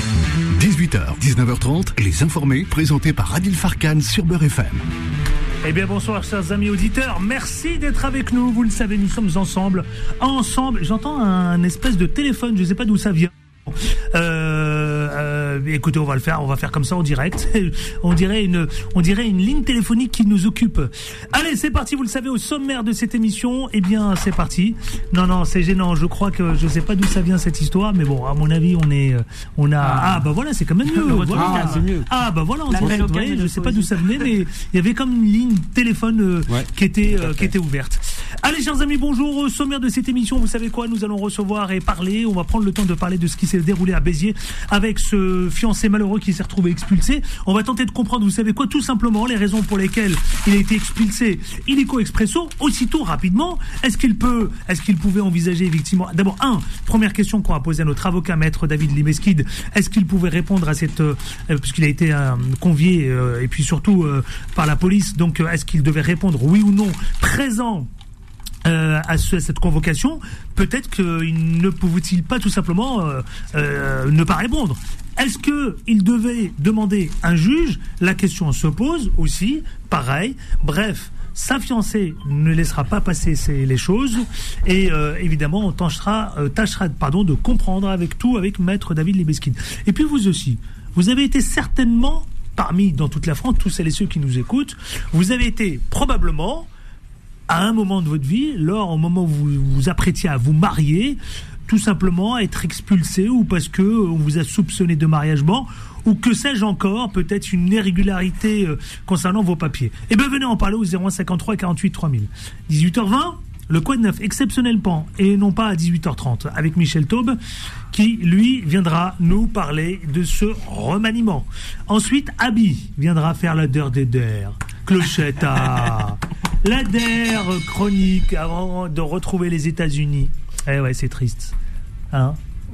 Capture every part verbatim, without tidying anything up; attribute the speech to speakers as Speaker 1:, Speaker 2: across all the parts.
Speaker 1: dix-huit heures, dix-neuf heures trente, Les Informés, présentés par Adil Farkan sur Beurre F M.
Speaker 2: Eh bien bonsoir chers amis auditeurs, merci d'être avec nous, vous le savez, nous sommes ensemble, ensemble, j'entends un espèce de téléphone, je ne sais pas d'où ça vient. Euh, euh, écoutez, on va le faire, on va faire comme ça en direct. on dirait une, on dirait une ligne téléphonique qui nous occupe. Allez, c'est parti. Vous le savez, au sommaire de cette émission, eh bien, c'est parti. Non, non, c'est gênant. Je crois que je sais pas d'où ça vient cette histoire, mais bon, à mon avis, on est, on a. Ah, ah bah voilà, c'est quand même mieux. Voilà.
Speaker 3: Ah, c'est mieux.
Speaker 2: Ah bah voilà. On ouais, ouais, je sais pas d'où ça venait, mais il y avait comme une ligne téléphone euh, ouais, qui était, euh, qui était ouverte. Allez, chers amis, bonjour. Au sommaire de cette émission, vous savez quoi? Nous allons recevoir et parler. On va prendre le temps de parler de ce qui s'est déroulé à Béziers avec ce fiancé malheureux qui s'est retrouvé expulsé. On va tenter de comprendre, vous savez quoi, tout simplement les raisons pour lesquelles il a été expulsé illico expresso, aussitôt, rapidement. Est-ce qu'il peut, est-ce qu'il pouvait envisager effectivement, d'abord, un, première question qu'on va poser à notre avocat, maître David Limeskid, est-ce qu'il pouvait répondre à cette, euh, puisqu'il a été euh, convié, euh, et puis surtout euh, par la police, donc euh, est-ce qu'il devait répondre oui ou non, présent Euh, à, ce, à cette convocation, peut-être qu'il ne pouvait-il pas tout simplement euh, euh, ne pas répondre. Est-ce qu'il devait demander un juge? La question se pose aussi, pareil. Bref, sa fiancée ne laissera pas passer ces, les choses et euh, évidemment on tâchera, euh, tâchera pardon, de comprendre avec tout avec maître David Limeskid. Et puis vous aussi, vous avez été certainement, parmi dans toute la France, tous celles et ceux qui nous écoutent, vous avez été probablement à un moment de votre vie, lors au moment où vous vous apprêtiez à vous marier, tout simplement à être expulsé ou parce que on vous a soupçonné de mariagement ou que sais-je encore, peut-être une irrégularité euh, concernant vos papiers. Eh bien, venez en parler au zéro un cinquante-trois quarante-huit trois mille. dix-huit heures vingt, le Quoi de neuf exceptionnellement et non pas à dix-huit heures trente avec Michel Taube qui, lui, viendra nous parler de ce remaniement. Ensuite, Abby viendra faire la der des der. Clochette à... La D E R chronique avant de retrouver les États-Unis. Eh ouais, c'est triste. Hein?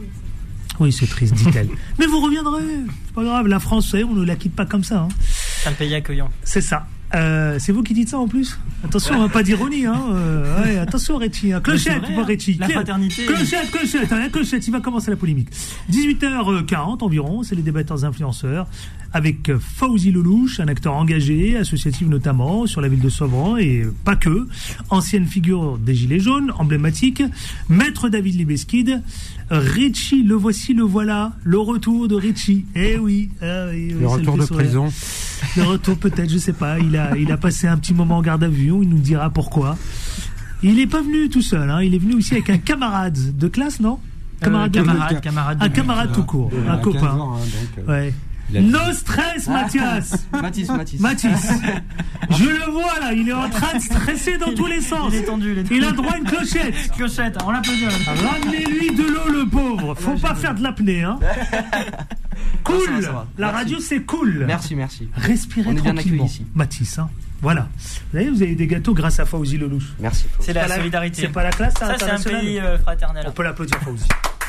Speaker 2: Oui, c'est triste, dit-elle. Mais vous reviendrez, c'est pas grave. La France, on ne la quitte pas comme ça. Hein.
Speaker 4: C'est un pays accueillant.
Speaker 2: C'est ça. Euh, c'est vous qui dites ça en plus. Attention, hein, pas d'ironie. Hein. Euh, ouais, attention, Réti. Hein. Clochette, tu vois, Réti.
Speaker 4: La fraternité.
Speaker 2: Clochette, clochette, hein, clochette. Il va commencer la polémique. dix-huit heures quarante environ, c'est les débatteurs influenceurs. Avec Fawzi Lelouch, un acteur engagé, associatif notamment, sur la ville de Sevran, et pas que, ancienne figure des Gilets jaunes, emblématique, maître David Limeskid, Richie, le voici, le voilà, le retour de Richie. Eh oui, ah oui,
Speaker 3: le retour de prison.
Speaker 2: Le retour peut-être, je sais pas, il a, il a passé un petit moment en garde à vue, il nous dira pourquoi. Il n'est pas venu tout seul, hein, il est venu aussi avec un camarade de classe, non?
Speaker 4: Camarade, euh, camarade, camarade,
Speaker 2: un camarade tout court,
Speaker 3: euh,
Speaker 2: un copain.
Speaker 3: Ans, hein, donc, euh...
Speaker 2: ouais. No stress, Mathias.
Speaker 4: Mathis, Mathis.
Speaker 2: Mathis. Je le vois là, il est en train de stresser dans tous les sens.
Speaker 4: Il est tendu, il est tendu.
Speaker 2: Il a droit à une clochette.
Speaker 4: Clochette, on l'applaudit.
Speaker 2: Ramenez-lui de l'eau, le pauvre. Faut pas faire de l'apnée, hein. Cool.
Speaker 4: Ça va, ça va.
Speaker 2: La radio, c'est cool.
Speaker 4: Merci, merci.
Speaker 2: Respirez
Speaker 4: on est bien
Speaker 2: tranquillement.
Speaker 4: ici.
Speaker 2: Mathis, hein. Voilà. Vous avez, vous avez des gâteaux grâce à Fawzi Lelouch.
Speaker 4: Merci. C'est la
Speaker 2: la
Speaker 4: solidarité.
Speaker 2: C'est pas la classe,
Speaker 4: ça, c'est un pays euh, fraternel.
Speaker 2: On peut l'applaudir, Fawzi.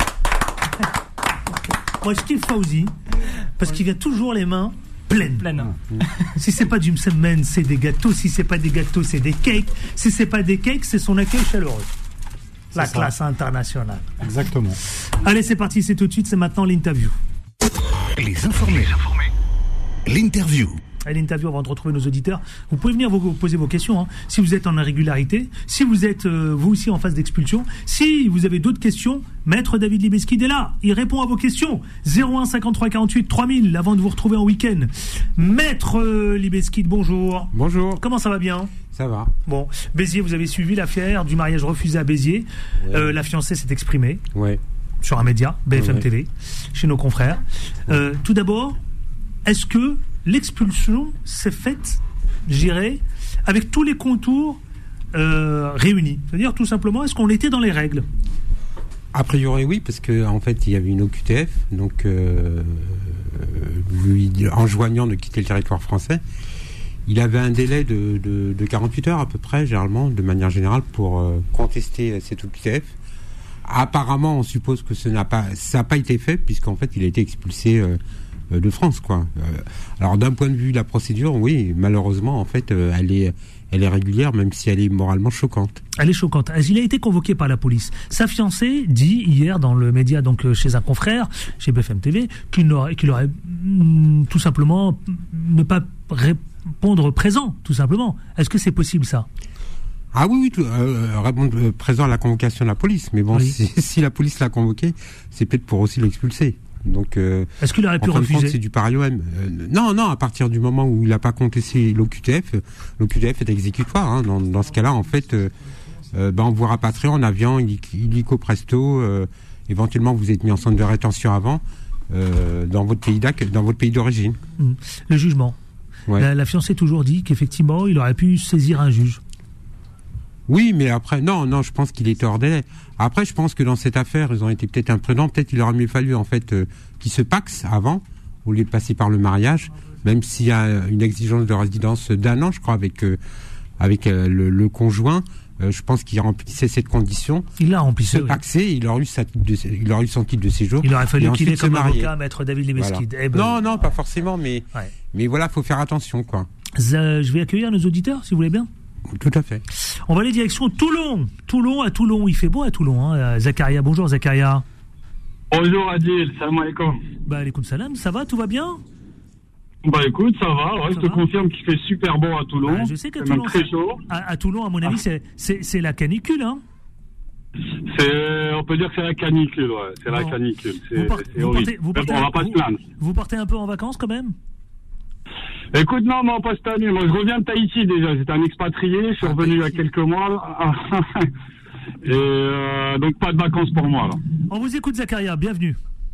Speaker 2: Moi, je kiffe Fawzi parce qu'il vient toujours les mains pleines.
Speaker 4: Pleines.
Speaker 2: Si c'est pas du msemen, c'est des gâteaux. Si c'est pas des gâteaux, c'est des cakes. Si c'est pas des cakes, c'est son accueil chaleureux. La
Speaker 3: c'est
Speaker 2: classe
Speaker 3: ça.
Speaker 2: Internationale.
Speaker 3: Exactement.
Speaker 2: Allez, c'est parti. C'est tout de suite. C'est maintenant l'interview.
Speaker 1: Les informés. Les informés. L'interview.
Speaker 2: À l'interview, avant de retrouver nos auditeurs, vous pouvez venir vous poser vos questions. Hein. Si vous êtes en irrégularité, si vous êtes euh, vous aussi en phase d'expulsion, si vous avez d'autres questions, maître David Limeskid est là. Il répond à vos questions. zéro un cinquante-trois quarante-huit trois mille avant de vous retrouver en week-end. Maître euh, Limeskid, bonjour.
Speaker 3: Bonjour.
Speaker 2: Comment ça va bien?
Speaker 3: Ça va.
Speaker 2: Bon, Béziers, vous avez suivi l'affaire du mariage refusé à Béziers. Ouais. Euh, la fiancée s'est exprimée.
Speaker 3: Ouais.
Speaker 2: Sur un média, B F M
Speaker 3: ouais.
Speaker 2: T V, chez nos confrères. Euh, tout d'abord, est-ce que l'expulsion s'est faite, j'irais, avec tous les contours euh, réunis? C'est-à-dire, tout simplement, est-ce qu'on était dans les règles?
Speaker 3: A priori, oui, parce qu'en en fait, il y avait une O Q T F, donc euh, lui enjoignant de quitter le territoire français. Il avait un délai de, de, de quarante-huit heures à peu près, généralement, de manière générale, pour euh, contester cette O Q T F. Apparemment, on suppose que ce n'a pas, ça n'a pas été fait, puisqu'en fait, il a été expulsé euh, euh, de France, quoi. Euh, alors d'un point de vue de la procédure, oui, malheureusement, en fait, euh, elle est, elle est régulière, même si elle est moralement choquante.
Speaker 2: Elle est choquante. Il a été convoqué par la police. Sa fiancée dit hier dans le média, donc chez un confrère, chez B F M T V, qu'il aurait, qu'il aurait mm, tout simplement ne pas répondre présent, tout simplement. Est-ce que c'est possible ça?
Speaker 3: Ah oui, oui, tout, euh, répondre euh, présent à la convocation de la police. Mais bon, oui. si, si la police l'a convoqué, c'est peut-être pour aussi l'expulser. Donc, euh,
Speaker 2: est-ce qu'il aurait pu
Speaker 3: en fin
Speaker 2: refuser?
Speaker 3: de compte, c'est du pari O M. Euh, non, non, à partir du moment où il n'a pas contesté l'O Q T F, l'O Q T F est exécutoire. Hein. Dans, dans ce cas-là, en fait, euh, euh, ben on vous rapatrie en avion, illico presto. Euh, éventuellement, vous êtes mis en centre de rétention avant, euh, dans votre pays d'ac- dans votre pays d'origine.
Speaker 2: Mmh. Le jugement. Ouais. La, la fiancée toujours dit qu'effectivement, il aurait pu saisir un juge.
Speaker 3: Oui, mais après, non, non, je pense qu'il était hors délai. Après, je pense que dans cette affaire, ils ont été peut-être imprudents. Peut-être qu'il aurait mieux fallu, en fait, euh, qu'ils se paxent avant, au lieu de passer par le mariage, même s'il y a une exigence de résidence d'un an, je crois, avec euh, avec euh, le, le conjoint. Euh, je pense qu'il remplissait cette condition.
Speaker 2: Il l'a rempli.
Speaker 3: Se paxer, oui. il aurait eu sa, de, il aurait eu son titre de séjour.
Speaker 2: Il aurait fallu qu'il ait comme avocat maître David Lemesquid.
Speaker 3: Voilà.
Speaker 2: Eh ben,
Speaker 3: non, non, pas forcément, mais ouais. mais voilà, faut faire attention, quoi.
Speaker 2: Euh, je vais accueillir nos auditeurs, si vous voulez bien.
Speaker 3: Tout à fait.
Speaker 2: On va aller direction Toulon. Toulon, à Toulon. Il fait beau à Toulon, hein. Zakaria, bonjour Zakaria.
Speaker 5: Bonjour Adil, salam alaikum.
Speaker 2: Bah, alaikum salam, ça va, tout va bien?
Speaker 5: Bah écoute, ça va, ouais, ça je te va confirme qu'il fait super beau à Toulon.
Speaker 2: Bah, je sais qu'à Toulon,
Speaker 5: même très chaud.
Speaker 2: À, à Toulon, à mon avis, ah. c'est, c'est, c'est la canicule, hein.
Speaker 5: C'est, on peut dire que c'est la canicule, ouais. C'est bon. la canicule. C'est,
Speaker 2: vous, portez,
Speaker 5: c'est
Speaker 2: vous, portez, vous, portez,
Speaker 5: on va pas
Speaker 2: vous,
Speaker 5: se plaindre.
Speaker 2: Vous partez un peu en vacances quand même?
Speaker 5: Écoute, non, non, pas cette année. Moi, je reviens de Tahiti déjà. J'étais un expatrié. Je suis ah, revenu il y a quelques mois. Et euh, donc, pas de vacances pour moi, là.
Speaker 2: On vous écoute, Zakaria. Bienvenue.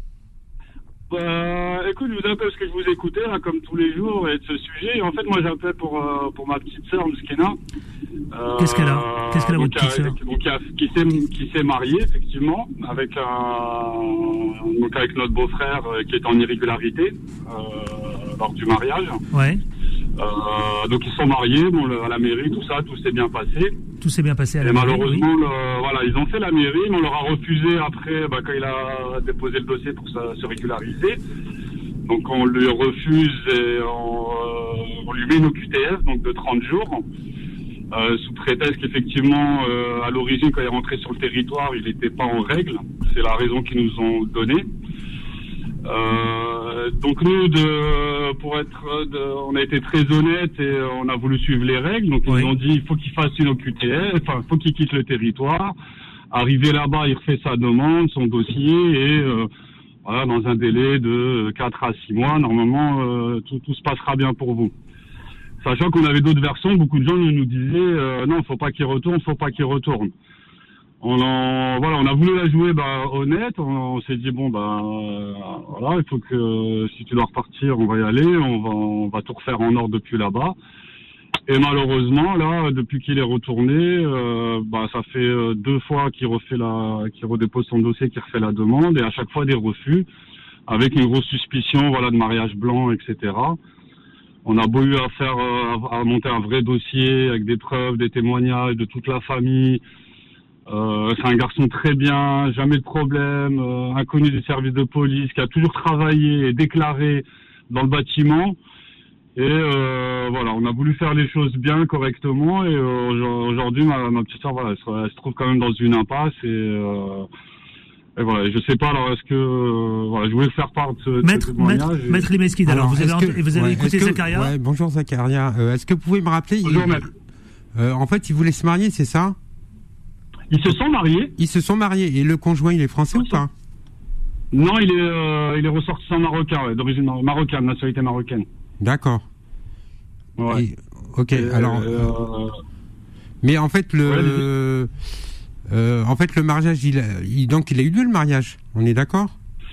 Speaker 5: Euh, écoute, je vous appelle parce que je vous écoutais, là, comme tous les jours, et de ce sujet. Et en fait, moi, j'appelle pour, euh, pour ma petite sœur, Mouskena.
Speaker 2: Euh, Qu'est-ce qu'elle a Qu'est-ce qu'elle a, votre petite sœur?
Speaker 5: Donc, qui s'est, qui s'est mariée, effectivement, avec un, donc avec notre beau-frère euh, qui est en irrégularité, euh, lors du mariage.
Speaker 2: Ouais.
Speaker 5: Euh, donc ils sont mariés, bon, le, à la mairie, tout ça, tout s'est bien passé.
Speaker 2: Tout s'est bien passé à la
Speaker 5: et
Speaker 2: mairie.
Speaker 5: Malheureusement,
Speaker 2: oui.
Speaker 5: le, voilà, ils ont fait la mairie, mais on leur a refusé après, bah, quand il a déposé le dossier pour ça, se régulariser. Donc on lui refuse et on, euh, on lui met une O Q T F, donc de trente jours, euh, sous prétexte qu'effectivement, euh, à l'origine, quand il est rentré sur le territoire, il n'était pas en règle. C'est la raison qu'ils nous ont donnée. Euh, donc nous, de, pour être, de, on a été très honnêtes et on a voulu suivre les règles. Donc ils oui. nous ont dit il faut qu'il fasse une O Q T F, enfin il faut qu'il quitte le territoire. Arrivé là-bas, il refait sa demande, son dossier et euh, voilà, dans un délai de quatre à six mois, normalement euh, tout, tout se passera bien pour vous. Sachant qu'on avait d'autres versions, beaucoup de gens nous disaient euh, non, faut pas qu'il retourne, faut pas qu'il retourne. On en, voilà, on a voulu la jouer bah, honnête. On, on s'est dit bon bah euh, voilà, il faut que euh, si tu dois repartir, on va y aller. On va, on va tout refaire en ordre depuis là-bas. Et malheureusement là, depuis qu'il est retourné, euh, bah ça fait euh, deux fois qu'il refait la, qu'il redépose son dossier, qu'il refait la demande, et à chaque fois des refus, avec une grosse suspicion, voilà, de mariage blanc, et cetera. On a beau eu à faire, euh, à monter un vrai dossier avec des preuves, des témoignages de toute la famille. Euh, c'est un garçon très bien, jamais de problème, euh, inconnu des services de police, qui a toujours travaillé et déclaré dans le bâtiment. Et euh, voilà, on a voulu faire les choses bien, correctement. Et euh, aujourd'hui, ma, ma petite soeur, voilà, elle se, elle se trouve quand même dans une impasse. Et, euh, et voilà, je sais pas. Alors, est-ce que euh, voilà, je voulais faire part de ce,
Speaker 2: maître,
Speaker 5: ce témoignage.
Speaker 2: Maître, et... maître Lemesquid, alors, alors vous avez, que, vous avez
Speaker 3: ouais,
Speaker 2: écouté
Speaker 3: que,
Speaker 2: Zakaria
Speaker 3: ouais, bonjour Zakaria. Euh, est-ce que vous pouvez me rappeler
Speaker 5: Bonjour,
Speaker 3: il,
Speaker 5: maître.
Speaker 3: Euh, en fait, ils voulaient se marier, c'est ça?
Speaker 5: Ils se sont mariés.
Speaker 3: Ils se sont mariés. Et le conjoint, il est français ou pas?
Speaker 5: Non, il est, euh, il est ressortissant marocain, ouais, d'origine marocaine, nationalité marocaine.
Speaker 3: D'accord.
Speaker 5: Ouais.
Speaker 3: Et, ok. Et alors.
Speaker 5: Euh,
Speaker 3: mais en fait, le,
Speaker 5: ouais,
Speaker 3: euh, en fait, le mariage, il, il, donc, il a eu lieu le mariage. On est d'accord?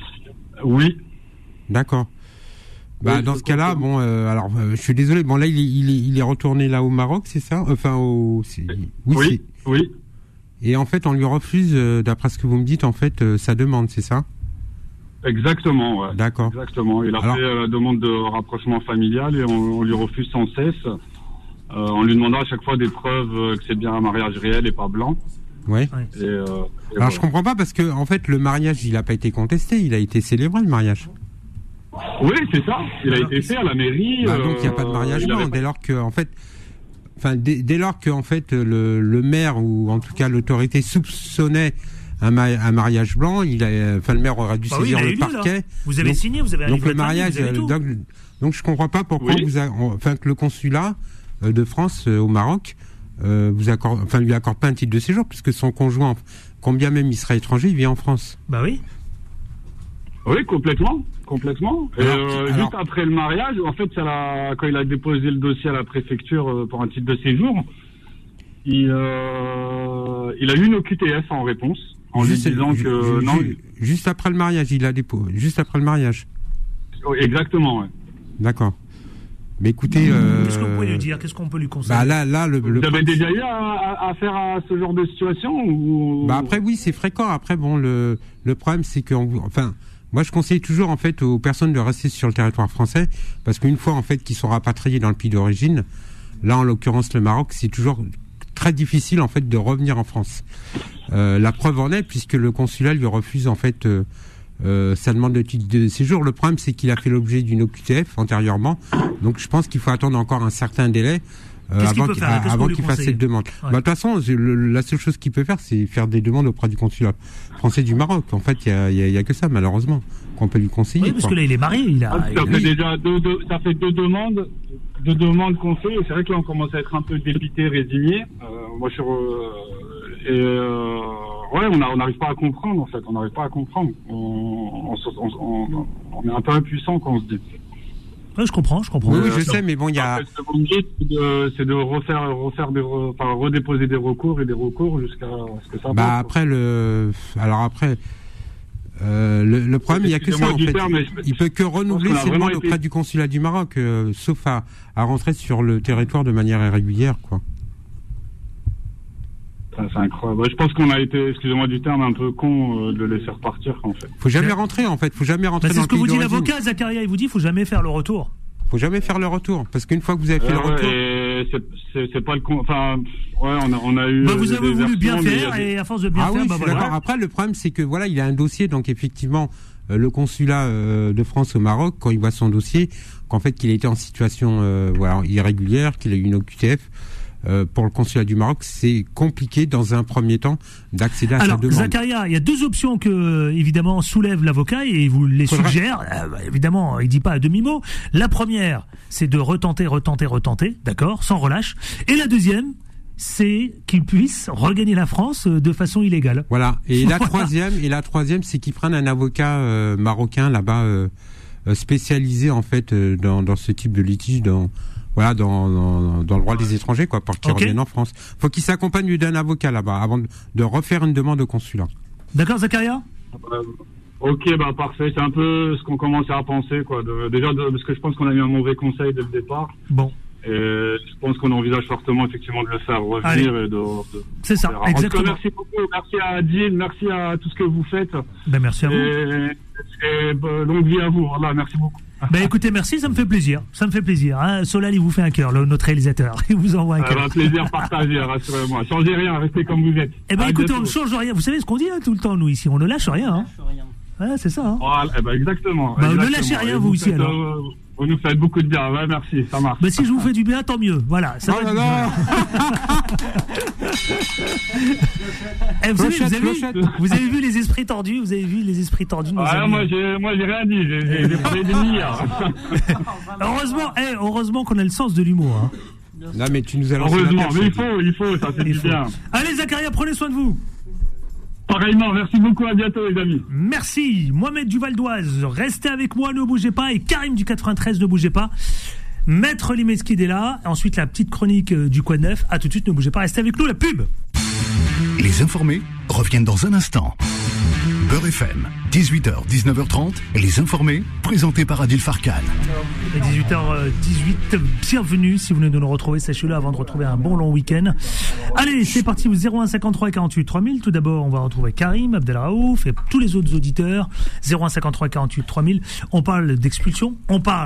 Speaker 5: Oui.
Speaker 3: D'accord. Bah, oui, dans ce cas-là, bon, euh, alors, euh, je suis désolé. Bon, là, il, il, il est retourné là au Maroc, c'est ça? Enfin, au. C'est, oui.
Speaker 5: Oui.
Speaker 3: C'est...
Speaker 5: oui.
Speaker 3: Et en fait, on lui refuse, euh, d'après ce que vous me dites, en fait, euh, sa demande, c'est ça?
Speaker 5: Exactement, ouais.
Speaker 3: D'accord.
Speaker 5: Exactement. Il a
Speaker 3: Alors...
Speaker 5: fait euh, la demande de rapprochement familial et on, on lui refuse sans cesse, euh, en lui demandant à chaque fois des preuves euh, que c'est bien un mariage réel et pas blanc.
Speaker 3: Ouais.
Speaker 5: Et, euh, et
Speaker 3: Alors
Speaker 5: voilà.
Speaker 3: je comprends pas parce que en fait le mariage, il a pas été contesté, il a été célébré le mariage.
Speaker 5: Oui, c'est ça. Il Alors, a été fait à la mairie.
Speaker 3: Bah, donc il n'y a pas de mariage blanc. Dès lors que, en fait, enfin, dès, dès lors que en fait le, le maire ou en tout cas l'autorité soupçonnait un, ma- un mariage blanc, il a, enfin le maire aurait dû bah saisir oui, le parquet.
Speaker 2: Lieu, vous avez donc, signé, vous avez un
Speaker 3: donc le mariage. Famille, donc, donc je comprends pas pourquoi oui. vous, a, enfin que le consulat de France euh, au Maroc, euh, vous accorde, enfin lui accorde pas un titre de séjour puisque son conjoint, combien même il sera étranger, il vit en France.
Speaker 2: Bah oui.
Speaker 5: Oui, complètement, complètement. Et alors, euh, alors, juste après le mariage, en fait, ça l'a, quand il a déposé le dossier à la préfecture euh, pour un titre de séjour, il, euh, il a eu une O Q T F en réponse, en juste, lui disant
Speaker 3: ju-
Speaker 5: que
Speaker 3: ju-
Speaker 5: non.
Speaker 3: Ju- juste après le mariage, il a déposé. Juste après le mariage.
Speaker 5: Oui, exactement. Ouais.
Speaker 3: D'accord. Mais écoutez, euh,
Speaker 2: qu'est-ce que vous pouvez lui dire ? Qu'est-ce qu'on peut lui conseiller ?
Speaker 3: Bah là, là, le. le
Speaker 5: vous avez déjà eu à, à faire à ce genre de situation ou...
Speaker 3: Bah après, oui, c'est fréquent. Après, bon, le le problème, c'est que, enfin. Moi, je conseille toujours en fait aux personnes de rester sur le territoire français parce qu'une fois en fait qu'ils sont rapatriés dans le pays d'origine, là en l'occurrence le Maroc, c'est toujours très difficile en fait de revenir en France. Euh, la preuve en est puisque le consulat lui refuse en fait euh, euh, sa demande de titre de séjour. Le problème c'est qu'il a fait l'objet d'une O Q T F antérieurement, donc je pense qu'il faut attendre encore un certain délai. Euh, avant qu'il, à, avant qu'il fasse cette demande. Ouais. Bah, de toute façon, le, la seule chose qu'il peut faire, c'est faire des demandes auprès du consulat français du Maroc. En fait, il y a, y, a, y a que ça, malheureusement, qu'on peut lui conseiller.
Speaker 2: Oui, parce quoi. que là, il est marié. Il a,
Speaker 5: ah,
Speaker 2: il
Speaker 5: ça,
Speaker 2: a...
Speaker 5: fait déjà deux, deux, ça fait deux demandes, deux demandes qu'on fait. Et c'est vrai que là, on commence à être un peu dépité, résigné. Euh, moi, je suis... Euh, et euh, ouais, on n'arrive pas à comprendre, en fait. On n'arrive pas à comprendre. On, on, on, on, on est un peu impuissant quand on se dit...
Speaker 2: Ouais, je comprends, je comprends.
Speaker 3: Oui, oui je sais, mais bon, il y a.
Speaker 5: Ce que vous me dites, c'est de, c'est de refaire, refaire des, re, enfin, redéposer des recours et des recours jusqu'à ce que ça.
Speaker 3: Bah
Speaker 5: passe,
Speaker 3: après le, alors après, euh, le, le problème, il y a que ça en fait. Terme, je... Il peut que renouveler ses demandes été... auprès du consulat du Maroc, euh, sauf à, à rentrer sur le territoire de manière irrégulière, quoi.
Speaker 5: C'est incroyable. Je pense qu'on a été, excusez-moi du terme, un peu con euh, de le laisser repartir en fait.
Speaker 3: Faut jamais rentrer en fait, faut jamais rentrer
Speaker 2: bah,
Speaker 3: dans le pays d'origine.
Speaker 2: C'est ce que vous dit l'avocat Zakaria, il vous dit faut jamais faire le retour.
Speaker 3: Faut jamais faire le retour parce qu'une fois que vous avez fait
Speaker 5: euh,
Speaker 3: le retour,
Speaker 5: ouais, c'est, c'est, c'est pas le con. Enfin, ouais, on a, on a eu.
Speaker 2: Bah, vous avez voulu bien faire
Speaker 5: des...
Speaker 2: et à force de bien
Speaker 3: ah
Speaker 2: faire,
Speaker 3: oui,
Speaker 2: bah
Speaker 3: je suis
Speaker 2: voilà.
Speaker 3: D'accord. Après, le problème c'est que voilà, il a un dossier, donc effectivement, euh, le consulat euh, de France au Maroc, quand il voit son dossier, qu'en fait qu'il a été en situation euh, voilà irrégulière, qu'il a eu une O Q T F. Euh, pour le consulat du Maroc, c'est compliqué dans un premier temps d'accéder à
Speaker 2: Alors,
Speaker 3: sa demande.
Speaker 2: Zakaria, il y a deux options que évidemment soulève l'avocat et il vous les Faudrait... suggère. Euh, bah, évidemment, il dit pas à demi-mot. La première, c'est de retenter, retenter, retenter, d'accord, sans relâche. Et la deuxième, c'est qu'il puisse regagner la France de façon illégale.
Speaker 3: Voilà. Et la troisième, et la troisième, c'est qu'ils prennent un avocat euh, marocain là-bas euh, spécialisé en fait euh, dans, dans ce type de litige, dans Voilà, dans, dans, dans le droit des étrangers, quoi, pour qu'ils okay. reviennent en France. Faut qu'il s'accompagne d'un avocat là-bas avant de, de refaire une demande au consulat.
Speaker 2: D'accord, Zakaria ?
Speaker 5: euh, Ok, bah parfait. C'est un peu ce qu'on commençait à penser, quoi. De, déjà, de, parce que je pense qu'on a eu un mauvais conseil dès le départ.
Speaker 2: Bon.
Speaker 5: Et je pense qu'on envisage fortement effectivement de le faire revenir.
Speaker 2: Allez.
Speaker 5: Et de, de,
Speaker 2: C'est ça,
Speaker 5: de
Speaker 2: exactement.
Speaker 5: Cas, merci beaucoup, merci à Adil, merci à tout ce que vous faites.
Speaker 2: Ben merci à vous.
Speaker 5: Et, et bah, longue vie à vous. Voilà, merci beaucoup.
Speaker 2: Ben écoutez, merci, ça me fait plaisir. Ça me fait plaisir. Hein. Solal, il vous fait un cœur, le, notre réalisateur. Il vous envoie un cœur.
Speaker 5: Un plaisir partagé, rassurez-moi. Changez rien, restez comme vous êtes.
Speaker 2: Eh ben
Speaker 5: à
Speaker 2: écoutez,
Speaker 5: bientôt.
Speaker 2: on ne change rien. Vous savez ce qu'on dit hein, tout le temps, nous, ici. On ne lâche rien. Hein.
Speaker 4: On ne lâche rien.
Speaker 2: Ouais, c'est ça. Hein.
Speaker 5: Voilà, eh ben exactement.
Speaker 2: Bah,
Speaker 5: exactement.
Speaker 2: Ne lâchez rien, vous,
Speaker 5: vous
Speaker 2: aussi,
Speaker 5: faites,
Speaker 2: alors.
Speaker 5: Euh, vous nous faites beaucoup de bien. Ouais, merci, ça marche.
Speaker 2: Ben si je vous fais du bien, tant mieux. Voilà. Ça
Speaker 3: oh
Speaker 2: va
Speaker 3: non, non.
Speaker 2: eh, vous,
Speaker 3: clochette,
Speaker 2: avez, vous, avez vu, vous avez vu les esprits tordus Vous avez vu les esprits tordus de
Speaker 5: ah, moi, j'ai, moi, j'ai rien dit. J'ai, j'ai, j'ai parlé de nier.
Speaker 2: Heureusement, eh, heureusement qu'on a le sens de l'humour. Hein.
Speaker 3: Non, mais tu nous as lancé
Speaker 5: Heureusement,
Speaker 3: la
Speaker 5: mais il faut, il faut, ça fait du bien.
Speaker 2: Allez, Zakaria, prenez soin de vous.
Speaker 5: Pareillement, merci beaucoup, à bientôt les amis.
Speaker 2: Merci, Mohamed du Val d'Oise, restez avec moi, ne bougez pas, et Karim du quatre-vingt-treize, ne bougez pas. Maître Limeskid est là, ensuite la petite chronique du Quoi de Neuf, à tout de suite, ne bougez pas, restez avec nous, la pub.
Speaker 1: Les informés reviennent dans un instant. Beurre F M, dix-huit heures, dix-neuf heures trente, les informés, présentés par Adil Farkan.
Speaker 2: dix-huit heures dix-huit, bienvenue si vous venez de nous retrouver, sachez-le avant de retrouver un bon long week-end. Allez, c'est parti, vous zéro un cinquante-trois quarante-huit trois mille. Tout d'abord, on va retrouver Karim, Abdelraouf et tous les autres auditeurs. zéro un cinquante-trois quarante-huit trois mille. On parle d'expulsion, on parle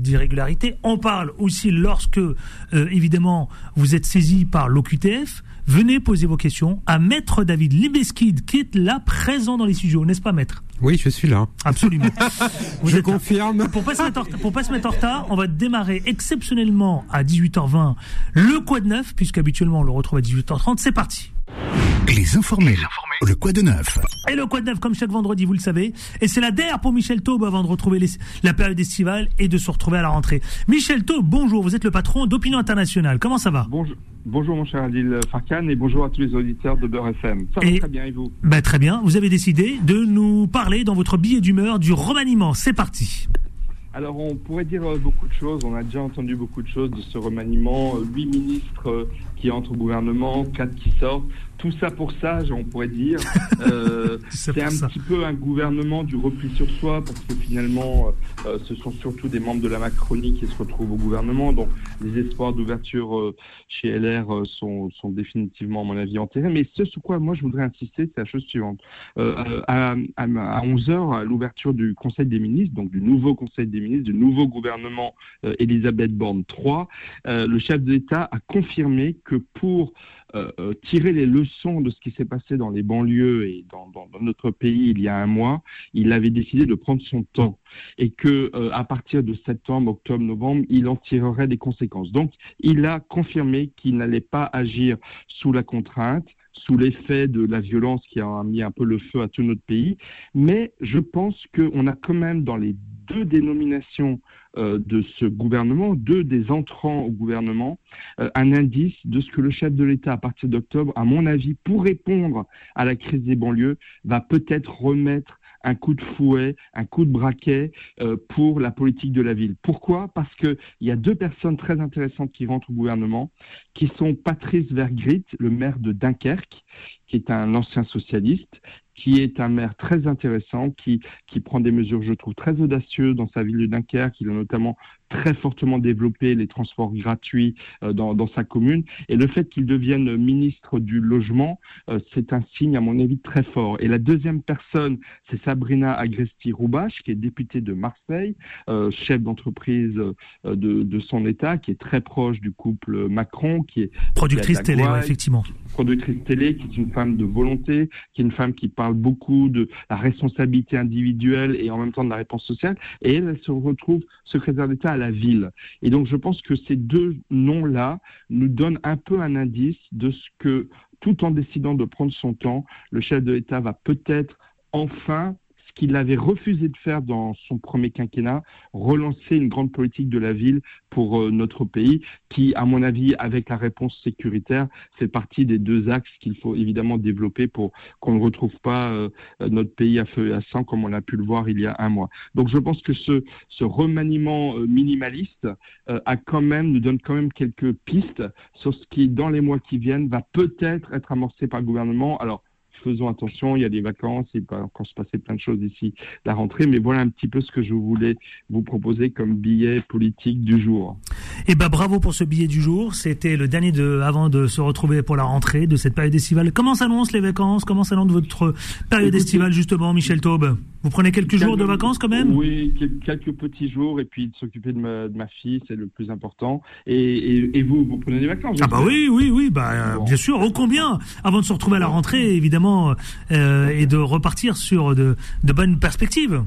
Speaker 2: d'irrégularité. On parle aussi lorsque, euh, évidemment, vous êtes saisi par l'O Q T F. Venez poser vos questions à Maître David Libeskind, qui est là présent dans les studios, n'est-ce pas, Maître ?
Speaker 3: Oui, je suis là.
Speaker 2: Absolument. Vous
Speaker 3: je
Speaker 2: êtes
Speaker 3: confirme.
Speaker 2: Là. Pour pas se mettre en, pour pas se mettre en retard, on va démarrer exceptionnellement à dix-huit heures vingt le Quad neuf, puisqu'habituellement on le retrouve à dix-huit heures trente. C'est parti.
Speaker 1: Les informés. Le Quad neuf.
Speaker 2: Et le Quad neuf, comme chaque vendredi, vous le savez. Et c'est la D R pour Michel Taube avant de retrouver les, la période estivale et de se retrouver à la rentrée. Michel Taube, bonjour. Vous êtes le patron d'Opinion Internationale. Comment ça va ?
Speaker 6: Bonjour. Bonjour mon cher Adil Farkan et bonjour à tous les auditeurs de Beurre F M. Ça va
Speaker 2: et,
Speaker 6: très bien et vous ?
Speaker 2: Ben, très bien. Vous avez décidé de nous parler dans votre billet d'humeur du remaniement. C'est parti.
Speaker 6: Alors on pourrait dire euh, beaucoup de choses, on a déjà entendu beaucoup de choses de ce remaniement, euh, huit ministres euh, qui entrent au gouvernement, quatre qui sortent, tout ça pour ça, on pourrait dire. Euh, c'est un ça. petit peu un gouvernement du repli sur soi, parce que finalement euh, ce sont surtout des membres de la Macronie qui se retrouvent au gouvernement, donc les espoirs d'ouverture euh, chez L R euh, sont, sont définitivement à mon avis enterrés. Mais ce sur quoi moi je voudrais insister, c'est la chose suivante. Euh, à, à, à onze heures, à l'ouverture du Conseil des ministres, donc du nouveau Conseil des ministre, du nouveau gouvernement euh, Elisabeth Borne trois, euh, le chef de l'État a confirmé que pour euh, euh, tirer les leçons de ce qui s'est passé dans les banlieues et dans, dans, dans notre pays il y a un mois, il avait décidé de prendre son temps et que euh, à partir de septembre, octobre, novembre, il en tirerait des conséquences. Donc, il a confirmé qu'il n'allait pas agir sous la contrainte, sous l'effet de la violence qui a mis un peu le feu à tout notre pays. Mais je pense qu'on a quand même dans les deux dénominations euh, de ce gouvernement, deux des entrants au gouvernement, euh, un indice de ce que le chef de l'État, à partir d'octobre, à mon avis, pour répondre à la crise des banlieues, va peut-être remettre un coup de fouet, un coup de braquet euh, pour la politique de la ville. Pourquoi ? Parce qu'il y a deux personnes très intéressantes qui rentrent au gouvernement, qui sont Patrice Vergrit, le maire de Dunkerque, qui est un ancien socialiste, qui est un maire très intéressant, qui, qui prend des mesures, je trouve, très audacieuses dans sa ville de Dunkerque. Il a notamment très fortement développé les transports gratuits euh, dans, dans sa commune. Et le fait qu'il devienne ministre du logement, euh, c'est un signe, à mon avis, très fort. Et la deuxième personne, c'est Sabrina Agresti-Roubache, qui est députée de Marseille, euh, chef d'entreprise euh, de, de son État, qui est très proche du couple Macron, qui est
Speaker 2: productrice télé, ouais, effectivement.
Speaker 6: Productrice télé, qui est une femme de volonté, qui est une femme qui parle beaucoup de la responsabilité individuelle et en même temps de la réponse sociale. Et elle, elle se retrouve secrétaire d'État à la ville. Et donc, je pense que ces deux noms-là nous donnent un peu un indice de ce que, tout en décidant de prendre son temps, le chef de l'État va peut-être enfin, ce qu'il avait refusé de faire dans son premier quinquennat, relancer une grande politique de la ville pour euh, notre pays, qui, à mon avis, avec la réponse sécuritaire, fait partie des deux axes qu'il faut évidemment développer pour qu'on ne retrouve pas euh, notre pays à feu et à sang, comme on a pu le voir il y a un mois. Donc je pense que ce, ce remaniement euh, minimaliste euh, a quand même, nous donne quand même quelques pistes sur ce qui, dans les mois qui viennent, va peut-être être amorcé par le gouvernement. Alors, faisons attention, il y a des vacances, il va encore se passer plein de choses d'ici la rentrée, mais voilà un petit peu ce que je voulais vous proposer comme billet politique du jour.
Speaker 2: Eh ben bravo pour ce billet du jour, c'était le dernier de, avant de se retrouver pour la rentrée de cette période estivale. Comment s'annoncent les vacances ? Comment s'annonce votre période Écoutez, estivale justement, Michel Taube ? Vous prenez quelques, quelques jours de vacances quand même ?
Speaker 6: Oui, quelques petits jours, et puis de s'occuper de ma, de ma fille, c'est le plus important. Et, et, et vous, vous prenez des vacances ?
Speaker 2: Ah bah oui, oui, oui, bah bon. Bien sûr. Ô combien ? Avant de se retrouver à la rentrée, évidemment, euh, et de repartir sur de, de bonnes perspectives.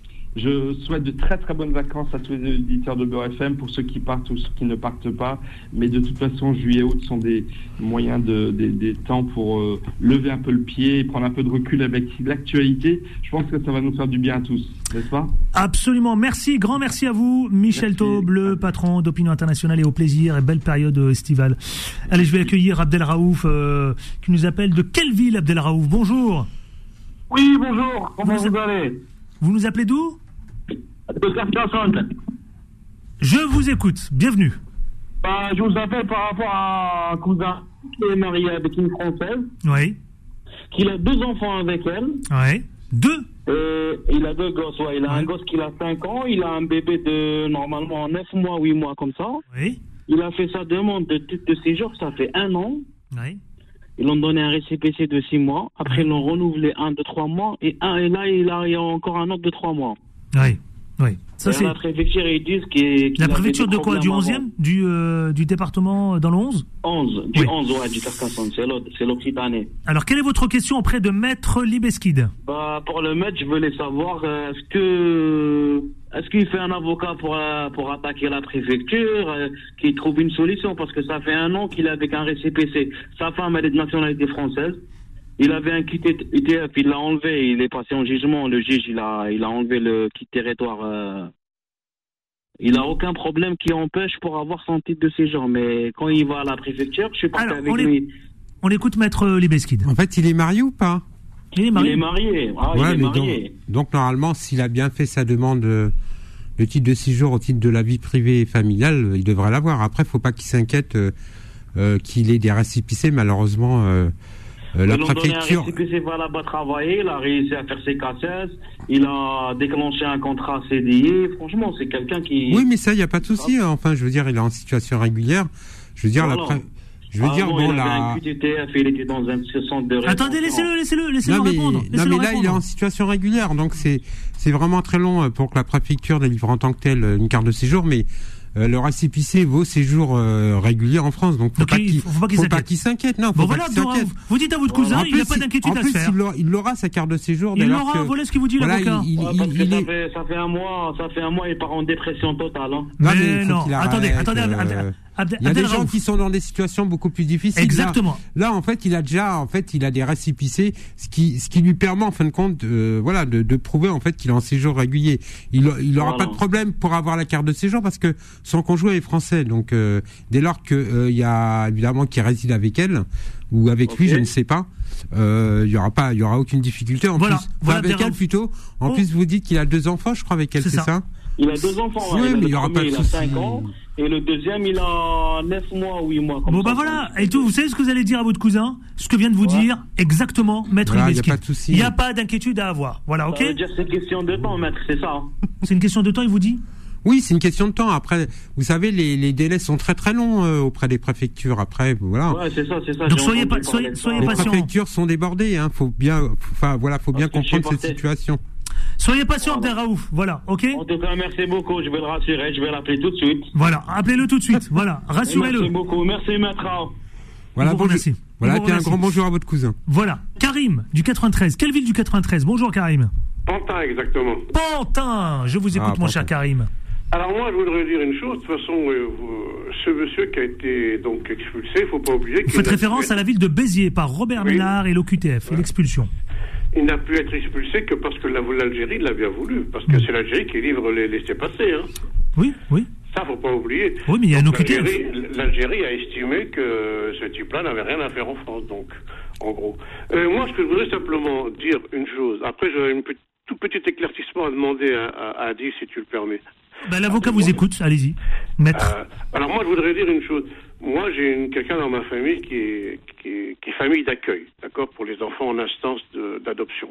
Speaker 6: Je souhaite de très très bonnes vacances à tous les auditeurs de Beurre F M, pour ceux qui partent ou ceux qui ne partent pas. Mais de toute façon, juillet et août sont des moyens, de, des, des temps pour euh, lever un peu le pied, prendre un peu de recul avec l'actualité. Je pense que ça va nous faire du bien à tous, n'est-ce pas ?
Speaker 2: Absolument. Merci, grand merci à vous, Michel Taube, le patron d'Opinion Internationale, et au plaisir et belle période estivale. Allez, je vais accueillir Abdel Raouf, euh, qui nous appelle de quelle ville, Abdel Raouf ? Bonjour.
Speaker 7: Oui, bonjour. Comment vous,
Speaker 2: vous
Speaker 7: allez ?
Speaker 2: Vous nous appelez d'où ?
Speaker 7: De Carcassonne.
Speaker 2: Je vous écoute, bienvenue.
Speaker 7: Bah, je vous appelle par rapport à un cousin qui est marié avec une Française.
Speaker 2: Oui.
Speaker 7: Qui a deux enfants avec elle.
Speaker 2: Oui. Deux
Speaker 7: Et il a deux gosses, ouais. Il a oui. un gosse qui a cinq ans, il a un bébé de normalement neuf mois, huit mois, comme ça.
Speaker 2: Oui.
Speaker 7: Il a fait sa demande de titre de séjour, ça fait un an.
Speaker 2: Oui.
Speaker 7: Ils l'ont donné un récépissé de six mois. Après, oui. ils l'ont renouvelé un de trois mois. Et, un, et là, il a, il y a encore un autre de trois mois.
Speaker 2: Oui. Oui. Ça, c'est...
Speaker 7: La préfecture, ils disent qu'il, qu'il
Speaker 2: La préfecture de quoi? Du onzième du, euh, du département dans le onze
Speaker 7: onze, du
Speaker 2: oui.
Speaker 7: onze, ouais, du Carcassonne, c'est, c'est l'Occitanie.
Speaker 2: Alors, quelle est votre question auprès de Maître Libeskid?
Speaker 7: Bah, pour le maître, je voulais savoir, euh, est-ce que, est-ce qu'il fait un avocat pour, euh, pour attaquer la préfecture, euh, qu'il trouve une solution, parce que ça fait un an qu'il est avec un récépissé. Sa femme, elle est de nationalité française. Il avait un kit E T F, il l'a enlevé, il est passé en jugement. Le juge, il a, il a enlevé le kit territoire. Euh, il a aucun problème qui empêche pour avoir son titre de séjour. Mais quand il va à la préfecture, je suis parti
Speaker 2: Alors,
Speaker 7: avec
Speaker 2: on
Speaker 7: lui.
Speaker 2: Est... On écoute Maître Libeskid.
Speaker 3: En fait, il est marié ou pas?
Speaker 2: Il est marié.
Speaker 7: Il est marié. Ah,
Speaker 3: ouais,
Speaker 7: il est
Speaker 3: mais
Speaker 7: marié.
Speaker 3: Donc, donc, normalement, s'il a bien fait sa demande de, de titre de séjour au titre de la vie privée et familiale, il devrait l'avoir. Après, il ne faut pas qu'il s'inquiète euh, euh, qu'il ait des récépissés, malheureusement. Euh, Euh, la préfecture.
Speaker 7: Il va là-bas travailler, il a réussi à faire ses cassettes, il a déclenché un contrat C D I. Franchement, c'est quelqu'un qui.
Speaker 3: Oui, mais ça, il n'y a pas de souci. Ah. Enfin, je veux dire, il est en situation régulière. Je veux dire, voilà. la pré... Je veux ah dire,
Speaker 7: non,
Speaker 3: bon,
Speaker 7: il
Speaker 3: la.
Speaker 7: avait un Q T F, il était dans un centre de rétention.
Speaker 2: Attendez, laissez-le, laissez-le, laissez-le
Speaker 3: non, mais,
Speaker 2: répondre.
Speaker 3: Laissez-le non, mais là,
Speaker 2: répondre.
Speaker 3: il est en situation régulière, donc c'est c'est vraiment très long pour que la préfecture délivre en tant que telle une carte de séjour, mais. Euh, le récépissé vaut séjour euh, régulier en France, donc faut
Speaker 2: donc
Speaker 3: pas
Speaker 2: il
Speaker 3: qu'il
Speaker 2: faut, faut pas qu'il
Speaker 3: faut
Speaker 2: s'inquiète.
Speaker 3: Pas qu'il s'inquiète. Non, faut
Speaker 2: bon
Speaker 3: pas
Speaker 2: voilà,
Speaker 3: qu'il s'inquiète.
Speaker 2: Vous, vous dites à votre cousin,
Speaker 3: plus,
Speaker 2: il n'a pas d'inquiétude
Speaker 3: en
Speaker 2: à
Speaker 3: plus,
Speaker 2: se faire.
Speaker 3: Il aura, il aura sa carte de séjour.
Speaker 2: Il l'aura, que, voilà ce qu'il vous dit
Speaker 3: voilà,
Speaker 2: l'avocat.
Speaker 3: Il, il,
Speaker 7: ouais, parce
Speaker 3: il,
Speaker 7: que
Speaker 3: il
Speaker 7: ça,
Speaker 3: est...
Speaker 7: fait, ça fait un mois, ça fait un mois, il part en dépression totale. Hein.
Speaker 2: Mais,
Speaker 3: mais
Speaker 2: non, attendez,
Speaker 3: arrête,
Speaker 2: attendez,
Speaker 3: euh...
Speaker 2: Abdel,
Speaker 3: il y a
Speaker 2: Abdel
Speaker 3: des gens
Speaker 2: Raouf.
Speaker 3: qui sont dans des situations beaucoup plus difficiles.
Speaker 2: Exactement.
Speaker 3: Là, là, en fait, il a déjà, en fait, il a des récépissés, ce qui, ce qui lui permet, en fin de compte, euh, voilà, de, de prouver en fait qu'il est en séjour régulier. Il, il aura voilà. pas de problème pour avoir la carte de séjour parce que son conjoint est français. Donc, euh, dès lors que euh, il y a évidemment qui réside avec elle ou avec okay. lui, je ne sais pas. Euh, il y aura pas, il y aura aucune difficulté. En
Speaker 2: voilà.
Speaker 3: plus,
Speaker 2: voilà
Speaker 3: avec elle plutôt. En oh. plus, vous dites qu'il a deux enfants, je crois, avec elle, c'est, c'est ça, ça
Speaker 7: Il a deux enfants.
Speaker 3: Oui,
Speaker 7: ouais.
Speaker 3: mais
Speaker 7: il,
Speaker 3: il y aura pas de
Speaker 7: il a cinq ans. Et le deuxième, il a neuf mois, huit mois. Comme
Speaker 2: bon,
Speaker 7: ça,
Speaker 2: bah voilà. Et tout, vous savez ce que vous allez dire à votre cousin? Ce que vient de vous ouais. dire exactement, Maître
Speaker 3: voilà,
Speaker 2: Libeskid. Il n'y a,
Speaker 3: a
Speaker 2: pas d'inquiétude à avoir. Voilà, ok?
Speaker 7: Ça veut dire que c'est une question de temps, Maître, c'est ça.
Speaker 2: C'est une question de temps, il vous dit?
Speaker 3: Oui, c'est une question de temps. Après, vous savez, les, les délais sont très très longs euh, auprès des préfectures. Après, voilà.
Speaker 7: Ouais, c'est ça, c'est ça.
Speaker 2: Donc soyez pas, soyez, soyez
Speaker 3: les
Speaker 2: patient.
Speaker 3: Les préfectures sont débordées. Hein. Faut bien, enfin voilà, faut bien comprendre cette situation.
Speaker 2: Soyez patient, Abdel Raouf. Voilà, ok?
Speaker 7: En tout cas, merci beaucoup. Je vais le rassurer. Je vais l'appeler tout de suite.
Speaker 2: Voilà, appelez-le tout de suite. Voilà, rassurez-le.
Speaker 7: Merci beaucoup. Merci, Maître.
Speaker 3: Voilà,
Speaker 2: bon, merci.
Speaker 3: Voilà, puis un grand bonjour à votre cousin.
Speaker 2: Voilà, Karim du quatre-vingt-treize. Quelle ville du quatre-vingt-treize? Bonjour, Karim.
Speaker 8: Pantin, exactement.
Speaker 2: Pantin. Je vous écoute, ah, mon cher Karim.
Speaker 8: Alors moi, je voudrais dire une chose. De toute façon, euh, ce monsieur qui a été donc expulsé, il ne faut pas oublier.
Speaker 2: Vous faites référence tué... à la ville de Béziers par Robert oui. Ménard et l'O Q T F ouais. et l'expulsion.
Speaker 8: Il n'a pu être expulsé que parce que l'Algérie l'a bien voulu, parce que mmh. c'est l'Algérie qui livre les laissez-passer. Hein.
Speaker 2: Oui, oui.
Speaker 8: Ça, faut pas oublier.
Speaker 2: Oui, mais il y a un O Q T F.
Speaker 8: L'Algérie, L'Algérie a estimé que ce type-là n'avait rien à faire en France, donc, en gros. Euh, moi, ce que je voudrais simplement dire une chose. Après, j'aurais une petite, tout petit éclaircissement à demander à, à, à Adi, si tu le permets.
Speaker 2: Ben, l'avocat vous écoute, allez-y, maître.
Speaker 8: Euh, alors moi, je voudrais dire une chose. Moi, j'ai une, quelqu'un dans ma famille qui est, qui est, qui est famille d'accueil, d'accord, pour les enfants en instance de, d'adoption.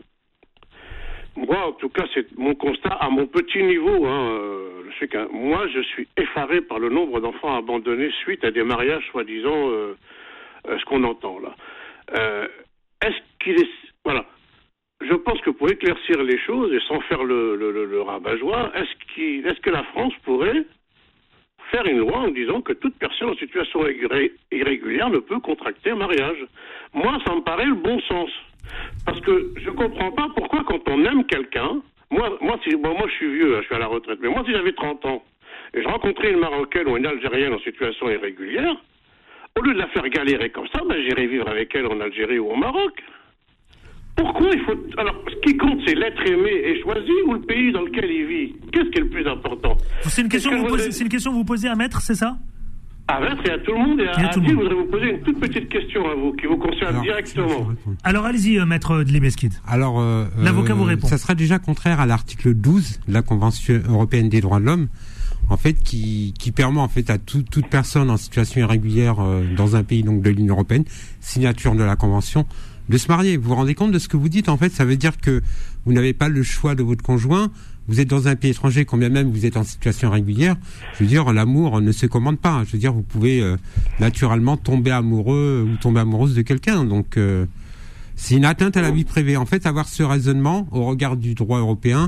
Speaker 8: Moi, en tout cas, c'est mon constat à mon petit niveau. Hein, euh, je sais qu'un, moi, je suis effaré par le nombre d'enfants abandonnés suite à des mariages, soi-disant, euh, euh, ce qu'on entend là. Euh, est-ce qu'il est... Voilà. Je pense que pour éclaircir les choses et sans faire le, le, le, le rabat-joie, est-ce, qu'il, est-ce que la France pourrait faire une loi en disant que toute personne en situation irrégulière ne peut contracter un mariage? Moi, ça me paraît le bon sens. Parce que je comprends pas pourquoi quand on aime quelqu'un, moi, moi, si, bon, moi je suis vieux, je suis à la retraite, mais moi si j'avais trente ans et je rencontrais une Marocaine ou une Algérienne en situation irrégulière, au lieu de la faire galérer comme ça, ben, j'irais vivre avec elle en Algérie ou au Maroc. Pourquoi il faut... Alors, ce qui compte, c'est l'être aimé et choisi ou le pays dans lequel il vit? Qu'est-ce qui est le plus important?
Speaker 2: C'est une question, que vous, posez, c'est une question que vous posez à Maître, c'est ça?
Speaker 8: À Maître et à tout le monde. Et à Adi, je voudrais vous poser une toute petite question à vous, qui vous concerne Alors, directement.
Speaker 2: Alors, allez-y, euh, Maître de Libeskid.
Speaker 3: Alors, euh,
Speaker 2: l'avocat euh, vous répond.
Speaker 3: Ça serait déjà contraire à l'article douze de la Convention européenne des droits de l'homme, en fait, qui, qui permet en fait à tout, toute personne en situation irrégulière euh, dans un pays donc de l'Union européenne, signature de la Convention, de se marier. Vous vous rendez compte de ce que vous dites? En fait, ça veut dire que vous n'avez pas le choix de votre conjoint. Vous êtes dans un pays étranger, combien même vous êtes en situation régulière. Je veux dire, l'amour ne se commande pas. Je veux dire, vous pouvez euh, naturellement tomber amoureux ou tomber amoureuse de quelqu'un. Donc, euh, c'est une atteinte à la vie privée. En fait, avoir ce raisonnement au regard du droit européen,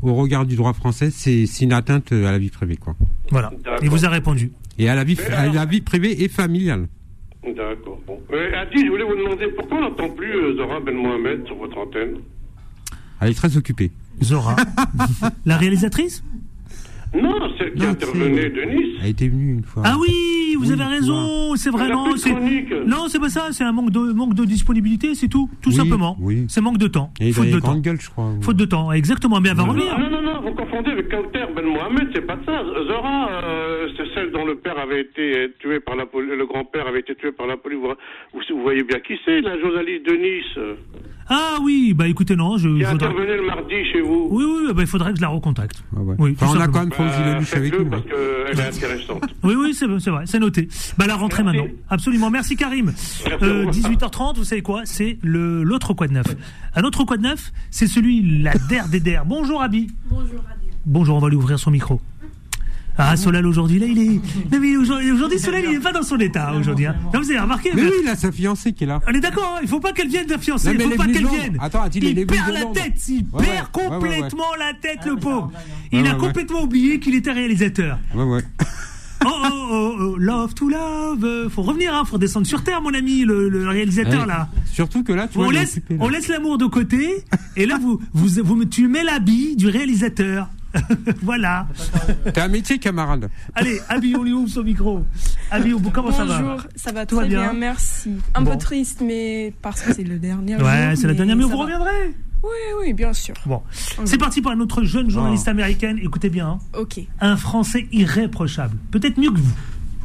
Speaker 3: au regard du droit français, c'est, c'est une atteinte à la vie privée, quoi.
Speaker 2: Voilà. Il vous a répondu.
Speaker 3: Et à la vie, à la vie privée et familiale.
Speaker 8: D'accord. Bon. Euh, Adil, je voulais vous demander pourquoi on n'entend plus euh, Zora Ben Mohamed sur votre antenne.
Speaker 3: Elle est très occupée.
Speaker 2: Zora, la réalisatrice?
Speaker 8: Non, celle qui non, intervenait de Nice.
Speaker 3: Elle était venue une fois.
Speaker 2: Ah oui, vous oui, avez raison, ouais. C'est vrai, non, c'est... non, c'est pas ça, c'est un manque de, manque de disponibilité, c'est tout, tout oui, simplement. Oui. C'est manque de temps.
Speaker 3: Et
Speaker 2: faute de temps.
Speaker 3: Gueule, je crois.
Speaker 2: Faute de temps, exactement, mais elle va
Speaker 8: non,
Speaker 2: revenir.
Speaker 8: Non, non, non, vous confondez avec Kauter Ben Mohamed, c'est pas ça. Zora, euh, c'est celle dont le père avait été tué par la police, le grand-père avait été tué par la police. Vous, vous, vous voyez bien qui c'est, la journaliste de Nice.
Speaker 2: Ah oui, bah écoutez, non, je...
Speaker 8: Qui
Speaker 2: faudra...
Speaker 8: intervenait le mardi chez vous.
Speaker 2: Oui, oui, bah, il faudrait que je la recontacte.
Speaker 3: Ah ouais.
Speaker 2: Oui,
Speaker 3: enfin, on a quand même Fauzi
Speaker 8: bah,
Speaker 3: Lelouch avec nous.
Speaker 8: Parce qu'elle est intéressante.
Speaker 2: Oui, oui, c'est, c'est vrai, c'est noté. Bah, la rentrée Merci. Maintenant. Absolument. Merci Karim. Merci euh, dix-huit heures trente, vous savez quoi? C'est le, l'autre quoi de neuf. Un autre quoi de neuf, c'est celui, la der des der. Bonjour Abi.
Speaker 9: Bonjour Abi.
Speaker 2: Bonjour, on va lui ouvrir son micro. Ah, Solal aujourd'hui, là, il est. Non, mais aujourd'hui, aujourd'hui Solal, il n'est pas dans son état, aujourd'hui. Hein. Non, vous avez remarqué?
Speaker 3: Mais oui, il a sa fiancée qui est là.
Speaker 2: On est d'accord, hein, il ne faut pas qu'elle vienne de fiancée, il ne faut pas qu'elle vienne.
Speaker 3: Attends, il,
Speaker 2: il perd la tête, il ouais, perd ouais, complètement ouais, ouais. la tête, ah, le pauvre. Il ouais, a ouais, complètement ouais. oublié qu'il était réalisateur.
Speaker 3: Ouais, ouais.
Speaker 2: Oh, oh, oh, oh, love to love. Faut revenir, hein, faut descendre sur terre, mon ami, le, le réalisateur, ouais. là.
Speaker 3: Surtout que là, tu
Speaker 2: on
Speaker 3: vois,
Speaker 2: laisse, on laisse l'amour de côté, et là, vous, vous, vous, vous, tu mets l'habit du réalisateur. Voilà.
Speaker 3: T'as un métier, camarade.
Speaker 2: Allez, Abi, on lui ouvre son micro. Abi, comment
Speaker 9: Bonjour,
Speaker 2: ça va?
Speaker 9: Bonjour, ça va très bien, bien, merci. Un bon. peu triste, mais parce que c'est le dernier jour.
Speaker 2: Ouais, c'est la dernière, mais vous va. reviendrez.
Speaker 9: Oui, oui, bien sûr.
Speaker 2: Bon, okay. C'est parti pour un autre jeune journaliste oh. américaine. Écoutez bien. Hein.
Speaker 9: Ok.
Speaker 2: Un Français irréprochable. Peut-être mieux que vous.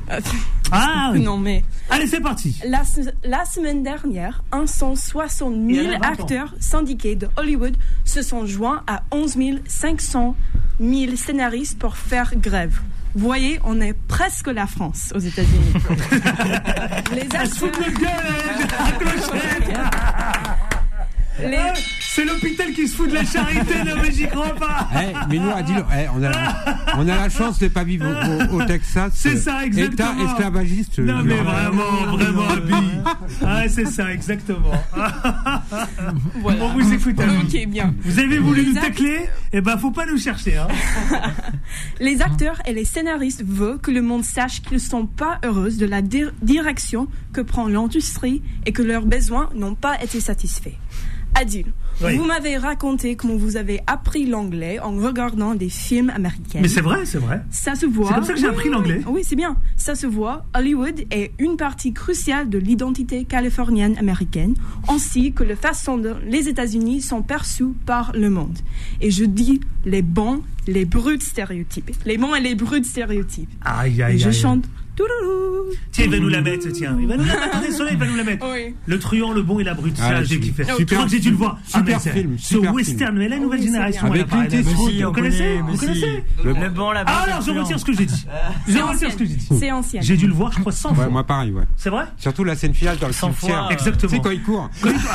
Speaker 2: Ah oui.
Speaker 9: Non mais.
Speaker 2: Allez, c'est parti.
Speaker 9: La, la semaine dernière, cent soixante mille acteurs syndiqués de Hollywood se sont joints à onze millions cinq cent mille scénaristes pour faire grève. Vous voyez, on est presque la France aux États-Unis.
Speaker 2: Les acteurs... Elle se fout de notre gueule, Les... C'est l'hôpital qui se fout de la charité, non mais j'y crois pas.
Speaker 3: Hey, mais nous, Adil, hey, on, a la, on a la chance de ne pas vivre au, au, au Texas.
Speaker 2: C'est ça, exactement.
Speaker 3: État esclavagiste.
Speaker 2: Non mais vraiment, vraiment, Abi. Ah, c'est ça, exactement. Voilà. On vous écoute, Abi.
Speaker 9: Ok, bien.
Speaker 2: Vous avez voulu les nous tacler, act... eh ben faut pas nous chercher. Hein.
Speaker 9: Les acteurs et les scénaristes veulent que le monde sache qu'ils ne sont pas heureux de la di- direction que prend l'industrie et que leurs besoins n'ont pas été satisfaits. Adil, oui. Vous m'avez raconté comment vous avez appris l'anglais en regardant des films américains.
Speaker 2: Mais c'est vrai, c'est vrai.
Speaker 9: Ça se voit.
Speaker 2: C'est comme ça que j'ai
Speaker 9: oui,
Speaker 2: appris l'anglais.
Speaker 9: Oui, c'est bien. Ça se voit. Hollywood est une partie cruciale de l'identité californienne américaine, ainsi que la façon dont les États-Unis sont perçus par le monde. Et je dis les bons, les bruts stéréotypes. Les bons et les bruts stéréotypes.
Speaker 2: Aïe, aïe,
Speaker 9: et je
Speaker 2: aïe.
Speaker 9: chante.
Speaker 2: Tiens, il va nous la mettre, tiens. Il va nous la mettre. Attendez, Soleil, il va nous la mettre. Oui. Le truand, le bon et la brute. C'est ah, j'ai kiffé. Je crois que j'ai dû le voir.
Speaker 3: Super ah, film.
Speaker 2: Ce western, mais la nouvelle oui, génération.
Speaker 3: Avec Clint Eastwood.
Speaker 2: Vous connaissez? Vous connaissez?
Speaker 4: Le bon, la
Speaker 2: Ah, alors, je retire ce que j'ai dit. Je retire ce que j'ai dit.
Speaker 9: C'est ancien.
Speaker 2: J'ai dû le voir, je crois, cent fois.
Speaker 3: Ouais, moi, pareil, ouais.
Speaker 2: C'est vrai?
Speaker 3: Surtout la scène finale dans le cimetière.
Speaker 2: Exactement.
Speaker 3: C'est quand il court.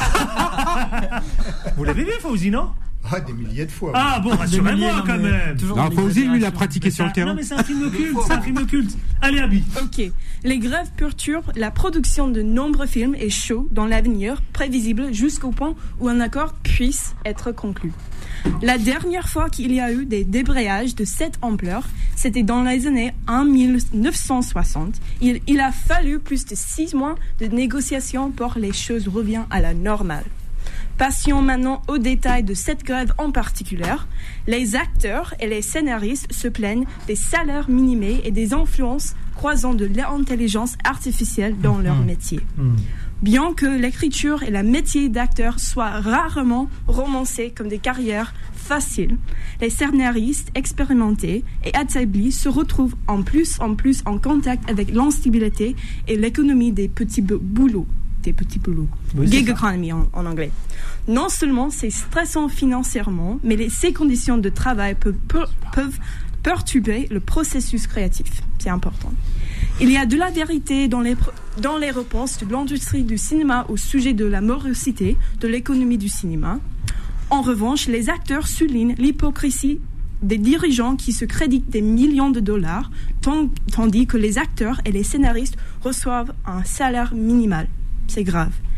Speaker 2: Vous l'avez vu, Fauzi, non?
Speaker 10: Ah, des milliers de fois.
Speaker 2: Ah bon, rassurez-moi quand même.
Speaker 3: Non, Fauzi, lui, il a pratiqué sur le terrain.
Speaker 2: Non, mais c'est un film culte, c'est un film culte. Allez, Abi.
Speaker 9: Ok. Les grèves perturbent la production de nombreux films et shows dans l'avenir, prévisible jusqu'au point où un accord puisse être conclu. La dernière fois qu'il y a eu des débrayages de cette ampleur, c'était dans les années mille neuf cent soixante. Il, il a fallu plus de six mois de négociations pour que les choses reviennent à la normale. Passons maintenant aux détails de cette grève en particulier. Les acteurs et les scénaristes se plaignent des salaires minimés et des influences croisant de l'intelligence artificielle dans leur mmh. métier. Mmh. Bien que l'écriture et le métier d'acteur soient rarement romancés comme des carrières faciles, les scénaristes expérimentés et établis se retrouvent en plus en plus en contact avec l'instabilité et l'économie des petits boulots. Des petits boulots. Oui, Gig economy en, en anglais. Non seulement c'est stressant financièrement, mais les, ces conditions de travail peuvent, peuvent, peuvent perturber le processus créatif. C'est important. Il y a de la vérité dans les, dans les réponses de l'industrie du cinéma au sujet de la morosité de l'économie du cinéma. En revanche, les acteurs soulignent l'hypocrisie des dirigeants qui se créditent des millions de dollars, tandis que les acteurs et les scénaristes reçoivent un salaire minimal. C'est grave.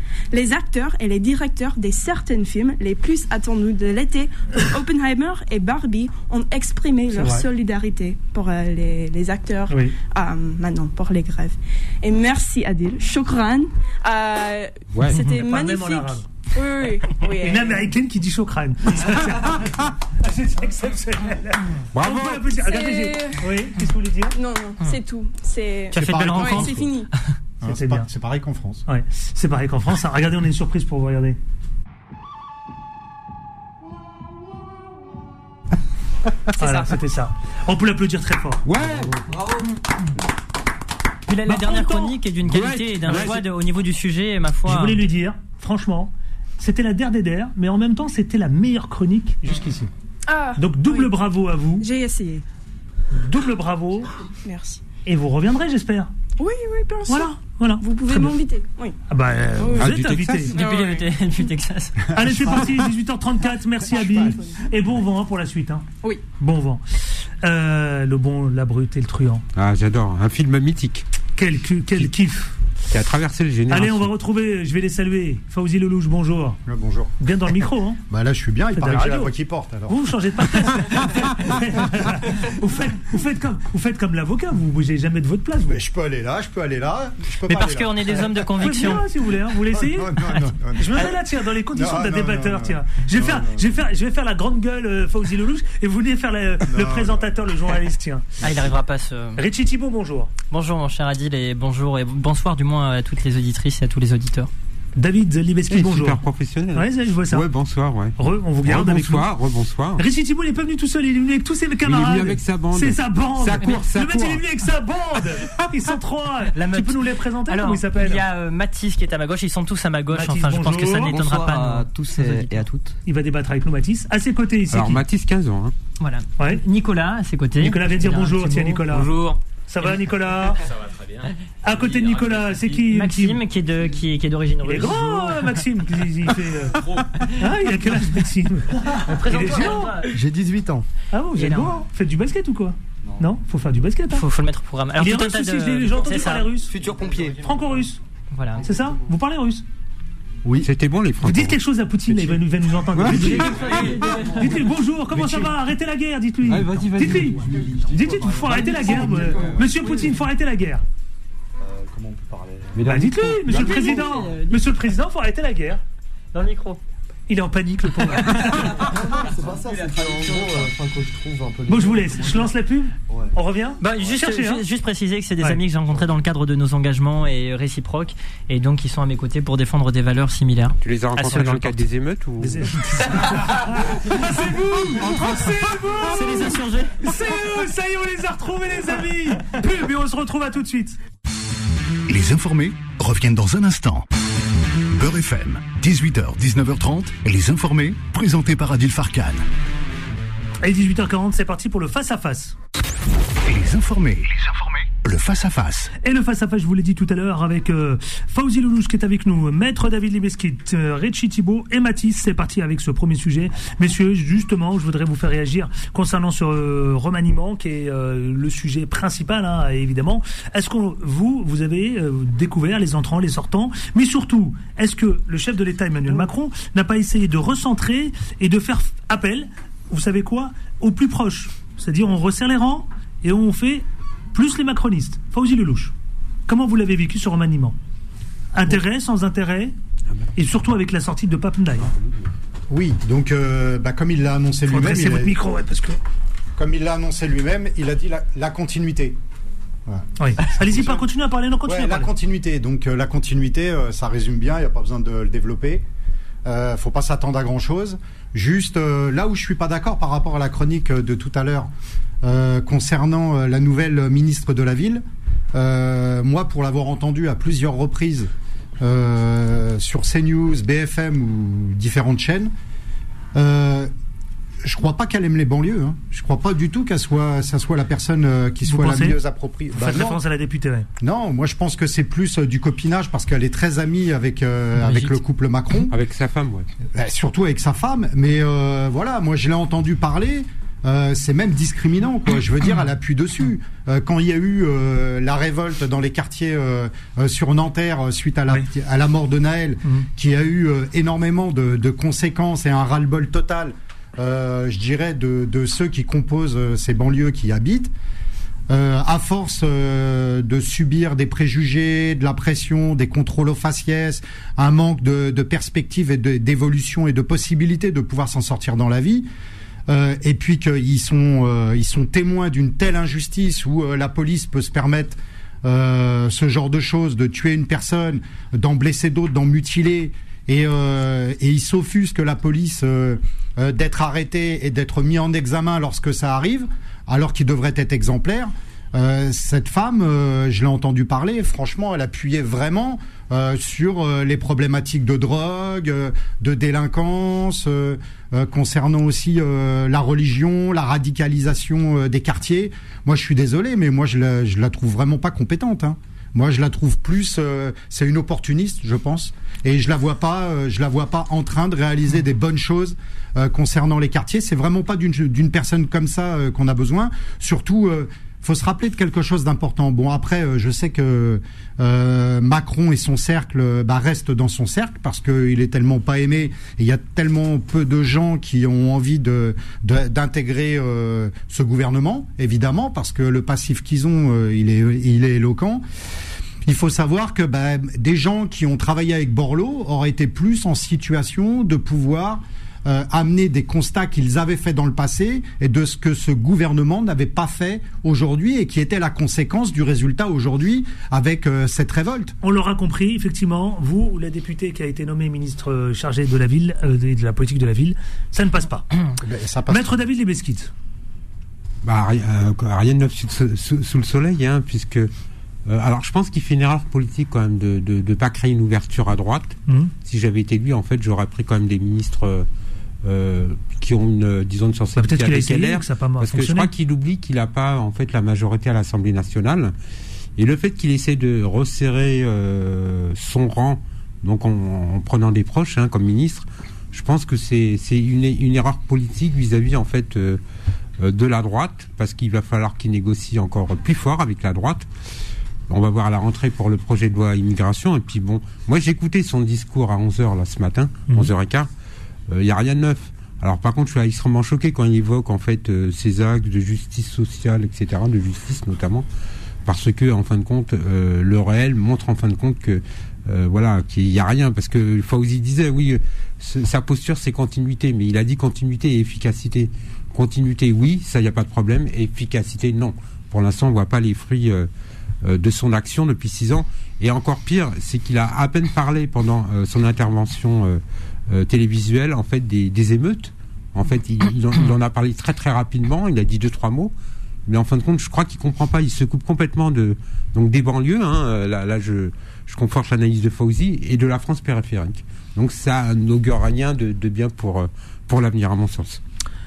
Speaker 9: Les acteurs et les directeurs des certains films les plus attendus de l'été, comme Oppenheimer et Barbie, ont exprimé
Speaker 2: C'est
Speaker 9: leur
Speaker 2: vrai.
Speaker 9: solidarité pour euh, les, les acteurs,
Speaker 2: Oui.
Speaker 9: euh, maintenant pour les grèves. Et merci Adil, shukran. Euh,
Speaker 3: Ouais.
Speaker 9: C'était
Speaker 2: On parle même en
Speaker 9: magnifique.
Speaker 2: arabe.
Speaker 9: Oui, oui, oui.
Speaker 2: Une américaine qui dit chokran. C'est exceptionnel.
Speaker 3: Bravo.
Speaker 2: On peut l'applaudir. Regardez, j'ai- Oui, qu'est-ce que vous voulez dire?
Speaker 9: Non, non, c'est tout. C'est.
Speaker 4: Tu as fait de
Speaker 10: pareil
Speaker 4: belles
Speaker 10: qu'en
Speaker 9: Ouais,
Speaker 4: rencontres.
Speaker 9: c'est fini.
Speaker 10: Hein,
Speaker 2: C'était
Speaker 10: c'est, pas-
Speaker 2: bien.
Speaker 10: c'est pareil qu'en France.
Speaker 2: Ouais, c'est pareil qu'en France. hein. Regardez, on a une surprise pour vous. Regardez. Voilà, c'était ça. On peut l'applaudir très fort.
Speaker 3: Ouais.
Speaker 4: Puis la, la
Speaker 2: Bah,
Speaker 4: dernière
Speaker 2: autant-
Speaker 4: chronique est d'une qualité
Speaker 3: Ouais,
Speaker 4: et d'un
Speaker 3: ouais,
Speaker 4: choix
Speaker 3: c'est-
Speaker 4: de- au niveau du sujet, ma foi.
Speaker 2: Je voulais lui dire, franchement, c'était la der des der, mais en même temps, c'était la meilleure chronique jusqu'ici.
Speaker 9: Ah,
Speaker 2: Donc, double
Speaker 9: oui.
Speaker 2: bravo à vous.
Speaker 9: J'ai essayé.
Speaker 2: Double bravo.
Speaker 9: Merci.
Speaker 2: Et vous reviendrez, j'espère.
Speaker 9: Oui, oui, bien sûr.
Speaker 2: Voilà, voilà.
Speaker 9: Vous pouvez
Speaker 2: Très bien.
Speaker 9: m'inviter. Oui.
Speaker 2: Ah bah, euh,
Speaker 9: Oui.
Speaker 2: vous
Speaker 3: Ah,
Speaker 2: êtes
Speaker 3: du
Speaker 2: invité.
Speaker 3: Texas.
Speaker 4: Depuis,
Speaker 9: Ah ouais.
Speaker 4: le- depuis le Texas.
Speaker 2: Allez, c'est parti, dix-huit heures trente-quatre. Merci, Abby. Et bon vent hein, pour la suite. Hein.
Speaker 9: Oui.
Speaker 2: Bon vent. Euh, le bon, la brute et le truand.
Speaker 3: Ah, j'adore. Un film mythique
Speaker 2: Quel, cu- quel kiff.
Speaker 3: qui a traversé le génération.
Speaker 2: Allez, on va retrouver, je vais les saluer. Fauzi Lelouch, bonjour.
Speaker 10: Ouais, bonjour.
Speaker 2: Bien dans le micro, hein.
Speaker 10: Bah là, je suis bien. Il
Speaker 2: Faites
Speaker 10: paraît
Speaker 2: de
Speaker 10: que
Speaker 2: la
Speaker 10: j'ai la
Speaker 2: radio.
Speaker 10: voix qui porte alors.
Speaker 2: Vous, vous changez de place. vous, faites, vous, faites comme, vous faites comme l'avocat, vous bougez jamais de votre place. Vous.
Speaker 10: Mais je peux aller là, je peux aller là. Je peux
Speaker 4: Mais
Speaker 10: pas
Speaker 4: parce
Speaker 10: aller là.
Speaker 4: qu'on est des hommes de
Speaker 2: Vous pouvez
Speaker 4: conviction.
Speaker 2: venir, si vous voulez, hein. Vous voulez essayer?
Speaker 10: Non, non, non, non, non.
Speaker 2: Je me mets là, tiens, dans les conditions
Speaker 10: Non,
Speaker 2: d'un
Speaker 10: non,
Speaker 2: débatteur,
Speaker 10: non, non.
Speaker 2: tiens. Je vais,
Speaker 10: Non,
Speaker 2: faire,
Speaker 10: non.
Speaker 2: je, vais faire, je vais faire la grande gueule, euh, Fauzi Lelouch, et vous venez faire la- le
Speaker 10: Non,
Speaker 2: présentateur, le journaliste, tiens.
Speaker 4: Ah, il n'arrivera pas à se.
Speaker 2: Richie Thibault, bonjour.
Speaker 4: Bonjour mon cher Adil et bonjour et bonsoir du moins à toutes les auditrices et à tous les auditeurs.
Speaker 2: David
Speaker 3: Il
Speaker 2: Libeski,
Speaker 3: est
Speaker 2: bonjour.
Speaker 3: super professionnel.
Speaker 2: Ouais, je vois ça.
Speaker 3: Ouais, bonsoir, ouais.
Speaker 2: Re, on vous garde avec nous.
Speaker 3: Rebonsoir, rebonsoir.
Speaker 2: Richie Thibault, il n'est pas venu tout seul, il est venu avec tous ses camarades.
Speaker 3: Il est venu avec sa bande.
Speaker 2: C'est sa bande.
Speaker 3: Ça court, ça
Speaker 2: Le mec,
Speaker 3: court.
Speaker 2: il est venu avec sa bande. Ils sont trois.
Speaker 4: La
Speaker 2: Tu
Speaker 4: meute.
Speaker 2: peux nous les présenter?
Speaker 4: Alors,
Speaker 2: Comment ils s'appellent?
Speaker 4: il y a euh, Mathis qui est à ma gauche, ils sont tous à ma gauche,
Speaker 2: Mathis,
Speaker 4: enfin je pense que ça
Speaker 2: bonjour.
Speaker 4: n'étonnera
Speaker 11: Bonsoir
Speaker 4: pas
Speaker 11: à
Speaker 4: nos-
Speaker 11: tous
Speaker 4: nos
Speaker 11: et,
Speaker 4: auditeurs.
Speaker 11: et à toutes.
Speaker 2: Il va débattre avec nous, Mathis. À ses côtés, ici.
Speaker 3: Alors,
Speaker 2: qui
Speaker 3: Mathis, quinze ans. Hein.
Speaker 4: Voilà.
Speaker 2: Ouais.
Speaker 4: Nicolas à ses côtés.
Speaker 2: Nicolas vient dire
Speaker 4: Il a un
Speaker 2: bonjour,
Speaker 4: petit
Speaker 2: tiens,
Speaker 4: mot.
Speaker 2: Nicolas.
Speaker 12: Bonjour.
Speaker 2: Ça va, Nicolas?
Speaker 12: Ça va très bien.
Speaker 2: À côté de Nicolas, c'est qui?
Speaker 4: Maxime qui est de qui est, qui est d'origine
Speaker 2: Il est
Speaker 4: russe.
Speaker 2: grand, euh, Maxime. Il, il fait, euh, Ah, il a quel âge, Maxime? Il est géant.
Speaker 11: J'ai dix-huit ans.
Speaker 2: Ah bon, vous
Speaker 4: Il
Speaker 2: êtes
Speaker 4: est
Speaker 2: beau,
Speaker 4: là.
Speaker 2: hein. Faites du basket ou quoi? Non, faut faire du basket. Hein.
Speaker 4: Faut, faut le mettre au programme. Alors
Speaker 2: Il est
Speaker 4: tout un
Speaker 2: russe
Speaker 4: tas
Speaker 2: aussi,
Speaker 4: de-
Speaker 2: je l'ai- j'ai entendu
Speaker 4: c'est ça.
Speaker 2: parler russe.
Speaker 11: Futur pompier.
Speaker 2: Franco-russe,
Speaker 4: Voilà.
Speaker 2: c'est ça? Vous parlez russe?
Speaker 11: Oui.
Speaker 3: C'était bon, les
Speaker 2: Vous
Speaker 3: Français.
Speaker 2: dites quelque chose à Poutine, là, il va nous, il va nous entendre.
Speaker 3: Ouais.
Speaker 2: Dites-lui dites-lui, bonjour, comment ça va? Arrêtez la guerre, dites-lui.
Speaker 3: Ouais, vas-y, vas-y.
Speaker 2: Dites-lui, dites-lui, il faut arrêter la guerre. euh, Monsieur Poutine, il faut arrêter la guerre.
Speaker 11: Comment on peut parler
Speaker 2: Bah, dites-lui, monsieur le président. Monsieur le président, il faut arrêter la guerre.
Speaker 4: Dans le micro.
Speaker 2: Il est en panique, le pauvre.
Speaker 11: C'est pas ça, c'est en gros, enfin, que je trouve un peu.
Speaker 2: Bon, je vous laisse. Je lance la pub.
Speaker 11: Ouais.
Speaker 2: On revient?
Speaker 4: Bah, juste,
Speaker 2: Cherchez,
Speaker 4: ju-
Speaker 2: hein.
Speaker 4: juste préciser que c'est des
Speaker 2: Ouais.
Speaker 4: amis que j'ai rencontrés dans le cadre de nos engagements et réciproques et donc ils sont à mes côtés pour défendre des valeurs similaires.
Speaker 3: Tu les as
Speaker 4: Ah,
Speaker 3: rencontrés
Speaker 4: ceux que
Speaker 3: dans le
Speaker 4: je
Speaker 3: cadre
Speaker 4: porte.
Speaker 3: des émeutes ou...
Speaker 2: C'est vous! C'est vous!
Speaker 4: C'est les insurgés.
Speaker 2: C'est eux! Ça y est, on les a retrouvés, les amis! Pub, et on se retrouve à tout de suite.
Speaker 1: Les informés reviennent dans un instant. Beurre F M, dix-huit heures dix-neuf heures trente, les informés, présentés par Adil Farkan.
Speaker 2: Allez, dix-huit heures quarante, c'est parti pour le face-à-face.
Speaker 1: Les informés, les informés, le face-à-face.
Speaker 2: Et le face-à-face, je vous l'ai dit tout à l'heure, avec euh, Fauzi Lelouch qui est avec nous, Maître David Libeski, euh, Richie Thibault et Mathis. C'est parti avec ce premier sujet. Messieurs, justement, je voudrais vous faire réagir concernant ce euh, remaniement qui est euh, le sujet principal, hein, évidemment. Est-ce que vous, vous avez euh, découvert les entrants, les sortants, mais surtout, est-ce que le chef de l'État, Emmanuel Macron, n'a pas essayé de recentrer et de faire appel, vous savez quoi, aux plus proches? C'est-à-dire, on resserre les rangs et on fait plus les macronistes. Fauzi Lelouch, comment vous l'avez vécu ce remaniement? Intérêt, sans intérêt, et surtout avec la sortie de Pape Ndiaye.
Speaker 10: Oui, donc euh, bah, comme il l'a annoncé
Speaker 2: Faut
Speaker 10: lui-même,
Speaker 2: dresser
Speaker 10: il
Speaker 2: votre
Speaker 10: a-
Speaker 2: micro, ouais, parce que...
Speaker 10: comme il l'a annoncé lui-même, il a dit la, la continuité. Voilà.
Speaker 2: Oui. Allez-y, pas continuer à parler, non, continuez
Speaker 10: Ouais,
Speaker 2: à
Speaker 10: la
Speaker 2: parler.
Speaker 10: continuité. Donc euh, la continuité, euh, ça résume bien. Il n'y a pas besoin de le développer. Euh, faut pas s'attendre à grand chose. Juste euh, là où je suis pas d'accord par rapport à la chronique de tout à l'heure euh, concernant euh, la nouvelle ministre de la ville. Euh, moi, pour l'avoir entendu à plusieurs reprises euh, sur CNews, B F M ou différentes chaînes, euh, je crois pas qu'elle aime les banlieues. Hein. Je crois pas du tout qu'elle soit, ça soit la personne euh, qui
Speaker 2: Vous
Speaker 10: soit
Speaker 2: pensez
Speaker 10: la mieux appropriée.
Speaker 2: Vous
Speaker 10: Bah,
Speaker 2: faites
Speaker 10: non.
Speaker 2: référence à la députée, ouais.
Speaker 10: Non, moi je pense que c'est plus euh, du copinage parce qu'elle est très amie avec euh, avec
Speaker 4: Brigitte.
Speaker 10: le couple Macron,
Speaker 3: Avec sa femme, ouais.
Speaker 10: Euh, surtout avec sa femme. Mais euh, voilà, moi je l'ai entendu parler. Euh, c'est même discriminant, quoi. Je veux dire, elle appuie dessus. Euh, quand il y a eu euh, la révolte dans les quartiers euh, euh, sur Nanterre suite à la, oui. à la mort de Naël, mmh. qui a eu euh, énormément de, de conséquences et un ras-le-bol total, euh, je dirais, de, de ceux qui composent euh, ces banlieues qui y habitent. Euh, à force euh, de subir des préjugés, de la pression, des contrôles aux faciès, un manque de, de perspective et de, d'évolution et de possibilités de pouvoir s'en sortir dans la vie, Euh, et puis qu'ils sont, euh, ils sont témoins d'une telle injustice où euh, la police peut se permettre euh, ce genre de choses, de tuer une personne, d'en blesser d'autres, d'en mutiler, et, euh, et ils s'offusquent la police euh, euh, d'être arrêté et d'être mis en examen lorsque ça arrive, alors qu'ils devraient être exemplaires. Euh, cette femme, euh, je l'ai entendu parler, franchement, elle appuyait vraiment euh, sur euh, les problématiques de drogue, euh, de délinquance, euh, euh, concernant aussi euh, la religion, la radicalisation euh, des quartiers. Moi, je suis désolé, mais moi, je la, je la trouve vraiment pas compétente, hein. Moi, je la trouve plus, euh, c'est une opportuniste, je pense, et je la vois pas, euh, je la vois pas en train de réaliser des bonnes choses euh, concernant les quartiers. C'est vraiment pas d'une d'une personne comme ça euh, qu'on a besoin. Surtout. Euh, faut se rappeler de quelque chose d'important. Bon, après, euh, je sais que euh, Macron et son cercle bah, restent dans son cercle parce qu'il est tellement pas aimé et il y a tellement peu de gens qui ont envie de, de d'intégrer euh, ce gouvernement, évidemment, parce que le passif qu'ils ont, euh, il est, il est éloquent. Il faut savoir que bah, des gens qui ont travaillé avec Borloo auraient été plus en situation de pouvoir Euh, amener des constats qu'ils avaient faits dans le passé et de ce que ce gouvernement n'avait pas fait aujourd'hui et qui était la conséquence du résultat aujourd'hui avec euh, cette révolte.
Speaker 2: On l'aura compris, effectivement, vous, la députée qui a été nommée ministre chargée de la ville, euh, de la politique de la ville, ça ne passe pas.
Speaker 10: Ben, ça passe
Speaker 2: Maître
Speaker 10: pas.
Speaker 2: David Libeskind.
Speaker 3: Bah, rien, euh, rien de neuf sous, sous, sous le soleil, hein, puisque... Euh, alors, je pense qu'il fait une erreur politique quand même de ne pas créer une ouverture à droite. Mmh. Si j'avais été lui, en fait, j'aurais pris quand même des ministres... Euh, Euh, qui ont une, disons, une sensibilité
Speaker 2: bah,
Speaker 3: avec L R,
Speaker 2: que ça pas
Speaker 3: parce que je crois qu'il oublie qu'il n'a pas en fait la majorité à l'Assemblée nationale, et le fait qu'il essaie de resserrer euh, son rang, donc en, en prenant des proches hein, comme ministre, je pense que c'est, c'est une, une erreur politique vis-à-vis en fait euh, de la droite, parce qu'il va falloir qu'il négocie encore plus fort avec la droite. On va voir à la rentrée pour le projet de loi immigration, et puis bon, moi j'ai écouté son discours à onze heures là ce matin, mmh. onze heures quinze. Il euh, n'y a rien de neuf. Alors par contre, je suis extrêmement choqué quand il évoque en fait euh, ces actes de justice sociale, et cetera, de justice notamment, parce que en fin de compte, euh, le réel montre en fin de compte que euh, voilà, qu'il n'y a rien. Parce que Fauzi disait, oui, euh, sa posture c'est continuité, mais il a dit continuité et efficacité. Continuité, oui, ça il n'y a pas de problème. Efficacité, non. Pour l'instant, on ne voit pas les fruits euh, euh, de son action depuis six ans. Et encore pire, c'est qu'il a à peine parlé pendant euh, son intervention. Euh, Euh, télévisuel en fait des, des émeutes. En fait, il, il, en, il en a parlé très très rapidement. Il a dit deux trois mots, mais en fin de compte, je crois qu'il comprend pas. Il se coupe complètement de donc des banlieues. Hein, là, là, je je conforte l'analyse de Fauzi et de la France périphérique. Donc ça n'augure rien de, de bien pour pour l'avenir à mon sens.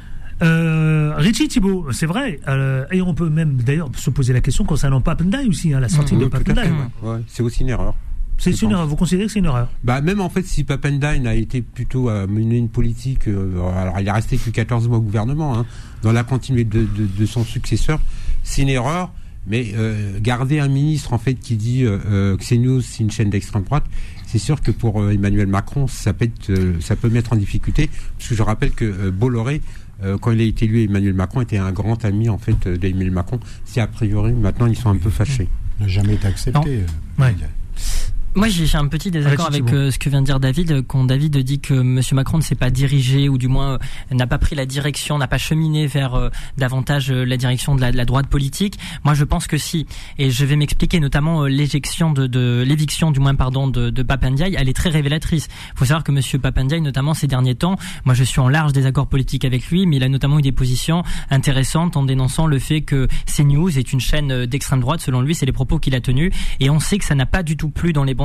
Speaker 2: Euh, Richie Thibault, c'est vrai, euh, et on peut même d'ailleurs se poser la question concernant Pape Ndiaye aussi, hein, la sortie mmh, de Pape Ndiaye.
Speaker 3: Ouais. Ouais, c'est aussi une erreur.
Speaker 2: C'est une erreur. Vous considérez que c'est une erreur?
Speaker 3: Bah même en fait, si Pape Ndiaye a été plutôt à mener une politique, euh, alors il est resté que quatorze mois au gouvernement, hein, dans la continuité de, de, de son successeur, c'est une erreur. Mais euh, garder un ministre en fait qui dit euh, que CNews c'est une chaîne d'extrême droite, c'est sûr que pour euh, Emmanuel Macron, ça peut être, euh, ça peut mettre en difficulté. Parce que je rappelle que euh, Bolloré, euh, quand il a été élu, Emmanuel Macron était un grand ami en fait euh, d'Emmanuel Macron. Si a priori maintenant ils sont un peu fâchés.
Speaker 10: Il n'a jamais été accepté.
Speaker 2: Euh, ouais.
Speaker 4: Moi, j'ai un petit désaccord avec euh, ce que vient de dire David, quand David dit que M. Macron ne s'est pas dirigé, ou du moins euh, n'a pas pris la direction, n'a pas cheminé vers euh, davantage euh, la direction de la, de la droite politique. Moi, je pense que si. Et je vais m'expliquer, notamment euh, l'éjection de, de l'éviction, du moins pardon, de, de Pape Ndiaye, elle est très révélatrice. Il faut savoir que M. Pape Ndiaye, notamment ces derniers temps, moi, je suis en large désaccord politique avec lui, mais il a notamment eu des positions intéressantes en dénonçant le fait que CNews est une chaîne d'extrême droite. Selon lui, c'est les propos qu'il a tenus, et on sait que ça n'a pas du tout plu dans les bancs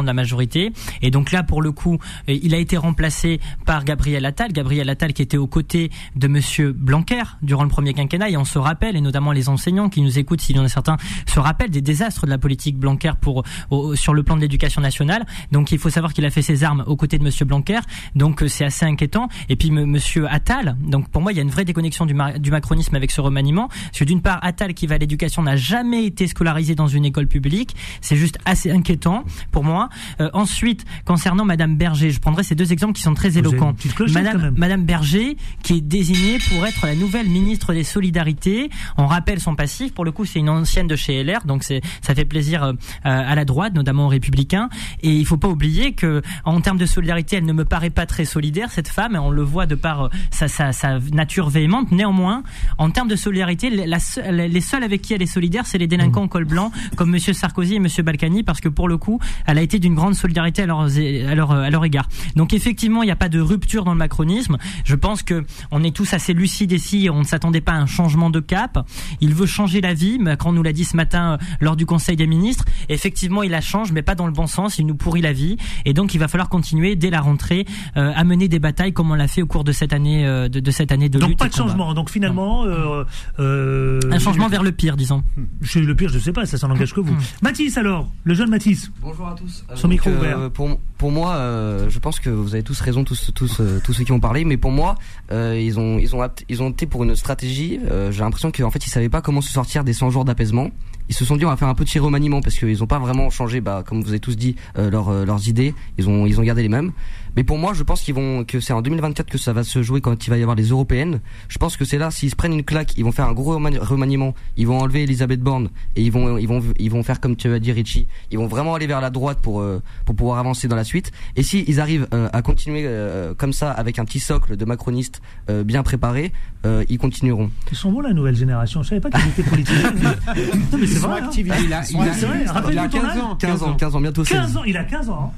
Speaker 4: de la majorité. Et donc là, pour le coup, il a été remplacé par Gabriel Attal. Gabriel Attal qui était aux côtés de Monsieur Blanquer durant le premier quinquennat. Et on se rappelle, et notamment les enseignants qui nous écoutent, s'il y en a certains, se rappellent des désastres de la politique Blanquer pour, au, sur le plan de l'éducation nationale. Donc il faut savoir qu'il a fait ses armes aux côtés de Monsieur Blanquer. Donc c'est assez inquiétant. Et puis M. Monsieur Attal, donc pour moi, il y a une vraie déconnexion du, du macronisme avec ce remaniement. Parce que d'une part, Attal qui va à l'éducation n'a jamais été scolarisé dans une école publique. C'est juste assez inquiétant pour moi. Euh, ensuite, concernant Madame Berger, je prendrai ces deux exemples qui sont très éloquents. Madame, Madame Berger, qui est désignée pour être la nouvelle ministre des Solidarités. On rappelle son passif. Pour le coup, c'est une ancienne de chez L R, donc c'est, ça fait plaisir euh, à la droite, notamment aux Républicains. Et il faut pas oublier que, en termes de solidarité, elle ne me paraît pas très solidaire, cette femme. On le voit de par euh, sa, sa, sa nature véhémente. Néanmoins, en termes de solidarité, la, la, les seuls avec qui elle est solidaire, c'est les délinquants au col blanc, comme Monsieur Sarkozy et Monsieur Balkany, parce que pour le coup, elle a été d'une grande solidarité à leur, à leur, à leur égard. Donc effectivement, il n'y a pas de rupture dans le macronisme. Je pense que on est tous assez lucides ici. On ne s'attendait pas à un changement de cap. Il veut changer la vie. Macron nous l'a dit ce matin euh, lors du Conseil des ministres. Effectivement, il la change, mais pas dans le bon sens. Il nous pourrit la vie. Et donc, il va falloir continuer dès la rentrée euh, à mener des batailles comme on l'a fait au cours de cette année euh, de, de cette année de
Speaker 2: donc
Speaker 4: lutte.
Speaker 2: Donc pas de changement. Donc finalement, euh, euh,
Speaker 4: un changement vers le pire, disons.
Speaker 2: Je, le pire, je sais pas. Ça, ça n'engage que vous. Mathis, alors, le jeune Mathis.
Speaker 12: Bonjour à tous.
Speaker 2: Son micro
Speaker 12: euh,
Speaker 2: ouvert.
Speaker 12: Pour pour moi, euh, je pense que vous avez tous raison, tous tous euh, tous ceux qui ont parlé. Mais pour moi, euh, ils ont ils ont ils ont opté pour une stratégie. Euh, j'ai l'impression qu'en fait, ils savaient pas comment se sortir des cent jours d'apaisement. Ils se sont dit on va faire un petit remaniement parce qu'ils ont pas vraiment changé, bah comme vous avez tous dit, euh, leur, euh, leurs idées. Ils ont ils ont gardé les mêmes. Mais pour moi, je pense qu'ils vont que c'est en deux mille vingt-quatre que ça va se jouer quand il va y avoir les européennes. Je pense que c'est là, s'ils se prennent une claque, ils vont faire un gros remaniement. Ils vont enlever Elisabeth Borne et ils vont ils vont ils vont faire comme tu as dit Richie. Ils vont vraiment aller vers la droite pour euh, pour pouvoir avancer dans la suite. Et si ils arrivent euh, à continuer euh, comme ça avec un petit socle de macronistes euh, bien préparés, euh, ils continueront.
Speaker 2: Ils sont bons la nouvelle génération. Je savais pas qu'ils étaient politiciens. Non mais c'est vrai. Activistes.
Speaker 3: Il a, il a, il a quinze ans,
Speaker 12: quinze ans, quinze ans, bientôt
Speaker 2: quinze ans, il a quinze ans.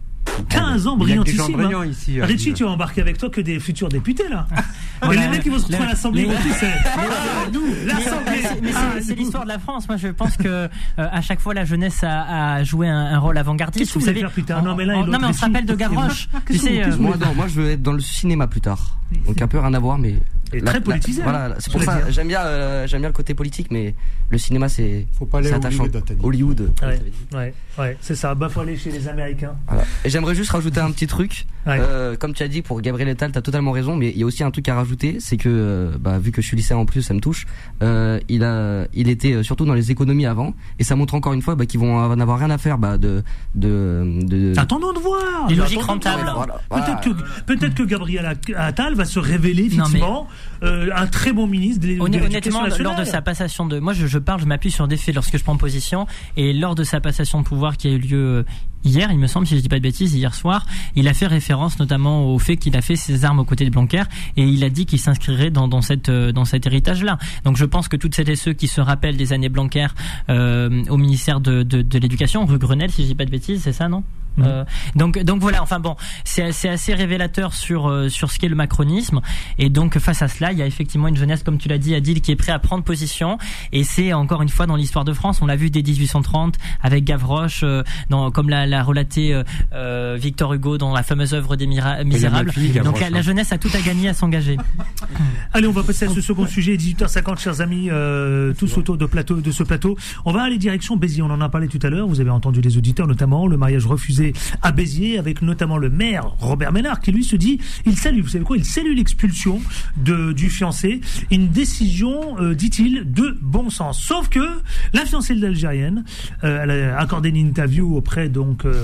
Speaker 2: quinze ans, brillantissime. Hein.
Speaker 3: Ici,
Speaker 2: Richie, tu vas embarquer avec toi que des futurs députés, là. Voilà, et les mecs qui vont se retrouver à l'Assemblée, ils vont tous être. Nous, l'Assemblée.
Speaker 4: Mais c'est, c'est l'histoire de la France. Moi, je pense que euh, à chaque fois, la jeunesse a, a joué un, un rôle avant-gardiste.
Speaker 2: Qu'est-ce que vous, vous savez
Speaker 4: faire
Speaker 2: plus tard? Non, mais là, on,
Speaker 4: non, mais on se rappelle de Gavroche. Tu sais,
Speaker 12: euh, moi, non, moi, je veux être dans le cinéma plus tard. Donc un peu rien à voir, mais.
Speaker 2: Et la, très politisé.
Speaker 12: La, voilà, c'est pour ça. Dire. J'aime bien, euh, j'aime bien le côté politique, mais le cinéma, c'est.
Speaker 10: Faut pas aller
Speaker 12: à
Speaker 10: Hollywood.
Speaker 12: Hollywood.
Speaker 2: Ouais, ouais, ouais, c'est ça. Bah, faut aller chez les Américains.
Speaker 12: Voilà. Et j'aimerais juste rajouter un petit truc.
Speaker 2: Ouais.
Speaker 12: Euh, comme tu as dit pour Gabriel Attal, t'as totalement raison, mais il y a aussi un truc à rajouter, c'est que, euh, bah, vu que je suis lycéen en plus, ça me touche. Euh, il a, il était surtout dans les économies avant, et ça montre encore une fois, bah, qu'ils vont n'avoir rien à faire, bah, de, de, de.
Speaker 2: Attendons de voir.
Speaker 4: Les logiques rentables.
Speaker 2: Voilà, voilà. Peut-être que, peut-être que Gabriel Attal va se révéler effectivement mais... euh, un très bon ministre de,
Speaker 4: Honn-
Speaker 2: de
Speaker 4: Honnêtement, lors de sa passation de, moi, je, je parle, je m'appuie sur des faits lorsque je prends position, et lors de sa passation de pouvoir qui a eu lieu hier, il me semble, si je dis pas de bêtises, hier soir, il a fait référence notamment au fait qu'il a fait ses armes aux côtés de Blanquer, et il a dit qu'il s'inscrirait dans, dans cette, dans cet héritage-là. Donc je pense que toutes celles et ceux qui se rappellent des années Blanquer euh, au ministère de, de, de l'Éducation, rue Grenelle, si je dis pas de bêtises, c'est ça, non? Mmh. Euh, donc donc voilà, enfin bon, c'est c'est assez révélateur sur euh, sur ce qu'est le macronisme, et donc face à cela, il y a effectivement une jeunesse, comme tu l'as dit, Adil, qui est prêt à prendre position, et c'est encore une fois dans l'histoire de France, on l'a vu dès dix-huit cent trente avec Gavroche, euh, dans comme l'a, l'a relaté euh, Victor Hugo dans la fameuse œuvre des Mira- Misérables. Fille, donc la, la jeunesse a tout à gagner à s'engager.
Speaker 2: Allez, on va passer à ce second sujet, dix-huit heures cinquante, chers amis, euh, tous autour de plateau de ce plateau. On va aller direction Béziers, on en a parlé tout à l'heure, vous avez entendu les auditeurs, notamment le mariage refusé à Béziers, avec notamment le maire Robert Ménard qui lui se dit, il salue, vous savez quoi, il salue l'expulsion de, du fiancé, une décision, euh, dit-il, de bon sens. Sauf que la fiancée de l'Algérienne, euh, elle a accordé une interview auprès donc euh,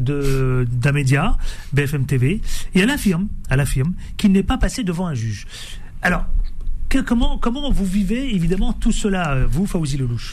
Speaker 2: de d'un média, B F M T V, et elle affirme, elle affirme qu'il n'est pas passé devant un juge. Alors, que, comment comment vous vivez évidemment tout cela, vous, Fawzi Lelouch?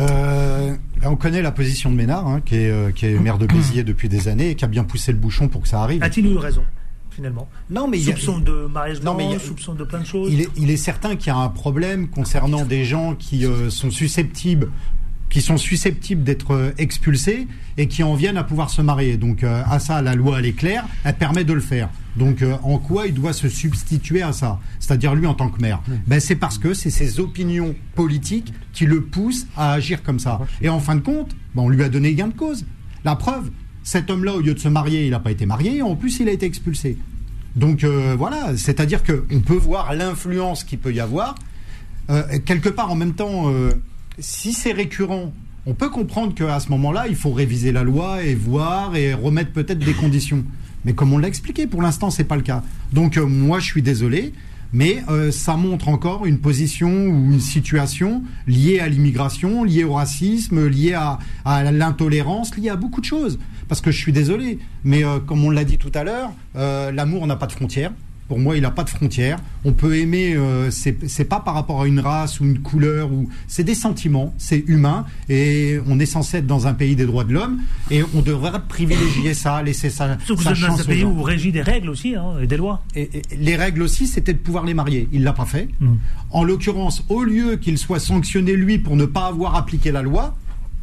Speaker 10: Euh, on connaît la position de Ménard, hein, qui est, euh, qui est maire de Béziers depuis des années et qui a bien poussé le bouchon pour que ça arrive.
Speaker 2: A-t-il eu raison, finalement?
Speaker 10: Non, mais
Speaker 2: soupçon
Speaker 10: il y a,
Speaker 2: de mariage blanc,
Speaker 10: non, mais il y a,
Speaker 2: soupçon de plein de choses.
Speaker 10: Il est, il est certain qu'il y a un problème concernant des gens qui euh, sont susceptibles qui sont susceptibles d'être expulsés et qui en viennent à pouvoir se marier. Donc euh, à ça, la loi, elle est claire, elle permet de le faire. Donc euh, en quoi il doit se substituer à ça? C'est-à-dire lui en tant que maire. Mmh. Ben, c'est parce que c'est ses opinions politiques qui le poussent à agir comme ça. Et en fin de compte, ben, on lui a donné gain de cause. La preuve, cet homme-là, au lieu de se marier, il n'a pas été marié, en plus, il a été expulsé. Donc euh, voilà, c'est-à-dire qu'on peut voir l'influence qu'il peut y avoir. Euh, quelque part, en même temps, euh, si c'est récurrent, on peut comprendre qu'à ce moment-là, il faut réviser la loi et voir et remettre peut-être des conditions. Mais comme on l'a expliqué, pour l'instant, c'est pas le cas. Donc euh, moi, je suis désolé. Mais euh, ça montre encore une position ou une situation liée à l'immigration, liée au racisme, liée à, à l'intolérance, liée à beaucoup de choses. Parce que je suis désolé, mais euh, comme on l'a dit tout à l'heure, euh, l'amour n'a pas de frontières. Pour moi, il n'a pas de frontières. On peut aimer, euh, c'est, c'est pas par rapport à une race ou une couleur, ou c'est des sentiments, c'est humain, et on est censé être dans un pays des droits de l'homme, et on devrait privilégier ça, laisser ça.
Speaker 2: Sauf que vous êtes dans un pays où vous régit des règles aussi, hein, et des lois.
Speaker 10: Et, et les règles aussi, c'était de pouvoir les marier. Il l'a pas fait. Mmh. En l'occurrence, au lieu qu'il soit sanctionné lui pour ne pas avoir appliqué la loi,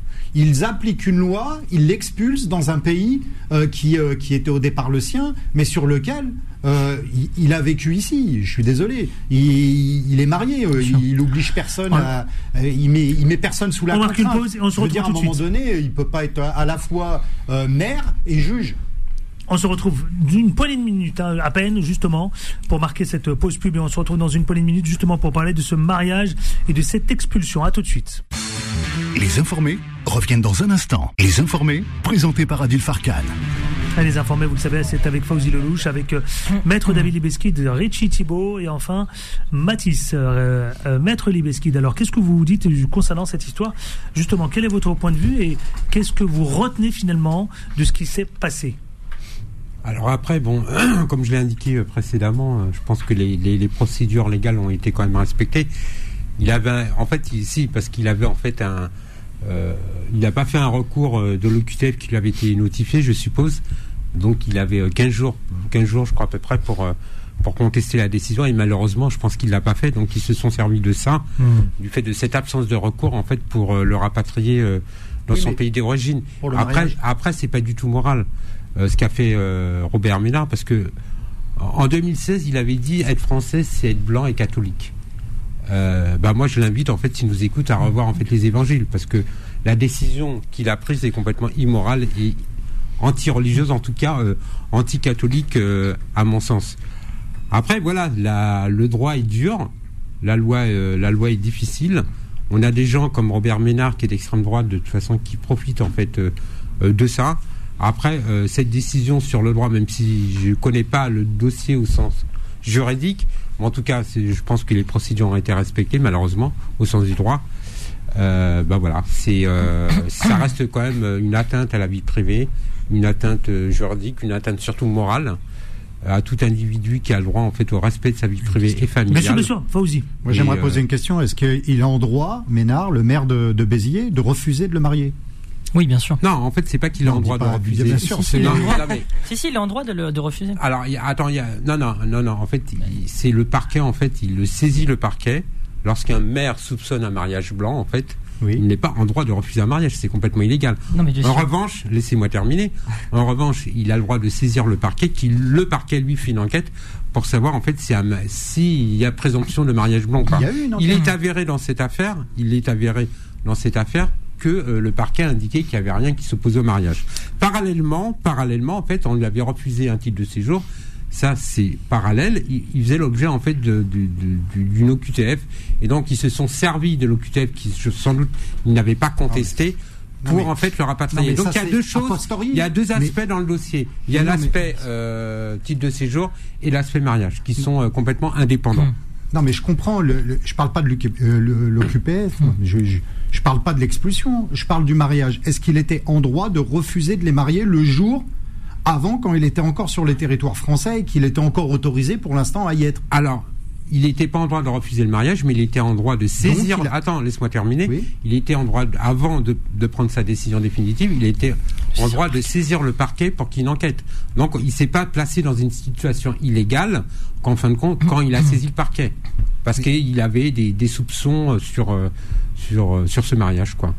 Speaker 10: ils appliquent une loi, ils l'expulsent dans un pays euh, qui, euh, qui était au départ le sien, mais sur lequel euh, il, il a vécu ici. Je suis désolé. Il, il est marié. Euh, il n'oblige personne. À, euh, il met, il met personne sous la contrainte. On marque une pause et on se retrouve. Je veux dire, à un moment donné, il peut pas être à la fois euh, maire et juge.
Speaker 2: On se retrouve d'une poignée de minutes, hein, à peine, justement, pour marquer cette pause pub. Et on se retrouve dans une poignée de minutes, justement, pour parler de ce mariage et de cette expulsion. À tout de suite.
Speaker 1: Les informés reviennent dans un instant. Les informés, présentés par Adil Farkan.
Speaker 2: Les informés, vous le savez, c'est avec Fawzi Lelouch, avec euh, Maître David Libeskid, Richie Thibault et enfin Mathis, euh, euh, Maître Libeskid. Alors, qu'est-ce que vous dites concernant cette histoire ? Justement, quel est votre point de vue et qu'est-ce que vous retenez finalement de ce qui s'est passé ?
Speaker 3: Alors après, bon, comme je l'ai indiqué précédemment, je pense que les, les, les procédures légales ont été quand même respectées. Il avait, en fait, ici, parce qu'il avait en fait un, euh, il n'a pas fait un recours de l'O Q T F qui lui avait été notifié, je suppose. Donc il avait quinze jours, quinze jours, je crois à peu près, pour pour contester la décision. Et malheureusement, je pense qu'il l'a pas fait. Donc ils se sont servis de ça, mmh. du fait de cette absence de recours, en fait, pour le rapatrier euh, dans oui, son pays d'origine. Après, après, c'est pas du tout moral. Euh, ce qu'a fait euh, Robert Ménard, parce que en deux mille seize, il avait dit être français, c'est être blanc et catholique. Euh, bah moi, je l'invite, en fait, s'il nous écoute, à revoir en fait les évangiles, parce que la décision qu'il a prise est complètement immorale et anti-religieuse, en tout cas euh, anti-catholique, euh, à mon sens. Après, voilà, la, le droit est dur, la loi, euh, la loi est difficile. On a des gens comme Robert Ménard, qui est d'extrême droite, de toute façon, qui profitent en fait euh, euh, de ça. Après, euh, cette décision sur le droit, même si je ne connais pas le dossier au sens juridique, mais en tout cas, c'est, je pense que les procédures ont été respectées, malheureusement, au sens du droit. Euh, bah voilà, c'est, euh, ça reste quand même une atteinte à la vie privée, une atteinte juridique, une atteinte surtout morale à tout individu qui a le droit en fait au respect de sa vie privée et familiale.
Speaker 2: Bien sûr, bien sûr, Fawzi.
Speaker 10: Moi, j'aimerais euh, poser une question. Est-ce qu'il est en droit, Ménard, le maire de, de Béziers, de refuser de le marier ?
Speaker 4: Oui, bien sûr.
Speaker 3: Non, en fait, c'est pas qu'il a en droit de refuser.
Speaker 10: Bien sûr,
Speaker 4: si,
Speaker 10: c'est
Speaker 4: si,
Speaker 10: non,
Speaker 4: non, mais... si, si, il a en droit de, le, de refuser.
Speaker 3: Alors, y a, attends, il y a, non, non, non, non. En fait, il, c'est le parquet. En fait, il le saisit le parquet lorsqu'un maire soupçonne un mariage blanc. En fait, oui. il n'est pas en droit de refuser un mariage. C'est complètement illégal. Non, mais en sûr. revanche, laissez-moi terminer. En revanche, il a le droit de saisir le parquet. Qui le parquet lui fait une enquête pour savoir en fait si s'il y a présomption de mariage blanc ou pas. Il, il est avéré dans cette affaire. Il est avéré dans cette affaire. que euh, le parquet a indiqué qu'il n'y avait rien qui s'opposait au mariage. Parallèlement, parallèlement, en fait, on lui avait refusé un titre de séjour. Ça, c'est parallèle. Il, il faisait l'objet, en fait, de, de, de, d'une O Q T F. Et donc, ils se sont servis de l'O Q T F qui, sans doute, ils n'avaient pas contesté pour, mais, en fait, le rapatrier. Donc, il y a deux choses. Il y a deux aspects mais, dans le dossier. Il y a l'aspect mais, euh, titre de séjour et l'aspect mariage, qui sont euh, complètement indépendants. Hum.
Speaker 10: Non, mais je comprends. Le, le, je parle pas de l'O Q P F. Hum. Je, je, je parle pas de l'expulsion. Je parle du mariage. Est-ce qu'il était en droit de refuser de les marier le jour avant, quand il était encore sur les territoires français et qu'il était encore autorisé pour l'instant à y être?
Speaker 3: Alors, il n'était pas en droit de refuser le mariage, mais il était en droit de saisir. Donc, a... Attends, laisse-moi terminer. Oui. Il était en droit, de, avant de, de prendre sa décision définitive, il était en droit de saisir le parquet pour qu'il enquête. Donc, il s'est pas placé dans une situation illégale qu'en fin de compte, quand il a saisi le parquet, parce oui. qu'il avait des, des soupçons sur sur sur ce mariage, quoi.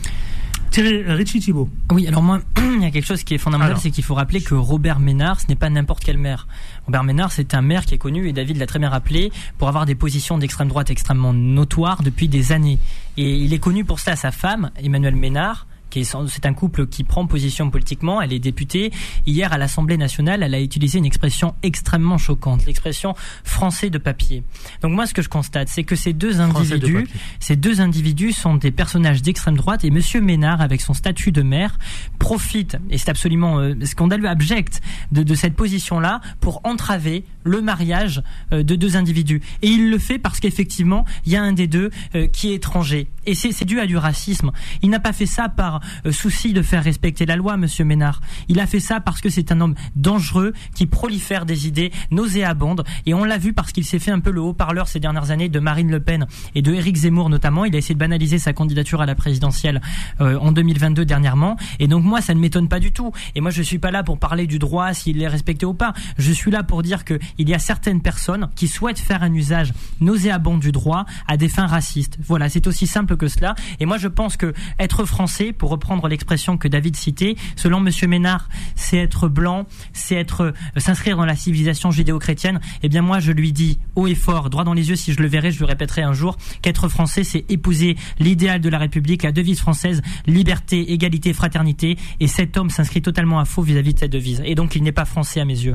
Speaker 2: Thierry, Richie Thibault.
Speaker 4: Oui, alors moi, il y a quelque chose qui est fondamental, alors, c'est qu'il faut rappeler que Robert Ménard, ce n'est pas n'importe quel maire. Robert Ménard, c'est un maire qui est connu, et David l'a très bien rappelé, pour avoir des positions d'extrême droite extrêmement notoires depuis des années. Et il est connu pour cela. Sa femme, Emmanuelle Ménard, qui est, c'est un couple qui prend position politiquement. Elle est députée. Hier, à l'Assemblée nationale, elle a utilisé une expression extrêmement choquante, l'expression français de papier. Donc moi, ce que je constate, c'est que ces deux individus, ces deux individus sont des personnages d'extrême droite, et Monsieur Ménard, avec son statut de maire, profite, et c'est absolument euh, scandaleux, abject, de, de cette position-là pour entraver le mariage euh, de deux individus. Et il le fait parce qu'effectivement, il y a un des deux euh, qui est étranger. Et c'est, c'est dû à du racisme. Il n'a pas fait ça par euh, souci de faire respecter la loi, Monsieur Ménard. Il a fait ça parce que c'est un homme dangereux qui prolifère des idées nauséabondes. Et on l'a vu parce qu'il s'est fait un peu le haut-parleur ces dernières années de Marine Le Pen et de Éric Zemmour notamment. Il a essayé de banaliser sa candidature à la présidentielle euh, en deux mille vingt-deux dernièrement. Et donc moi, ça ne m'étonne pas du tout. Et moi, je suis pas là pour parler du droit, s'il est respecté ou pas. Je suis là pour dire que il y a certaines personnes qui souhaitent faire un usage nauséabond du droit à des fins racistes. Voilà, c'est aussi simple que cela. Et moi, je pense que être français, pour reprendre l'expression que David citait, selon Monsieur Ménard, c'est être blanc, c'est être euh, s'inscrire dans la civilisation judéo-chrétienne. Eh bien, moi, je lui dis haut et fort, droit dans les yeux, si je le verrai, je le répéterai un jour, qu'être français, c'est épouser l'idéal de la République, la devise française, liberté, égalité, fraternité. Et cet homme s'inscrit totalement à faux vis-à-vis de cette devise. Et donc, il n'est pas français à mes yeux.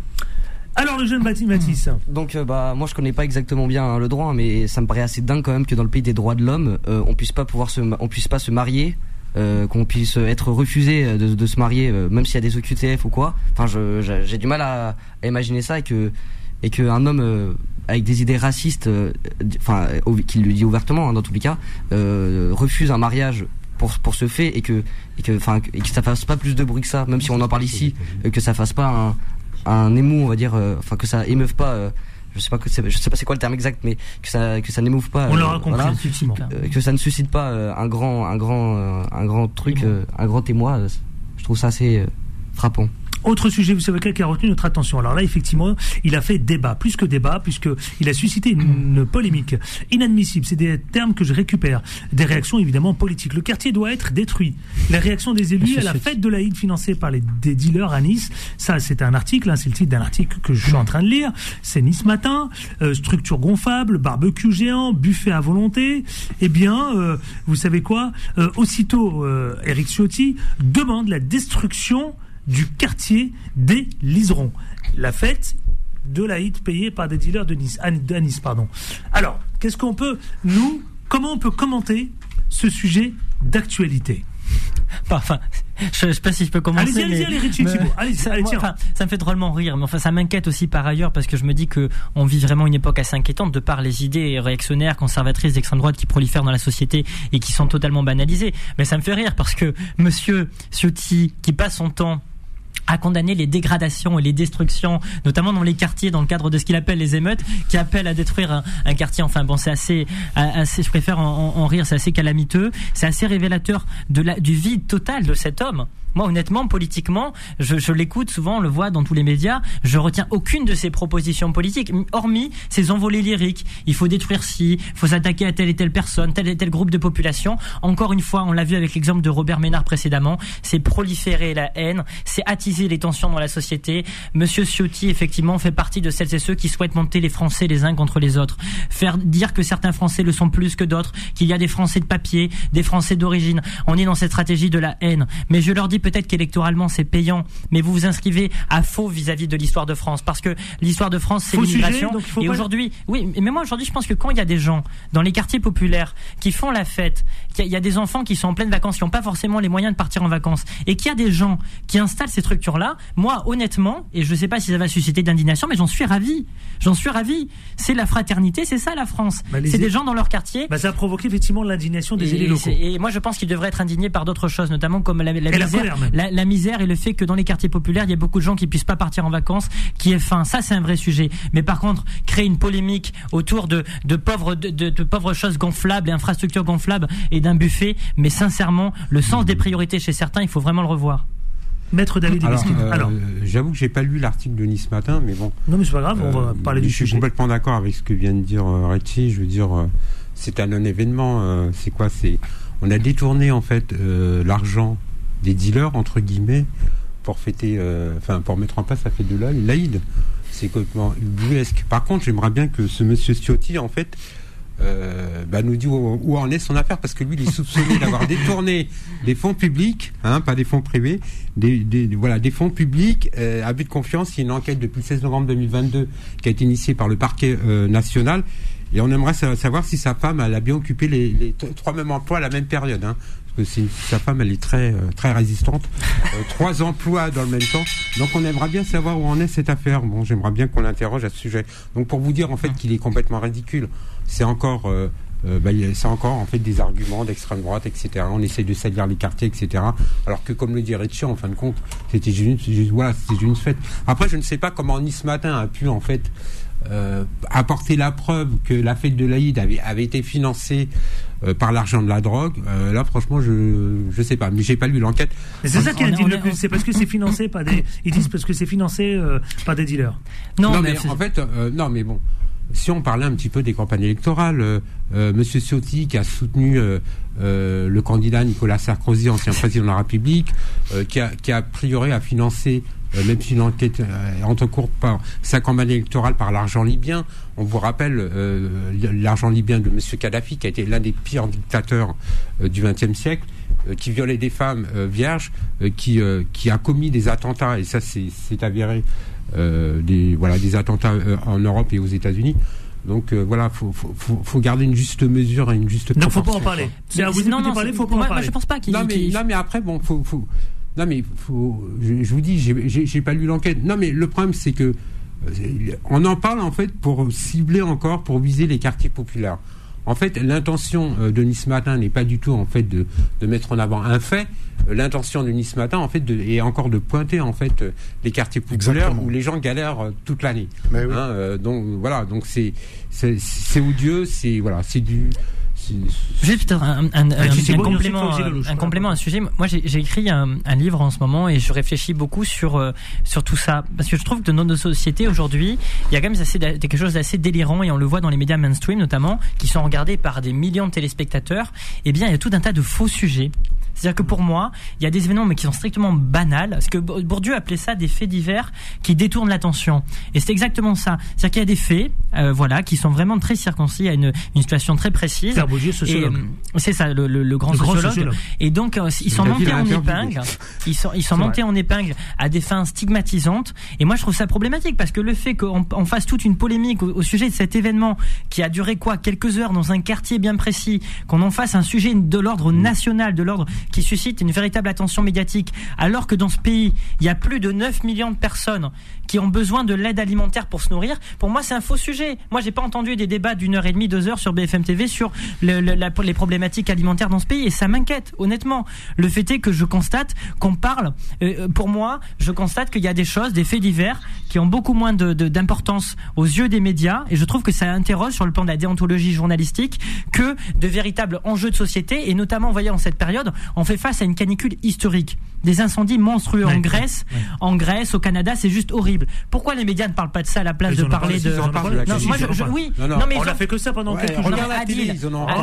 Speaker 2: Alors le jeune Mathis.
Speaker 12: Donc euh, bah moi je connais pas exactement bien hein, le droit, hein, mais ça me paraît assez dingue quand même que dans le pays des droits de l'homme, euh, on puisse pas pouvoir se, on puisse pas se marier, euh, qu'on puisse être refusé de, de se marier, euh, même s'il y a des O Q T F ou quoi. Enfin je, j'ai du mal à, à imaginer ça et que et que un homme euh, avec des idées racistes, enfin euh, qu'il le dit ouvertement hein, dans tous les cas, euh, refuse un mariage pour pour ce fait et que et que enfin et que ça fasse pas plus de bruit que ça, même si on en parle ici, euh, que ça fasse pas un un émou, on va dire, euh, enfin que ça émeuve pas, euh, je sais pas que c'est, je sais pas c'est quoi le terme exact, mais que ça que ça n'émouve pas.
Speaker 2: On
Speaker 12: euh,
Speaker 2: l'aura compris,
Speaker 12: voilà,
Speaker 2: effectivement.
Speaker 12: Euh, que ça ne suscite pas euh, un grand un grand euh, un grand truc, euh, un grand émoi. Euh, je trouve ça assez euh, frappant.
Speaker 2: Autre sujet, vous savez quel qui a retenu notre attention. Alors là, effectivement, il a fait débat, plus que débat, puisqu'il a suscité une, une polémique inadmissible. C'est des termes que je récupère. Des réactions, évidemment, politiques. Le quartier doit être détruit. La réaction des élus à la fête de l'Aïd financée par les, des dealers à Nice. Ça, c'est un article, hein, c'est le titre d'un article que je suis en train de lire. C'est Nice Matin, euh, structure gonflable, barbecue géant, buffet à volonté. Eh bien, euh, vous savez quoi euh, Aussitôt, euh, Éric Ciotti demande la destruction du quartier des Liserons. La fête de l'Aïd payée par des dealers de Nice, de Nice, pardon. Alors, qu'est-ce qu'on peut, nous, comment on peut commenter ce sujet d'actualité?
Speaker 4: Enfin, je ne sais pas si je peux commencer.
Speaker 2: Allez-y, allez-y, Richie, Thibault. Allez,
Speaker 4: ça,
Speaker 2: allez,
Speaker 4: moi, enfin, ça me fait drôlement rire, mais enfin, ça m'inquiète aussi par ailleurs parce que je me dis que on vit vraiment une époque assez inquiétante de par les idées réactionnaires, conservatrices d'extrême droite qui prolifèrent dans la société et qui sont totalement banalisées. Mais ça me fait rire parce que Monsieur Ciotti, qui passe son temps à condamner les dégradations et les destructions, notamment dans les quartiers, dans le cadre de ce qu'il appelle les émeutes, qui appellent à détruire un, un quartier. Enfin bon, c'est assez, assez, je préfère en, en rire, c'est assez calamiteux, c'est assez révélateur de la, du vide total de cet homme. Moi, honnêtement, politiquement, je, je l'écoute souvent, on le voit dans tous les médias, je retiens aucune de ses propositions politiques, hormis ses envolées lyriques. Il faut détruire ci, il faut s'attaquer à telle et telle personne, tel et tel groupe de population. Encore une fois, on l'a vu avec l'exemple de Robert Ménard précédemment, c'est proliférer la haine, c'est attiser les tensions dans la société. Monsieur Ciotti, effectivement, fait partie de celles et ceux qui souhaitent monter les Français les uns contre les autres. Faire dire que certains Français le sont plus que d'autres, qu'il y a des Français de papier, des Français d'origine. On est dans cette stratégie de la haine. Mais je leur dis peut-être qu'électoralement c'est payant, mais vous vous inscrivez à faux vis-à-vis de l'histoire de France, parce que l'histoire de France c'est l'immigration. Et aujourd'hui, oui, mais moi aujourd'hui je pense que quand il y a des gens dans les quartiers populaires qui font la fête, qu'il y a des enfants qui sont en pleine vacances, qui n'ont pas forcément les moyens de partir en vacances, et qu'il y a des gens qui installent ces structures-là, moi honnêtement, et je ne sais pas si ça va susciter d'indignation, mais j'en suis ravi, j'en suis ravi. C'est la fraternité, c'est ça la France. Bah, c'est é... des gens dans leur quartier.
Speaker 2: Bah, ça a provoqué effectivement l'indignation des et, élus locaux.
Speaker 4: Et moi je pense qu'ils devraient être indignés par d'autres choses, notamment comme la, la misère. La, la misère et le fait que dans les quartiers populaires, il y a beaucoup de gens qui puissent pas partir en vacances, qui aient faim. Ça, c'est un vrai sujet. Mais par contre, créer une polémique autour de, de pauvres, de, de, de pauvres choses gonflables et infrastructures gonflables et d'un buffet, mais sincèrement, le sens des priorités chez certains, il faut vraiment le revoir.
Speaker 2: Maître David
Speaker 3: Alors, euh, Alors, j'avoue que j'ai pas lu l'article de Nice Matin, mais bon.
Speaker 2: Non, mais c'est pas grave, on va euh, parler du
Speaker 3: sujet. Je suis complètement d'accord avec ce que vient de dire euh, Richie. Je veux dire, euh, c'est un non-événement. Euh, c'est quoi C'est on a détourné en fait euh, l'argent des dealers entre guillemets pour fêter, enfin euh, pour mettre en place la fête de l'Aïd. C'est complètement ubuesque. Par contre, j'aimerais bien que ce monsieur Ciotti en fait euh, bah, nous dit où, où en est son affaire, parce que lui, il est soupçonné d'avoir détourné des fonds publics, hein, pas des fonds privés, des, des, voilà, des fonds publics euh, à but de confiance. Il y a une enquête depuis le seize novembre deux mille vingt-deux qui a été initiée par le parquet euh, national, et on aimerait savoir si sa femme elle a bien occupé les, les t- trois mêmes emplois à la même période, hein, parce que c'est, sa femme elle est très, euh, très résistante, euh, trois emplois dans le même temps, donc on aimerait bien savoir où en est cette affaire. Bon, j'aimerais bien qu'on l'interroge à ce sujet. Donc pour vous dire en fait qu'il est complètement ridicule, c'est encore euh, euh, bah, c'est encore en fait des arguments d'extrême droite, et cetera. On essaie de salir les quartiers, et cetera. Alors que comme le dit Richie, en fin de compte, c'était juste, juste voilà, c'était une fête. Après, je ne sais pas comment Nice Matin a pu en fait euh, apporter la preuve que la fête de l'Aïd avait, avait été financée euh, par l'argent de la drogue. Euh, là, franchement, je je sais pas, mais j'ai pas lu l'enquête.
Speaker 2: Mais c'est ça qu'ils disent le plus, c'est parce que c'est financé par des, ils disent parce que c'est financé euh, par des dealers.
Speaker 3: Non, non mais, mais en fait, euh, non, mais bon. Si on parlait un petit peu des campagnes électorales, euh, euh, Monsieur Ciotti qui a soutenu euh, euh, le candidat Nicolas Sarkozy, ancien président de la République, euh, qui, a, qui a a priori a financé, euh, même si l'enquête euh, entrecourt par sa campagne électorale par l'argent libyen. On vous rappelle euh, l'argent libyen de Monsieur Kadhafi, qui a été l'un des pires dictateurs euh, du vingtième siècle, euh, qui violait des femmes euh, vierges, euh, qui, euh, qui a commis des attentats, et ça c'est, c'est avéré. Euh, des voilà des attentats euh, en Europe et aux États-Unis. Donc euh, voilà, faut, faut faut faut garder une juste mesure et une juste proportion.
Speaker 2: Non, faut pas en parler. C'est à vous
Speaker 4: non, non,
Speaker 2: parler, faut pas
Speaker 4: moi,
Speaker 2: en parler.
Speaker 4: Moi, je pense pas qu'il.
Speaker 3: Non mais
Speaker 4: qu'il...
Speaker 3: non mais après bon, faut faut non mais faut. Je, je vous dis, j'ai, j'ai j'ai pas lu l'enquête. Non mais le problème c'est que euh, on en parle en fait pour cibler encore, pour viser les quartiers populaires. En fait, l'intention euh, de Nice Matin n'est pas du tout en fait de de mettre en avant un fait. L'intention de Nice Matin, en fait, de, est encore de pointer en fait euh, les quartiers populaires. Exactement. Où les gens galèrent euh, toute l'année. Mais oui. Hein, euh, donc voilà, donc c'est c'est c'est odieux, c'est voilà, c'est du. C'est, c'est...
Speaker 4: Juste peut-être un, un, un, un, un complément, un, un complément à un sujet. Moi, j'ai, j'ai écrit un, un livre en ce moment et je réfléchis beaucoup sur euh, sur tout ça parce que je trouve que dans nos sociétés aujourd'hui, il y a quand même assez, quelque chose d'assez délirant et on le voit dans les médias mainstream notamment, qui sont regardés par des millions de téléspectateurs. Eh bien, il y a tout un tas de faux sujets. C'est-à-dire que pour moi, il y a des événements mais qui sont strictement banals. Parce que Bourdieu appelait ça des faits divers qui détournent l'attention. Et c'est exactement ça. C'est-à-dire qu'il y a des faits, euh, voilà, qui sont vraiment très circoncis à une, une situation très précise.
Speaker 2: Pierre Bourdieu, sociologue.
Speaker 4: Et, c'est ça, le, le, le grand, le sociologue. grand sociologue. Et donc, euh, ils sont montés en épingle. Ils sont, ils sont montés en épingle à des fins stigmatisantes. Et moi, je trouve ça problématique parce que le fait qu'on on fasse toute une polémique au, au sujet de cet événement qui a duré quoi, quelques heures dans un quartier bien précis, qu'on en fasse un sujet de l'ordre national, de l'ordre qui suscite une véritable attention médiatique, alors que dans ce pays, il y a plus de neuf millions de personnes qui ont besoin de l'aide alimentaire pour se nourrir. Pour moi, c'est un faux sujet. Moi, j'ai pas entendu des débats d'une heure et demie, deux heures sur B F M T V sur le, le, la, les problématiques alimentaires dans ce pays, et ça m'inquiète, honnêtement. Le fait est que je constate qu'on parle, euh, pour moi, je constate qu'il y a des choses, des faits divers, qui ont beaucoup moins de, de, d'importance aux yeux des médias, et je trouve que ça interroge sur le plan de la déontologie journalistique que de véritables enjeux de société, et notamment, vous voyez, en cette période, on fait face à une canicule historique. Des incendies monstrueux ouais, en Grèce, ouais. en Grèce, au Canada, c'est juste horrible. Pourquoi les médias ne parlent pas de ça à la place de parler de...
Speaker 2: Non, moi, je, je, oui. Non, non, non, mais on n'a fait que ça pendant
Speaker 3: ouais,
Speaker 2: quelques jours.
Speaker 3: Adil,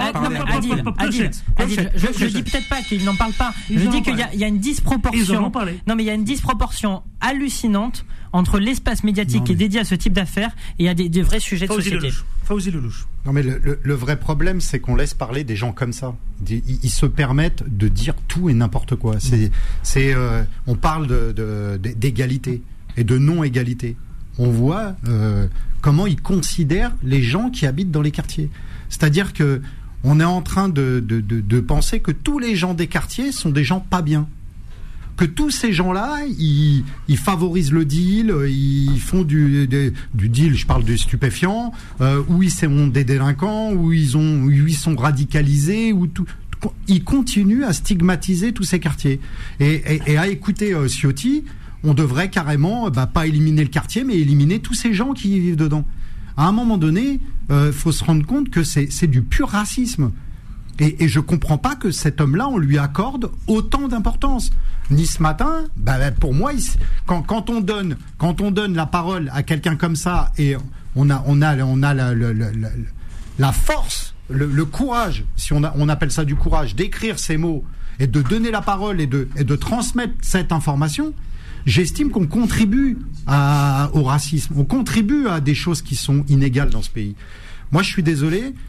Speaker 4: Adil, Adil, je, je dis peut-être pas qu'ils n'en parlent pas. Je dis qu'il y a, il y a une disproportion. Non, mais il y a une disproportion hallucinante entre l'espace médiatique qui est dédié à ce type d'affaires et à des, des vrais sujets de société.
Speaker 2: Fawzi Lelouch.
Speaker 10: Non mais le, le, le vrai problème, c'est qu'on laisse parler des gens comme ça. Ils, ils se permettent de dire tout et n'importe quoi. C'est, c'est, euh, on parle de, de, d'égalité et de non-égalité. On voit euh, comment ils considèrent les gens qui habitent dans les quartiers. C'est-à-dire que on est en train de, de, de, de penser que tous les gens des quartiers sont des gens pas bien. Que tous ces gens-là, ils, ils favorisent le deal, ils font du, du, du deal, je parle du stupéfiant, euh, où ils sont des délinquants, où ils, ont, où ils sont radicalisés, où tout, ils continuent à stigmatiser tous ces quartiers. Et, et, et à écouter euh, Ciotti, on devrait carrément, bah, pas éliminer le quartier, mais éliminer tous ces gens qui y vivent dedans. À un moment donné, il euh, faut se rendre compte que c'est, c'est du pur racisme. Et, et je comprends pas que cet homme-là, on lui accorde autant d'importance. Nice Matin, bah, pour moi, il, quand, quand on donne, quand on donne la parole à quelqu'un comme ça, et on a, on a, on a la, la, la, la, la force, le, le courage, si on, a, on appelle ça du courage, d'écrire ces mots et de donner la parole et de, et de transmettre cette information, j'estime qu'on contribue à, au racisme, on contribue à des choses qui sont inégales dans ce pays. Moi, je suis désolé,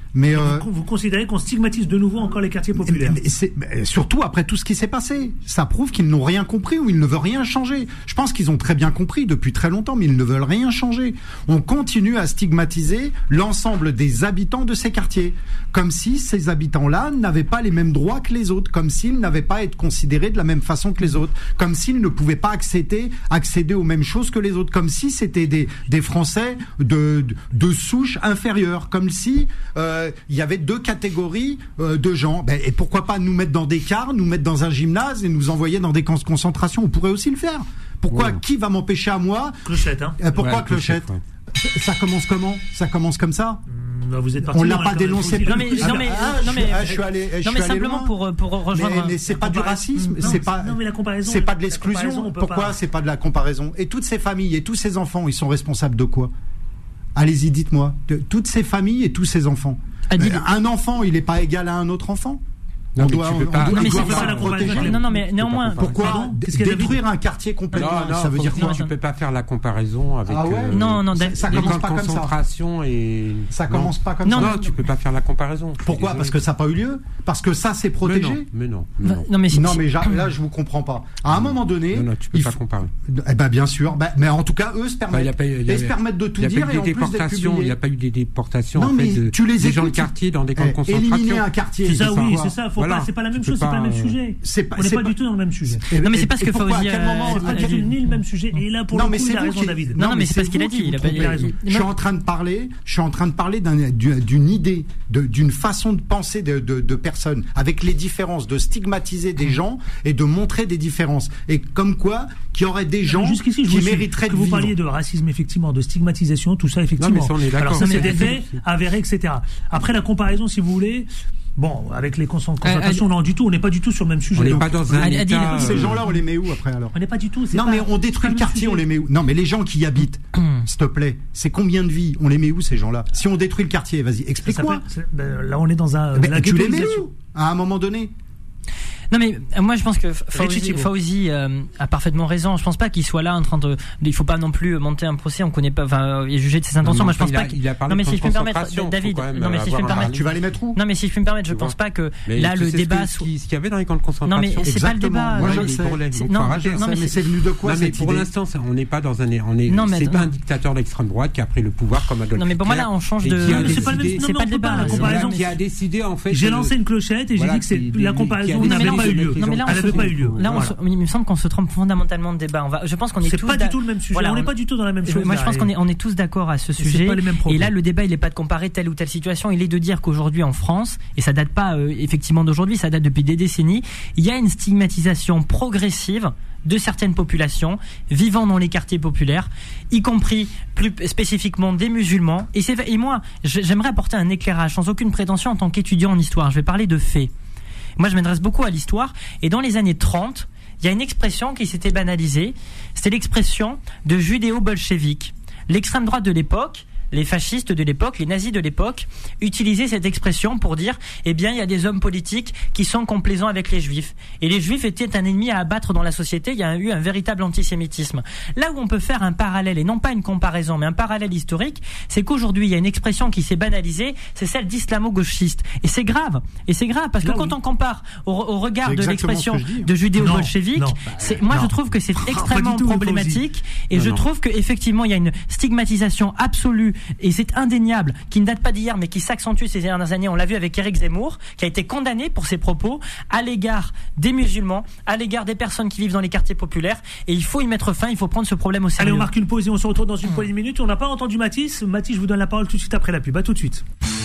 Speaker 10: Mais euh,
Speaker 2: vous, vous considérez qu'on stigmatise de nouveau encore les quartiers populaires?
Speaker 10: mais c'est, mais surtout après tout ce qui s'est passé, ça prouve qu'ils n'ont rien compris ou ils ne veulent rien changer. Je pense qu'ils ont très bien compris depuis très longtemps, mais ils ne veulent rien changer. On continue à stigmatiser l'ensemble des habitants de ces quartiers, comme si ces habitants-là n'avaient pas les mêmes droits que les autres, comme s'ils n'avaient pas à être considérés de la même façon que les autres, comme s'ils ne pouvaient pas accéder, accéder aux mêmes choses que les autres, comme si c'était des, des Français de, de, de souche inférieure, comme si euh, il y avait deux catégories euh, de gens. Ben, et pourquoi pas nous mettre dans des cars, nous mettre dans un gymnase et nous envoyer dans des camps de concentration? On pourrait aussi le faire. Pourquoi? Ouais. Qui va m'empêcher à moi?
Speaker 2: Clochette, hein.
Speaker 10: euh, Pourquoi
Speaker 3: ouais,
Speaker 10: Clochette, Clochette ouais. Ça commence comment? Ça commence comme ça?
Speaker 2: Vous êtes
Speaker 10: on l'a pas dénoncé.
Speaker 4: Non mais non mais non mais
Speaker 10: je suis allé, je
Speaker 4: non mais simplement
Speaker 10: loin.
Speaker 4: pour pour rejoindre.
Speaker 10: Mais, mais c'est pas du racisme,
Speaker 2: non,
Speaker 10: c'est pas.
Speaker 2: Non mais la comparaison.
Speaker 10: C'est pas de l'exclusion. Pourquoi c'est pas de la comparaison? Et toutes ces familles et tous ces enfants, ils sont responsables de quoi? Allez-y, dites-moi. De toutes ces familles et tous ces enfants. Un enfant, il n'est pas égal à un autre enfant.
Speaker 3: Non, on doit, on
Speaker 4: pas, doit, non, mais c'est pas la protéger. Non, non, mais néanmoins.
Speaker 10: Pourquoi détruire un quartier complètement?
Speaker 3: Non, non, ça veut dire quoi? Tu peux pas faire la comparaison avec.
Speaker 10: Ah ouais
Speaker 3: euh,
Speaker 4: non, non,
Speaker 10: ça, ça commence pas comme ça.
Speaker 3: Concentration et.
Speaker 10: Ça commence pas comme
Speaker 3: non,
Speaker 10: ça.
Speaker 3: Non, tu peux pas faire la comparaison.
Speaker 10: Pourquoi? Parce que ça n'a pas eu lieu. Parce que ça, c'est protégé.
Speaker 3: Mais non, mais non.
Speaker 4: Non, mais
Speaker 10: non, mais là, je vous comprends pas. À un moment donné.
Speaker 3: Non, non, tu peux pas comparer.
Speaker 10: Eh ben, bien sûr. Mais en tout cas, eux se permettent. Ils se permettent de tout dire et en plus d'être publiés.
Speaker 3: Il n'y a pas eu des déportations.
Speaker 10: Non, mais tu les
Speaker 3: écoutes. Des gens de quartier dans des camps de concentration.
Speaker 10: Éliminer un quartier.
Speaker 2: C'est ça, oui, c'est ça. Faut pas. C'est pas la même chose. C'est pas le même sujet.
Speaker 10: C'est pas,
Speaker 2: on n'est pas,
Speaker 10: pas
Speaker 2: du tout dans le même sujet.
Speaker 4: Et, non mais c'est parce que Fauzi
Speaker 2: à quel moment c'est pas du tout ni le même sujet. Et là pour
Speaker 10: non,
Speaker 2: le
Speaker 10: mais
Speaker 2: coup,
Speaker 10: c'est
Speaker 2: il a raison,
Speaker 10: qui...
Speaker 2: David.
Speaker 4: Non, non mais c'est parce qu'il a dit. Il a pas dit
Speaker 10: raison. Je suis en train de parler. Je suis en train de parler d'un, d'une idée, de, d'une façon de penser de, de, de personnes avec les différences, de stigmatiser des gens et de montrer des différences. Et comme quoi, qu'il y aurait des gens
Speaker 2: jusqu'ici,
Speaker 10: qui mériteraient de
Speaker 2: vivre. Vous
Speaker 10: vivre.
Speaker 2: parliez de racisme effectivement, de stigmatisation, tout ça effectivement.
Speaker 3: Non, mais ça,
Speaker 2: alors ça c'est des faits avérés, et cetera. Après la comparaison, si vous voulez. Bon, avec les concentrations, euh, non, du tout, on n'est pas du tout sur le même sujet.
Speaker 3: On n'est pas dans un
Speaker 10: Adil,
Speaker 3: état...
Speaker 10: Ces gens-là, on les met où après alors?
Speaker 2: On n'est pas du tout.
Speaker 10: Non,
Speaker 2: pas,
Speaker 10: mais on détruit le quartier, on les met où? Non, mais les gens qui y habitent, s'il te plaît, c'est combien de vies? On les met où ces gens-là? Si on détruit le quartier, vas-y, explique-moi.
Speaker 2: Ben, là, on est dans un.
Speaker 10: Ben, tu les mets où à un moment donné?
Speaker 4: Non mais moi je pense que Fauzi, Fauzi euh, a parfaitement raison. Je pense pas qu'il soit là en train de. Il faut pas non plus monter un procès. On connaît pas. Enfin, et juger de ses intentions.
Speaker 3: Non,
Speaker 4: moi je pense
Speaker 3: il
Speaker 4: pas.
Speaker 3: A, il a
Speaker 4: non mais si je peux me permettre, David. Non mais si je peux me permettre.
Speaker 10: Tu vas les mettre où?
Speaker 4: Non mais si je peux me permettre, je pense pas que
Speaker 3: mais
Speaker 4: là le débat.
Speaker 3: Ce qu'il y avait dans les camps de concentration.
Speaker 4: Non mais c'est pas le débat.
Speaker 10: Moi je le sais. Non mais c'est venu de quoi?
Speaker 3: Non mais pour l'instant, on n'est pas dans un. On est. C'est pas un dictateur d'extrême droite qui a pris le pouvoir comme Adolf Hitler.
Speaker 4: Non mais pour moi là on change de.
Speaker 2: C'est pas le débat. La comparaison.
Speaker 3: Qui a décidé en fait.
Speaker 2: J'ai lancé une clochette et j'ai dit que c'est la comparaison n'avait pas eu lieu. n'avait pas eu lieu.
Speaker 4: Là, on se, il me semble qu'on se trompe fondamentalement de débat. On va, je pense qu'on est,
Speaker 2: c'est
Speaker 4: tous.
Speaker 2: C'est pas du tout le même sujet. Voilà, on n'est pas du tout dans la même chose.
Speaker 4: Moi, je pense qu'on est, on est tous d'accord à ce sujet.
Speaker 2: Pas les mêmes
Speaker 4: et là, le débat, il n'est pas de comparer telle ou telle situation. Il est de dire qu'aujourd'hui, en France, et ça date pas euh, effectivement d'aujourd'hui, ça date depuis des décennies, il y a une stigmatisation progressive de certaines populations vivant dans les quartiers populaires, y compris plus spécifiquement des musulmans. Et, c'est, et moi, j'aimerais apporter un éclairage sans aucune prétention en tant qu'étudiant en histoire. Je vais parler de faits. Moi, je m'adresse beaucoup à l'histoire. Et dans les années trente, il y a une expression qui s'était banalisée. C'était l'expression de judéo-bolchevique. L'extrême droite de l'époque, les fascistes de l'époque, les nazis de l'époque, utilisaient cette expression pour dire, eh bien, il y a des hommes politiques qui sont complaisants avec les juifs. Et les juifs étaient un ennemi à abattre dans la société. Il y a eu un véritable antisémitisme. Là où on peut faire un parallèle, et non pas une comparaison, mais un parallèle historique, c'est qu'aujourd'hui, il y a une expression qui s'est banalisée, c'est celle d'islamo-gauchiste. Et c'est grave. Et c'est grave, parce que Là, quand oui. on compare au, au regard de l'expression de judéo-bolchevique, c'est, moi, non. je trouve que c'est extrêmement oh, problématique. Et non, je non. trouve qu'effectivement, il y a une stigmatisation absolue. Et c'est indéniable, qui ne date pas d'hier, mais qui s'accentue ces dernières années. On l'a vu avec Éric Zemmour, qui a été condamné pour ses propos à l'égard des musulmans, à l'égard des personnes qui vivent dans les quartiers populaires. Et il faut y mettre fin, il faut prendre ce problème au sérieux.
Speaker 2: Allez, on marque une pause et on se retrouve dans une mmh. poignée de minutes. On n'a pas entendu Mathis. Mathis, je vous donne la parole tout de suite après la pub. À tout de suite.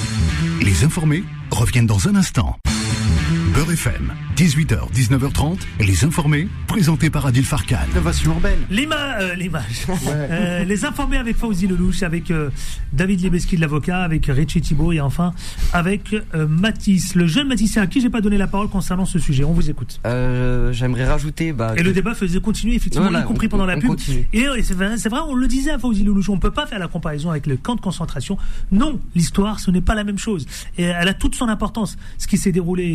Speaker 1: Les informés reviennent dans un instant. Beurre F M, dix-huit heures, dix-neuf heures trente, les informés, présentés par Adil Farkan.
Speaker 10: Innovation urbaine.
Speaker 2: L'ima, euh, l'image. Ouais. Euh, les informés avec Fauzi Lelouch, avec euh, David Lebeski, l'avocat, avec Richie Thibault et enfin avec euh, Mathis, le jeune Mathis, à qui j'ai pas donné la parole concernant ce sujet. On vous écoute.
Speaker 12: Euh, j'aimerais rajouter. Bah,
Speaker 2: et que... le débat faisait continuer, effectivement, voilà, y compris on, pendant on, la pub. Continue. Et c'est vrai, c'est vrai, on le disait à Fauzi Lelouch, on peut pas faire la comparaison avec le camp de concentration. Non, l'histoire, ce n'est pas la même chose. Et elle a toute son importance. Ce qui s'est déroulé dans les camps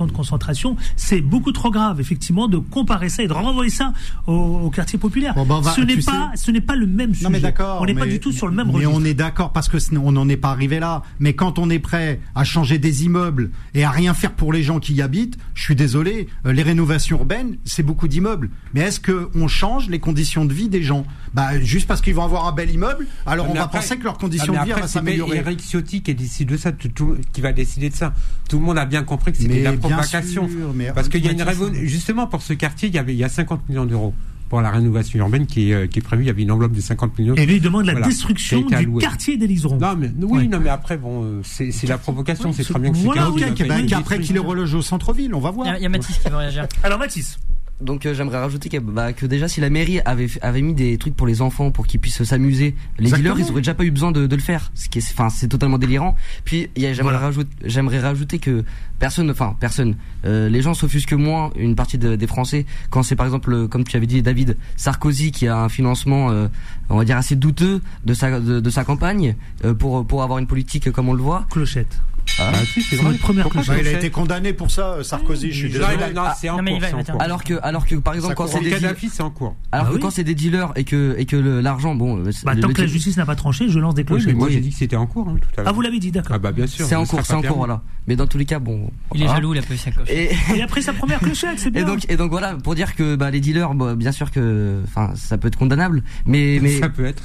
Speaker 2: de concentration, c'est beaucoup trop grave, effectivement, de comparer ça et de renvoyer ça au, au quartier populaire.
Speaker 10: Bon, ben, va,
Speaker 2: ce n'est pas,
Speaker 10: sais...
Speaker 2: ce n'est pas le même sujet.
Speaker 10: Non, mais d'accord,
Speaker 2: on n'est
Speaker 10: mais,
Speaker 2: pas du tout sur le même
Speaker 10: mais
Speaker 2: registre.
Speaker 10: on est d'accord parce que on n'en est pas arrivé là. Mais quand on est prêt à changer des immeubles et à rien faire pour les gens qui y habitent, je suis désolé, euh, les rénovations urbaines, c'est beaucoup d'immeubles. Mais est-ce que on change les conditions de vie des gens? Bah, juste parce qu'ils vont avoir un bel immeuble, alors
Speaker 3: mais
Speaker 10: on va
Speaker 3: après,
Speaker 10: penser que leurs conditions
Speaker 3: ah,
Speaker 10: de vie vont s'améliorer.
Speaker 3: C'est Éric Ciotti qui décide de ça, tout, tout, qui va décider de ça. Tout le monde a bien compris que c'était de la provocation.
Speaker 10: Sûr, mais
Speaker 3: parce qu'il y a une révolution. Justement, pour ce quartier, il y avait, il y a cinquante millions d'euros. Pour la rénovation urbaine qui est, euh, qui est prévue, il y avait une enveloppe de cinquante millions.
Speaker 2: Et lui, il demande la
Speaker 3: voilà,
Speaker 2: destruction du quartier des Liserons.
Speaker 3: Non, mais, oui,
Speaker 2: ouais.
Speaker 3: non, mais après, bon, euh, c'est, c'est la provocation, oui, c'est très bien que
Speaker 10: voilà,
Speaker 3: c'est
Speaker 10: okay, okay, ben, après qu'il les reloge au centre-ville, on va voir.
Speaker 4: Il y a, il y a Mathis qui veut réagir.
Speaker 2: Alors, Mathis.
Speaker 12: Donc euh, j'aimerais rajouter que, bah, que déjà si la mairie avait avait mis des trucs pour les enfants pour qu'ils puissent s'amuser, les Exactement. dealers ils auraient déjà pas eu besoin de, de le faire, ce qui est enfin c'est totalement délirant. Puis y a, j'aimerais voilà. rajouter j'aimerais rajouter que personne enfin personne euh, les gens s'offusquent moins une partie de, des Français quand c'est par exemple comme tu avais dit David Sarkozy qui a un financement euh, on va dire assez douteux de sa de, de sa campagne euh, pour pour avoir une politique comme on le voit.
Speaker 2: Clochette.
Speaker 10: Ah, bah, si, c'est vrai. Première bah, il a été condamné pour ça, Sarkozy. Je suis désolé.
Speaker 3: Non, non, c'est en cours.
Speaker 12: Alors que, alors que, par exemple, quand c'est des
Speaker 3: Kadhafi, c'est en cours.
Speaker 12: Alors
Speaker 2: ah
Speaker 12: que
Speaker 2: oui.
Speaker 12: quand c'est des dealers et que et que le, l'argent, bon.
Speaker 2: Bah, tant que la justice n'a pas tranché, je lance des clochettes.
Speaker 3: Oui, mais moi oui. j'ai dit que c'était en cours. Hein, tout à l'heure.
Speaker 2: Ah, vous l'avez dit, d'accord.
Speaker 3: Ah bah bien sûr.
Speaker 12: C'est en cours, c'est en cours, voilà. Mais dans tous les cas, bon.
Speaker 4: Il est jaloux, il a pris sa clochette.
Speaker 2: Et il a pris sa première clochette, c'est bien.
Speaker 12: Et donc, et donc voilà, pour dire que bah les dealers, bah, bien sûr que, enfin, ça peut être condamnable, mais mais.
Speaker 3: Ça peut être.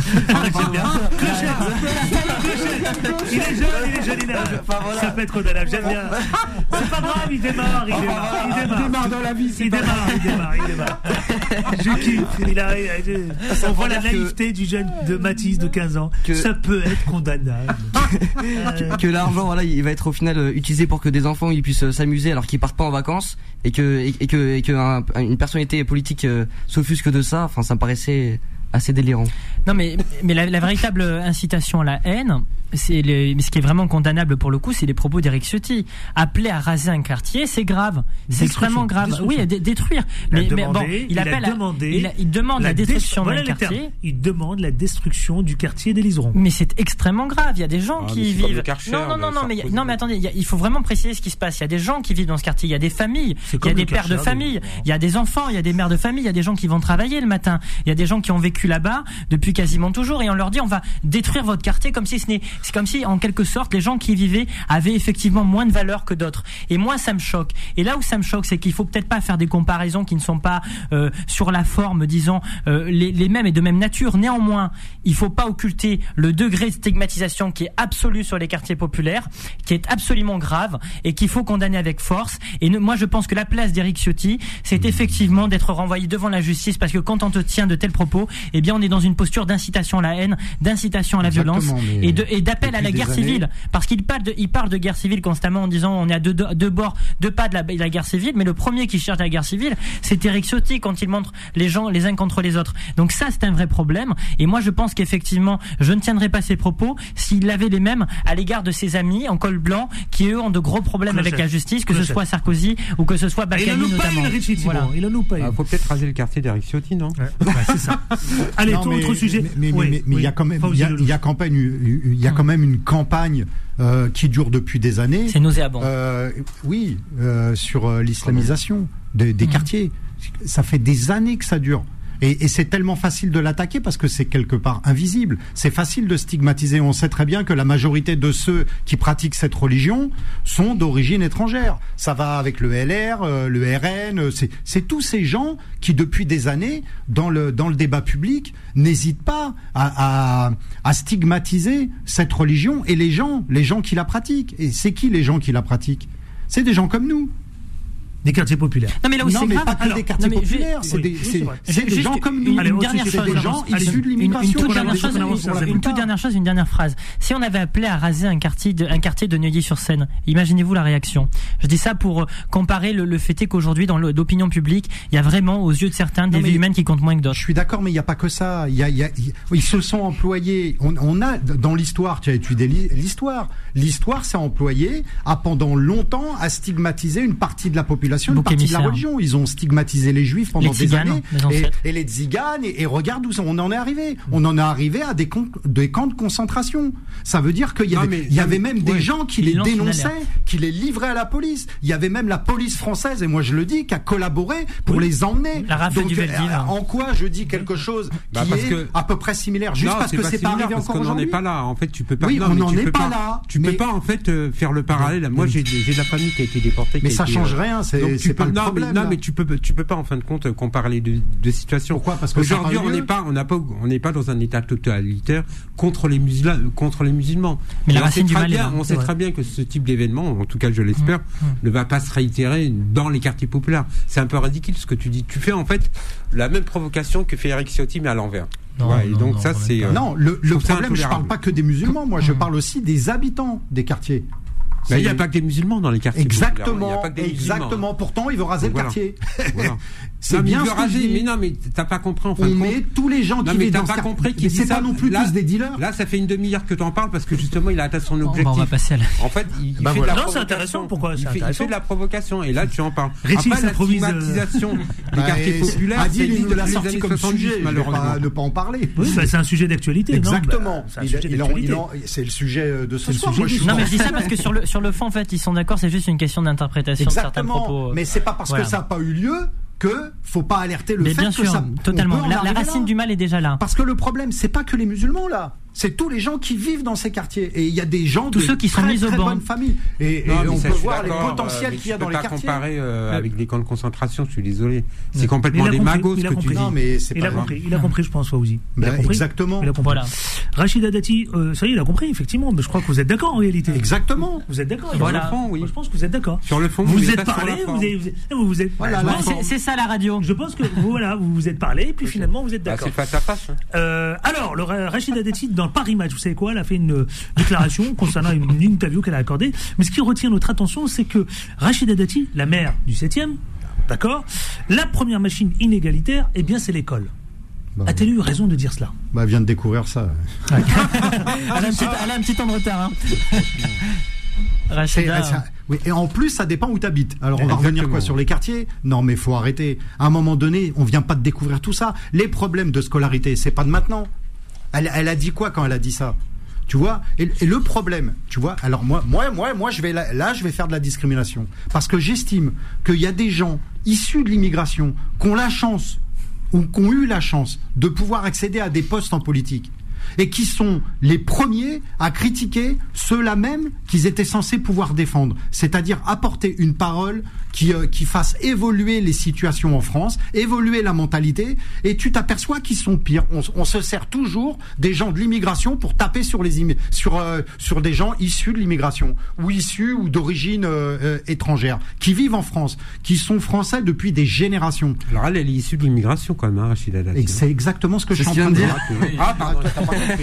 Speaker 2: Il est jeune, il est jeune, il est jeune. Ça peut être condamnable, j'aime bien. C'est pas grave, il démarre, il démarre, il démarre.
Speaker 3: Il démarre dans la vie, c'est
Speaker 2: il démarre, il démarre, il démarre. Je kiffe. Il a, on voit la naïveté du jeune de Mathis de quinze ans. Que ça peut être condamnable.
Speaker 12: que, que l'argent, voilà, il va être au final utilisé pour que des enfants ils puissent s'amuser alors qu'ils partent pas en vacances et que et, et que et que un, une personnalité politique euh, s'offusque de ça. Enfin, ça me paraissait assez délirant.
Speaker 4: Non, mais mais la, la véritable incitation à la haine, c'est le, ce qui est vraiment condamnable pour le coup, c'est les propos d'Éric Ciotti. Appeler à raser un quartier, c'est grave, c'est extrêmement grave. Oui, à d- détruire.
Speaker 2: Il
Speaker 4: mais,
Speaker 2: demandé,
Speaker 4: mais bon, il, il appelle,
Speaker 2: a demandé,
Speaker 4: à, il, a, il demande la, la destruction
Speaker 2: voilà
Speaker 4: d'un quartier.
Speaker 2: Il demande la destruction du quartier des Liserons.
Speaker 4: Mais c'est extrêmement grave. Il y a des gens
Speaker 3: ah,
Speaker 4: qui y vivent.
Speaker 3: Karcher,
Speaker 4: non, non, non, non, mais non, mais attendez, il, y a, il faut vraiment préciser ce qui se passe. Il y a des gens qui vivent dans ce quartier. Il y a des familles. Il y a des pères de famille. Il y a des enfants. Il y a des mères de famille. Il y a des gens qui vont travailler le matin. Il y a des gens qui ont vécu là-bas depuis quasiment toujours, et on leur dit on va détruire votre quartier comme si ce n'est, c'est comme si en quelque sorte les gens qui y vivaient avaient effectivement moins de valeur que d'autres. Et moi ça me choque. Et là où ça me choque, c'est qu'il faut peut-être pas faire des comparaisons qui ne sont pas euh, sur la forme, disons euh, les, les mêmes et de même nature. Néanmoins, il faut pas occulter le degré de stigmatisation qui est absolu sur les quartiers populaires, qui est absolument grave et qu'il faut condamner avec force. Et ne, moi je pense que la place d'Éric Ciotti, c'est effectivement d'être renvoyé devant la justice, parce que quand on te tient de tels propos, eh bien on est dans une posture d'incitation à la haine, d'incitation à la
Speaker 10: Exactement,
Speaker 4: violence et, de, et d'appel à la guerre années... civile, parce qu'il parle de, il parle de guerre civile constamment en disant on est à deux, deux, deux bords, deux pas de la, de la guerre civile, mais le premier qui cherche la guerre civile, c'est Éric Ciotti quand il montre les gens les uns contre les autres. Donc ça c'est un vrai problème, et moi je pense qu'effectivement je ne tiendrai pas ses propos s'il avait les mêmes à l'égard de ses amis en col blanc qui eux ont de gros problèmes Clochette. Avec la justice, que Clochette. Ce soit Sarkozy ou que ce soit Bakani notamment.
Speaker 2: Voilà. Il en a pas.
Speaker 3: Il faut peut-être raser le quartier d'Éric Ciotti, non?
Speaker 2: Ouais. Bah, c'est ça. Allez, non, mais, autre sujet.
Speaker 10: Mais, mais, oui, mais, mais oui. il y a quand même, il y a, il y a quand même, il y a quand même une campagne euh, qui dure depuis des années.
Speaker 4: C'est nauséabond.
Speaker 10: Euh, oui, euh, sur euh, l'islamisation des, des mmh. quartiers. Ça fait des années que ça dure. Et, et c'est tellement facile de l'attaquer parce que c'est quelque part invisible. C'est facile de stigmatiser. On sait très bien que la majorité de ceux qui pratiquent cette religion sont d'origine étrangère. Ça va avec le L R, euh, le R N. C'est, c'est tous ces gens qui, depuis des années, dans le dans le débat public, n'hésitent pas à, à, à stigmatiser cette religion et les gens, les gens qui la pratiquent. Et c'est qui les gens qui la pratiquent? C'est des gens comme nous.
Speaker 2: Des quartiers populaires.
Speaker 4: Non mais là où
Speaker 10: non,
Speaker 4: c'est
Speaker 10: mais
Speaker 4: grave,
Speaker 10: pas que
Speaker 4: alors,
Speaker 10: des quartiers
Speaker 4: non, mais
Speaker 10: populaires, c'est des, c'est, oui, c'est, c'est des gens comme nous.
Speaker 4: Une, une dernière chose,
Speaker 10: des gens issus de l'immigration.
Speaker 4: Une, une toute dernière chose, une, une toute dernière chose, une dernière phrase. Si on avait appelé à raser un quartier de, un quartier de Neuilly-sur-Seine, imaginez-vous la réaction. Je dis ça pour comparer le, le fait est qu'aujourd'hui, dans l'opinion publique, il y a vraiment, aux yeux de certains, des vies humaines qui comptent moins que d'autres.
Speaker 10: Je suis d'accord, mais il n'y a pas que ça. Il y a, il y a, ils se sont employés. On, on a, dans l'histoire, tu as étudié l'histoire. L'histoire s'est employée à pendant longtemps à stigmatiser une partie de la population population, une partie de la religion. Ils ont stigmatisé les juifs pendant
Speaker 4: les
Speaker 10: des
Speaker 4: tziganes,
Speaker 10: années. Et, et les tziganes, et, et regarde où on en est arrivé. On en est arrivé à des, con, des camps de concentration. Ça veut dire qu'il y avait, non, mais, il y avait même ouais, des gens qui les dénonçaient, qui les livraient à la police. Il y avait même la police française, et moi je le dis, qui a collaboré pour oui. les emmener.
Speaker 4: La rafle
Speaker 10: Donc,
Speaker 4: du Veldiv.
Speaker 10: euh, en quoi je dis quelque chose
Speaker 3: bah,
Speaker 10: qui est
Speaker 3: que,
Speaker 10: à peu près similaire, juste
Speaker 3: non,
Speaker 10: parce que c'est pas arrivé encore aujourd'hui.
Speaker 3: On n'en est pas là. En fait, tu peux pas.
Speaker 10: Oui,
Speaker 3: non,
Speaker 10: on
Speaker 3: n'en
Speaker 10: est pas
Speaker 3: pas,
Speaker 10: là.
Speaker 3: Tu peux pas en fait euh, faire le parallèle. Moi, j'ai j'ai de la famille qui a été déportée.
Speaker 10: Mais ça change rien. C'est c'est pas le problème.
Speaker 3: Non, mais tu peux tu peux pas en fin de compte comparer de de situations.
Speaker 10: Pourquoi? Parce que
Speaker 3: aujourd'hui, on n'est pas on n'a pas on n'est pas dans un état totalitaire contre les musulmans contre les musulmans.
Speaker 4: Mais la racine du mal est là.
Speaker 3: On sait très bien que ce type d'événement, en tout cas, je l'espère, ne va pas se réitérer dans les quartiers populaires. C'est un peu ridicule ce que tu dis. Tu fais en fait la même provocation que fait Eric Ciotti, mais à l'envers.
Speaker 10: Non,
Speaker 3: ouais,
Speaker 10: non,
Speaker 3: et donc
Speaker 10: non,
Speaker 3: ça c'est. Euh,
Speaker 10: non, le, le problème, je parle pas que des musulmans. Moi, je parle aussi des habitants des quartiers.
Speaker 3: Il n'y a pas que des musulmans dans les quartiers.
Speaker 10: Exactement.
Speaker 3: Il y a pas que des
Speaker 10: exactement.
Speaker 3: musulmans.
Speaker 10: Pourtant, il veut raser
Speaker 3: donc,
Speaker 10: le quartier.
Speaker 3: Voilà.
Speaker 10: C'est
Speaker 3: non,
Speaker 10: bien
Speaker 3: il
Speaker 10: ce
Speaker 3: veut
Speaker 10: que
Speaker 3: raser,
Speaker 10: je dis.
Speaker 3: mais non, mais t'as pas compris en fin
Speaker 10: On
Speaker 3: de compte.
Speaker 10: met tous les gens qui
Speaker 3: non, mais
Speaker 10: vivent
Speaker 3: t'as
Speaker 10: dans
Speaker 3: pas
Speaker 10: ce
Speaker 3: compris
Speaker 10: quartier. C'est pas non plus
Speaker 3: là,
Speaker 10: tous des dealers.
Speaker 3: Là, ça fait une demi-heure que tu en parles parce que justement, il a atteint son objectif.
Speaker 4: Bon, on va passer à la...
Speaker 3: En fait, il, il
Speaker 2: bah
Speaker 3: fait
Speaker 2: voilà.
Speaker 3: de la
Speaker 2: non, c'est intéressant. Pourquoi
Speaker 3: il
Speaker 2: c'est
Speaker 3: fait,
Speaker 2: intéressant.
Speaker 3: il fait de la provocation et là, tu en parles.
Speaker 2: Richie,
Speaker 3: après, la stigmatisation des
Speaker 10: bah,
Speaker 3: quartiers populaires,
Speaker 10: Adil, il nous l'a
Speaker 3: les
Speaker 10: sorti
Speaker 3: années
Speaker 10: comme
Speaker 3: soixante-dix,
Speaker 10: sujet.
Speaker 3: malheureusement.
Speaker 10: Ne pas en parler.
Speaker 2: Oui, bah, c'est un sujet d'actualité.
Speaker 10: Exactement.
Speaker 2: Bah,
Speaker 10: c'est le sujet de ce soir.
Speaker 4: Non, mais je dis ça parce que sur le sur le fond, en fait, ils sont d'accord. C'est juste une question d'interprétation de certains propos.
Speaker 10: Mais c'est pas parce que ça n'a pas eu lieu que faut pas alerter le
Speaker 4: mais
Speaker 10: fait
Speaker 4: bien
Speaker 10: que
Speaker 4: sûr,
Speaker 10: ça
Speaker 4: totalement. La, la racine
Speaker 10: là.
Speaker 4: du mal est déjà là.
Speaker 10: Parce que le problème, c'est pas que les musulmans là. C'est tous les gens qui vivent dans ces quartiers. Et il y a des gens
Speaker 4: tous
Speaker 10: de
Speaker 4: ceux qui
Speaker 10: très,
Speaker 4: sont mis au
Speaker 10: très
Speaker 4: banc.
Speaker 10: bonnes familles. Et,
Speaker 3: non,
Speaker 10: et on
Speaker 3: ça,
Speaker 10: peut voir les potentiels
Speaker 3: euh,
Speaker 10: qu'il y a dans les quartiers.
Speaker 3: Tu peux pas comparer euh, avec des camps de concentration, je suis désolé. C'est complètement des magos ce que tu dis.
Speaker 10: Non, mais c'est
Speaker 2: il a compris, il a compris, je pense, Fawzi. Il a compris.
Speaker 10: Exactement.
Speaker 2: Il a compris. Voilà. Rachida Dati, euh, ça y est, il a compris, effectivement. Mais je crois que vous êtes d'accord en réalité.
Speaker 10: Exactement.
Speaker 2: Vous êtes d'accord.
Speaker 3: Sur le fond, oui.
Speaker 2: Je pense que vous êtes d'accord.
Speaker 3: Sur le fond,
Speaker 2: vous êtes parlé, vous vous êtes.
Speaker 4: Voilà, c'est ça la radio.
Speaker 2: Je pense que voilà, vous vous êtes parlé, et puis finalement vous êtes d'accord.
Speaker 3: C'est face à face.
Speaker 2: Alors, Rachida Dati, dans le Paris Match, vous savez quoi, elle a fait une déclaration concernant une interview qu'elle a accordée. Mais ce qui retient notre attention, c'est que Rachida Dati, la maire du septième, d'accord, la première machine inégalitaire, eh bien, c'est l'école. Bah, a-t-elle eu raison de dire cela?
Speaker 10: Bah, elle vient de découvrir ça.
Speaker 4: Ouais. elle, a un petit, elle a un petit temps de retard. Hein. Rachida.
Speaker 10: Ça, oui, et en plus, ça dépend où tu habites. Alors, on va revenir quoi sur les quartiers? Non, mais faut arrêter. À un moment donné, on vient pas de découvrir tout ça. Les problèmes de scolarité, c'est pas de maintenant. Elle, elle a dit quoi quand elle a dit ça? Tu vois, et, et le problème, tu vois, alors moi, moi, moi, moi, je vais là, là, je vais faire de la discrimination parce que j'estime qu'il y a des gens issus de l'immigration qui ont la chance ou qui ont eu la chance de pouvoir accéder à des postes en politique et qui sont les premiers à critiquer ceux-là même qu'ils étaient censés pouvoir défendre, c'est-à-dire apporter une parole qui, euh, qui fasse évoluer les situations en France, évoluer la mentalité, et tu t'aperçois qu'ils sont pires. On, on se sert toujours des gens de l'immigration pour taper sur, les imm- sur, euh, sur des gens issus de l'immigration, ou issus ou d'origine euh, euh, étrangère, qui vivent en France, qui sont français depuis des générations.
Speaker 3: Alors elle, elle est issue de l'immigration quand même, hein, Rachida Dati.
Speaker 10: C'est exactement ce que je suis en train de dire. Ah, pardon, toi, t'as pas compris.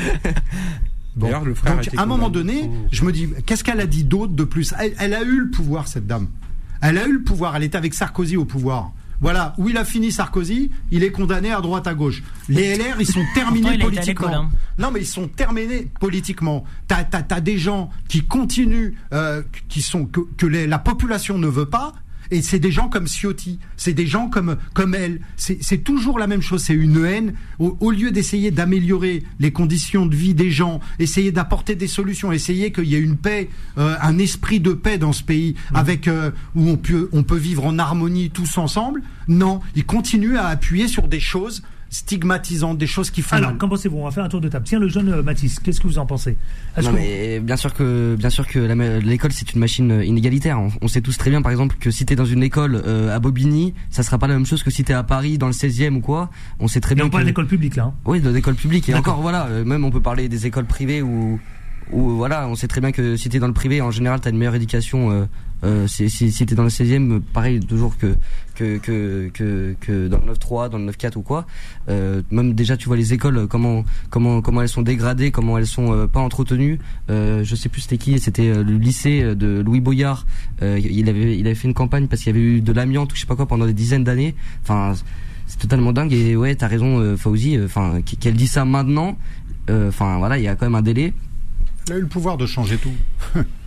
Speaker 10: Bon. Le frère donc, à un moment donné, je me dis, qu'est-ce qu'elle a dit d'autre de plus? elle, elle a eu le pouvoir, cette dame. Elle a eu le pouvoir. Elle était avec Sarkozy au pouvoir. Voilà, où il a fini Sarkozy, il est condamné à droite à gauche. Les L R, ils sont terminés
Speaker 4: il
Speaker 10: politiquement.
Speaker 4: Hein.
Speaker 10: Non, mais ils sont terminés politiquement. T'as, t'as, t'as des gens qui continuent, euh, qui sont que, que les, la population ne veut pas. Et c'est des gens comme Ciotti, c'est des gens comme comme elle. C'est, c'est toujours la même chose. C'est une haine. Au, au lieu d'essayer d'améliorer les conditions de vie des gens, essayer d'apporter des solutions, essayer qu'il y ait une paix, euh, un esprit de paix dans ce pays, mmh. avec euh, où on peut on peut vivre en harmonie tous ensemble. Non, ils continuent à appuyer sur des choses stigmatisantes, des choses qui font
Speaker 2: Alors,
Speaker 10: mal.
Speaker 2: qu'en pensez-vous? On va faire un tour de table. Tiens, le jeune euh, Mathis, qu'est-ce que vous en pensez?
Speaker 12: Non, mais bien sûr que, bien sûr que la, l'école c'est une machine inégalitaire. On, on sait tous très bien, par exemple, que si t'es dans une école euh, à Bobigny, ça sera pas la même chose que si t'es à Paris dans le seizième ou quoi. On sait très
Speaker 2: Mais
Speaker 12: bien.
Speaker 2: On parle
Speaker 12: que...
Speaker 2: d'école publique là. Hein.
Speaker 12: Oui, de l'école publique. Et
Speaker 2: D'accord.
Speaker 12: encore, voilà, euh, même on peut parler des écoles privées où, où voilà, on sait très bien que si t'es dans le privé, en général, t'as une meilleure éducation. Euh, Euh, si, si, si t'es dans le seizième, pareil toujours que que que que, que dans le neuf trois, dans le neuf quatre ou quoi. Euh, même déjà tu vois les écoles comment comment comment elles sont dégradées, comment elles sont euh, pas entretenues. Euh, je sais plus c'était qui, c'était euh, le lycée de Louis Boyard. Euh, il avait il avait fait une campagne parce qu'il y avait eu de l'amiante ou je sais pas quoi pendant des dizaines d'années. Enfin c'est totalement dingue et ouais t'as raison euh, Fawzi. Enfin euh, qu'elle dit ça maintenant. Enfin euh, voilà il y a quand même un délai.
Speaker 10: Elle a eu le pouvoir de changer tout.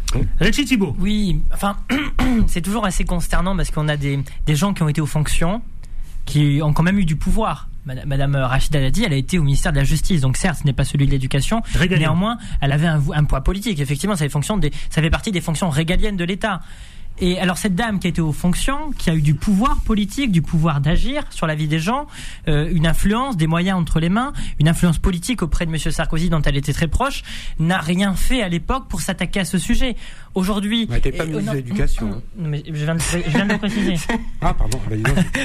Speaker 2: Richie Thibault.
Speaker 4: Oui, enfin, c'est toujours assez consternant parce qu'on a des, des gens qui ont été aux fonctions, qui ont quand même eu du pouvoir. Madame Rachida Dati, elle a été au ministère de la Justice, donc certes, ce n'est pas celui de l'Éducation. Régalien. Néanmoins, elle avait un, un poids politique. Effectivement, ça fait, fonction des, ça fait partie des fonctions régaliennes de l'État. Et alors cette dame qui a été aux fonctions, qui a eu du pouvoir politique, du pouvoir d'agir sur la vie des gens, euh, une influence, des moyens entre les mains, une influence politique auprès de Monsieur Sarkozy dont elle était très proche, n'a rien fait à l'époque pour s'attaquer à ce sujet. Aujourd'hui,
Speaker 3: elle n'était pas ministre de l'Éducation. Hein.
Speaker 4: Non, mais je viens de, je viens de le préciser.
Speaker 3: Ah pardon. Bah,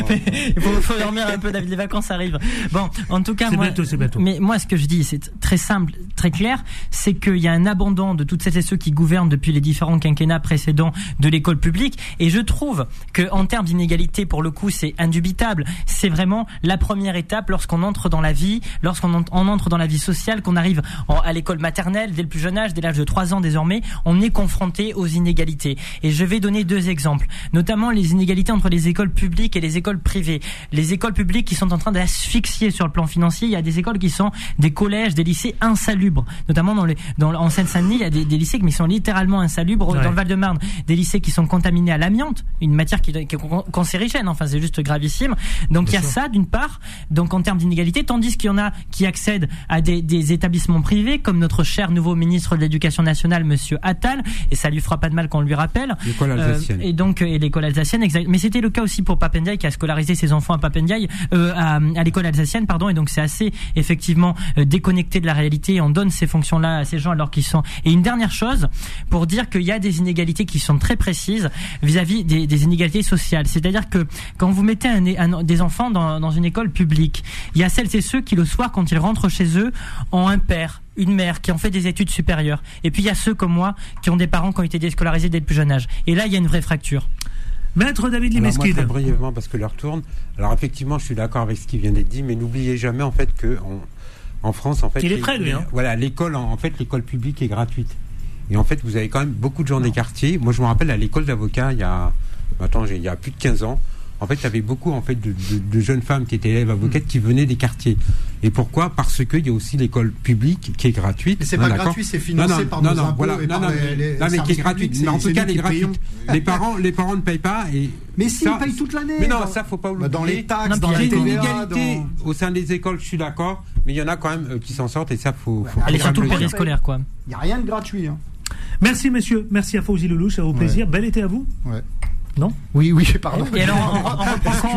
Speaker 4: Il faut, faut dormir un peu, David. Les vacances arrivent. Bon, en tout cas,
Speaker 2: c'est
Speaker 4: moi,
Speaker 2: bientôt, c'est bientôt.
Speaker 4: Mais moi, ce que je dis, c'est très simple, très clair, c'est qu'il y a un abandon de toutes celles et ceux qui gouvernent depuis les différents quinquennats précédents de l'école publique. Et je trouve que, en termes d'inégalité, pour le coup, c'est indubitable. C'est vraiment la première étape lorsqu'on entre dans la vie, lorsqu'on en, on entre dans la vie sociale, qu'on arrive en, à l'école maternelle dès le plus jeune âge, dès l'âge de trois ans désormais, on est confronté aux inégalités. Et je vais donner deux exemples, notamment les inégalités entre les écoles publiques et les écoles privées. Les écoles publiques qui sont en train d'asphyxier sur le plan financier, il y a des écoles qui sont des collèges, des lycées insalubres, notamment dans les, dans, en Seine-Saint-Denis, il y a des, des lycées qui sont littéralement insalubres, ouais. Dans le Val-de-Marne, des lycées qui sont contaminés à l'amiante, une matière qui, qui est cancérigène, enfin c'est juste gravissime. Donc il y a ça d'une part, donc en termes d'inégalité, tandis qu'il y en a qui accèdent à des, des établissements privés, comme notre cher nouveau ministre de l'Éducation nationale, Monsieur Attal, et ça lui fera pas de mal qu'on lui rappelle.
Speaker 3: L'école alsacienne.
Speaker 4: Euh, et donc et l'école alsacienne, exact. Mais c'était le cas aussi pour Papendiaï qui a scolarisé ses enfants à Papendiaï, euh, à, à l'école alsacienne, pardon. Et donc c'est assez effectivement euh, déconnecté de la réalité. Et on donne ces fonctions-là à ces gens alors qu'ils sont. Et une dernière chose pour dire qu'il y a des inégalités qui sont très précises vis-à-vis des, des inégalités sociales. C'est-à-dire que quand vous mettez un, un, des enfants dans, dans une école publique, il y a celles et ceux qui le soir, quand ils rentrent chez eux, ont un père, une mère qui ont fait des études supérieures. Et puis il y a ceux comme moi qui ont des parents qui ont été déscolarisés dès le plus jeune âge. Et là, il y a une vraie fracture.
Speaker 2: Maître David Limeskid.
Speaker 3: Très brièvement, parce que l'heure tourne. Alors effectivement, je suis d'accord avec ce qui vient d'être dit, mais n'oubliez jamais en fait que on, en France, en fait,
Speaker 2: il est prêt, lui, hein.
Speaker 3: Voilà, l'école, en, en fait, l'école publique est gratuite. Et en fait, vous avez quand même beaucoup de gens des quartiers. Moi, je me rappelle à l'école d'avocats, il y a, attends, il y a plus de quinze ans. En fait, il y avait beaucoup en fait de, de, de jeunes femmes qui étaient élèves avocates qui venaient des quartiers. Et pourquoi ? Parce qu'il y a aussi l'école publique qui est gratuite.
Speaker 10: Mais c'est pas
Speaker 3: d'accord
Speaker 10: gratuit, c'est financé
Speaker 3: non, non,
Speaker 10: par
Speaker 3: non,
Speaker 10: nos
Speaker 3: non,
Speaker 10: impôts
Speaker 3: voilà,
Speaker 10: et
Speaker 3: non,
Speaker 10: par
Speaker 3: non,
Speaker 10: les, les
Speaker 3: non, mais qui est gratuite.
Speaker 10: publics,
Speaker 3: Mais en tout cas, les gratuite. Les
Speaker 10: Bah,
Speaker 3: parents, les parents ne payent pas. Et
Speaker 10: mais s'ils
Speaker 3: ça,
Speaker 10: payent toute l'année.
Speaker 3: Mais non,
Speaker 10: dans,
Speaker 3: ça faut pas oublier.
Speaker 10: Dans les taxes,
Speaker 3: non,
Speaker 10: dans la
Speaker 3: T V A. Il y a une
Speaker 10: dans...
Speaker 3: inégalité au sein des écoles, je suis d'accord. Mais il y en a quand même euh, qui s'en sortent et ça faut. faut
Speaker 4: Allez, surtout le périscolaire, quoi.
Speaker 10: Il n'y a rien de gratuit. Hein.
Speaker 2: Merci, messieurs. Merci à Fawzi Lelouch. À vos plaisirs. Bel été à vous.
Speaker 10: Ouais.
Speaker 2: Non ?
Speaker 10: Oui, oui, pardon.
Speaker 4: Et alors, on, on reprend.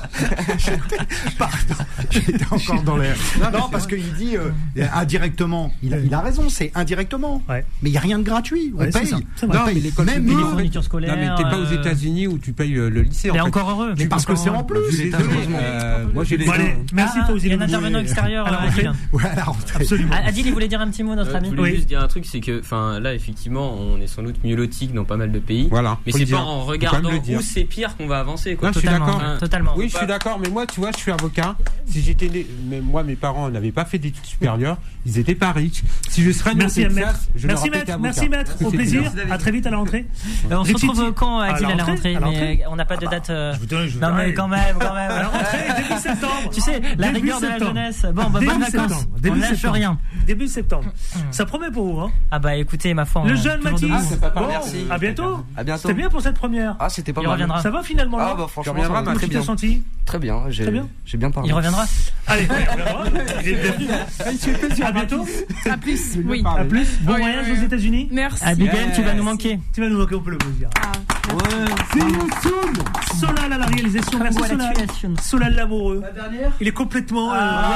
Speaker 10: Pardon, j'étais encore dans l'air. Non, non parce qu'il dit euh, indirectement. Il a, il a raison, c'est indirectement. Ouais. Mais il n'y a rien de gratuit. On
Speaker 2: ouais,
Speaker 10: paye.
Speaker 2: C'est c'est
Speaker 3: non, mais l'école
Speaker 4: même les fournitures scolaires.
Speaker 3: Non, mais t'es pas aux
Speaker 4: euh...
Speaker 3: États-Unis où tu payes le lycée.
Speaker 4: Mais
Speaker 3: en fait.
Speaker 4: encore heureux.
Speaker 10: Mais parce que c'est en plus.
Speaker 3: Euh, moi, j'ai les.
Speaker 2: Bon, allez, merci
Speaker 4: ah,
Speaker 2: Fawzi
Speaker 4: Lelouch. Il y a un
Speaker 2: Lelouch.
Speaker 4: intervenant extérieur.
Speaker 2: À la rentrée.
Speaker 10: Ouais, à la rentrée.
Speaker 2: Absolument.
Speaker 4: Adil, il voulait dire un petit mot, notre
Speaker 13: euh,
Speaker 4: ami.
Speaker 13: Je voulais
Speaker 2: oui.
Speaker 13: juste dire un truc, c'est que, enfin, là, effectivement, on est sans doute mieux lotis que dans pas mal de pays.
Speaker 3: Voilà.
Speaker 13: Mais c'est pas en regardant où c'est pire qu'on va avancer. Quoi.
Speaker 3: Non, je suis d'accord.
Speaker 4: Hein, totalement.
Speaker 3: Oui, je suis d'accord. Mais moi, tu vois, je suis avocat. Si j'étais né, mais moi, mes parents n'avaient pas fait d'études supérieures. Ils étaient pas riches. Si je serais né au Texas, je
Speaker 2: merci
Speaker 3: leur
Speaker 2: maître. Merci maître. Au plaisir. À très vite à la rentrée.
Speaker 4: On se retrouve quand, Adil, à la rentrée,
Speaker 2: à la rentrée
Speaker 4: mais on n'a pas de date.
Speaker 2: Je vous donne, je vous
Speaker 4: non mais quand même, quand même.
Speaker 2: À la rentrée, début septembre.
Speaker 4: Tu sais, la rigueur de la jeunesse. Bon, bah, bonnes vacances. On lâche rien.
Speaker 2: Début septembre. Ça promet pour vous, hein.
Speaker 4: Ah bah écoutez, ma foi.
Speaker 2: Le jeune Mathis.
Speaker 12: Bon, merci.
Speaker 2: À bientôt.
Speaker 12: À bientôt.
Speaker 2: C'était bien pour cette première.
Speaker 12: Ah, c'était pas
Speaker 4: Il
Speaker 12: mal.
Speaker 4: reviendra.
Speaker 2: Ça va finalement.
Speaker 12: Ah bah franchement,
Speaker 3: reviendra,
Speaker 12: ça va
Speaker 2: Comment
Speaker 12: très
Speaker 2: tu t'es
Speaker 12: bien.
Speaker 2: senti ?
Speaker 12: Très bien. J'ai
Speaker 2: Très bien.
Speaker 12: J'ai bien parlé.
Speaker 4: Il reviendra.
Speaker 2: Allez, il reviendra. Il est bienvenu. À bientôt.
Speaker 9: À plus. Oui.
Speaker 2: À plus. Bon voyage aux États-Unis.
Speaker 9: Merci.
Speaker 4: Abigail, tu vas nous manquer.
Speaker 2: Tu vas nous manquer, on peut le dire.
Speaker 10: C'est soon.
Speaker 2: Solal à la réalisation. Merci Solal. Solal l'amoureux.
Speaker 11: La dernière.
Speaker 2: Il est complètement.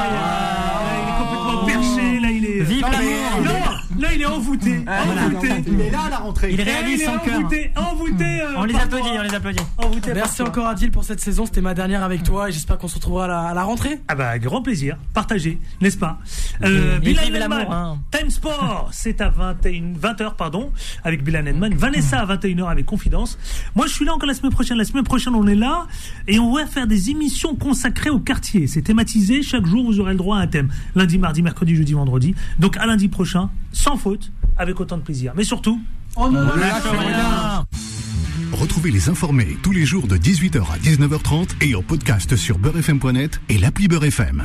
Speaker 2: Il est complètement perché. Là, il est.
Speaker 4: Vive l'amour.
Speaker 2: Non, là, il est envoûté. Envoûté.
Speaker 10: Il est là à la rentrée.
Speaker 4: Il réalise son cœur.
Speaker 2: Envoûté. Envoûté.
Speaker 4: On les applaudit, on les applaudit.
Speaker 2: Envoûté.
Speaker 11: Merci encore Adil pour cette saison, c'était ma dernière avec toi et j'espère qu'on se retrouvera à la, à la rentrée.
Speaker 2: Ah bah grand plaisir, partagé, n'est-ce pas? euh, Bilal Edman, hein. Time Sport, c'est à vingt et une, vingt heures pardon, avec Bilal Edman, Vanessa à vingt et une heures avec Confidence. Moi je suis là encore la semaine prochaine, la semaine prochaine on est là et on va faire des émissions consacrées au quartier, c'est thématisé, chaque jour vous aurez le droit à un thème, lundi, mardi, mercredi, jeudi, vendredi, donc à lundi prochain, sans faute, avec autant de plaisir, mais surtout,
Speaker 11: on ne
Speaker 2: lâche rien.
Speaker 1: Retrouvez les informés tous les jours de dix-huit heures à dix-neuf heures trente et en podcast sur beurre f m point net et l'appli Beurre F M.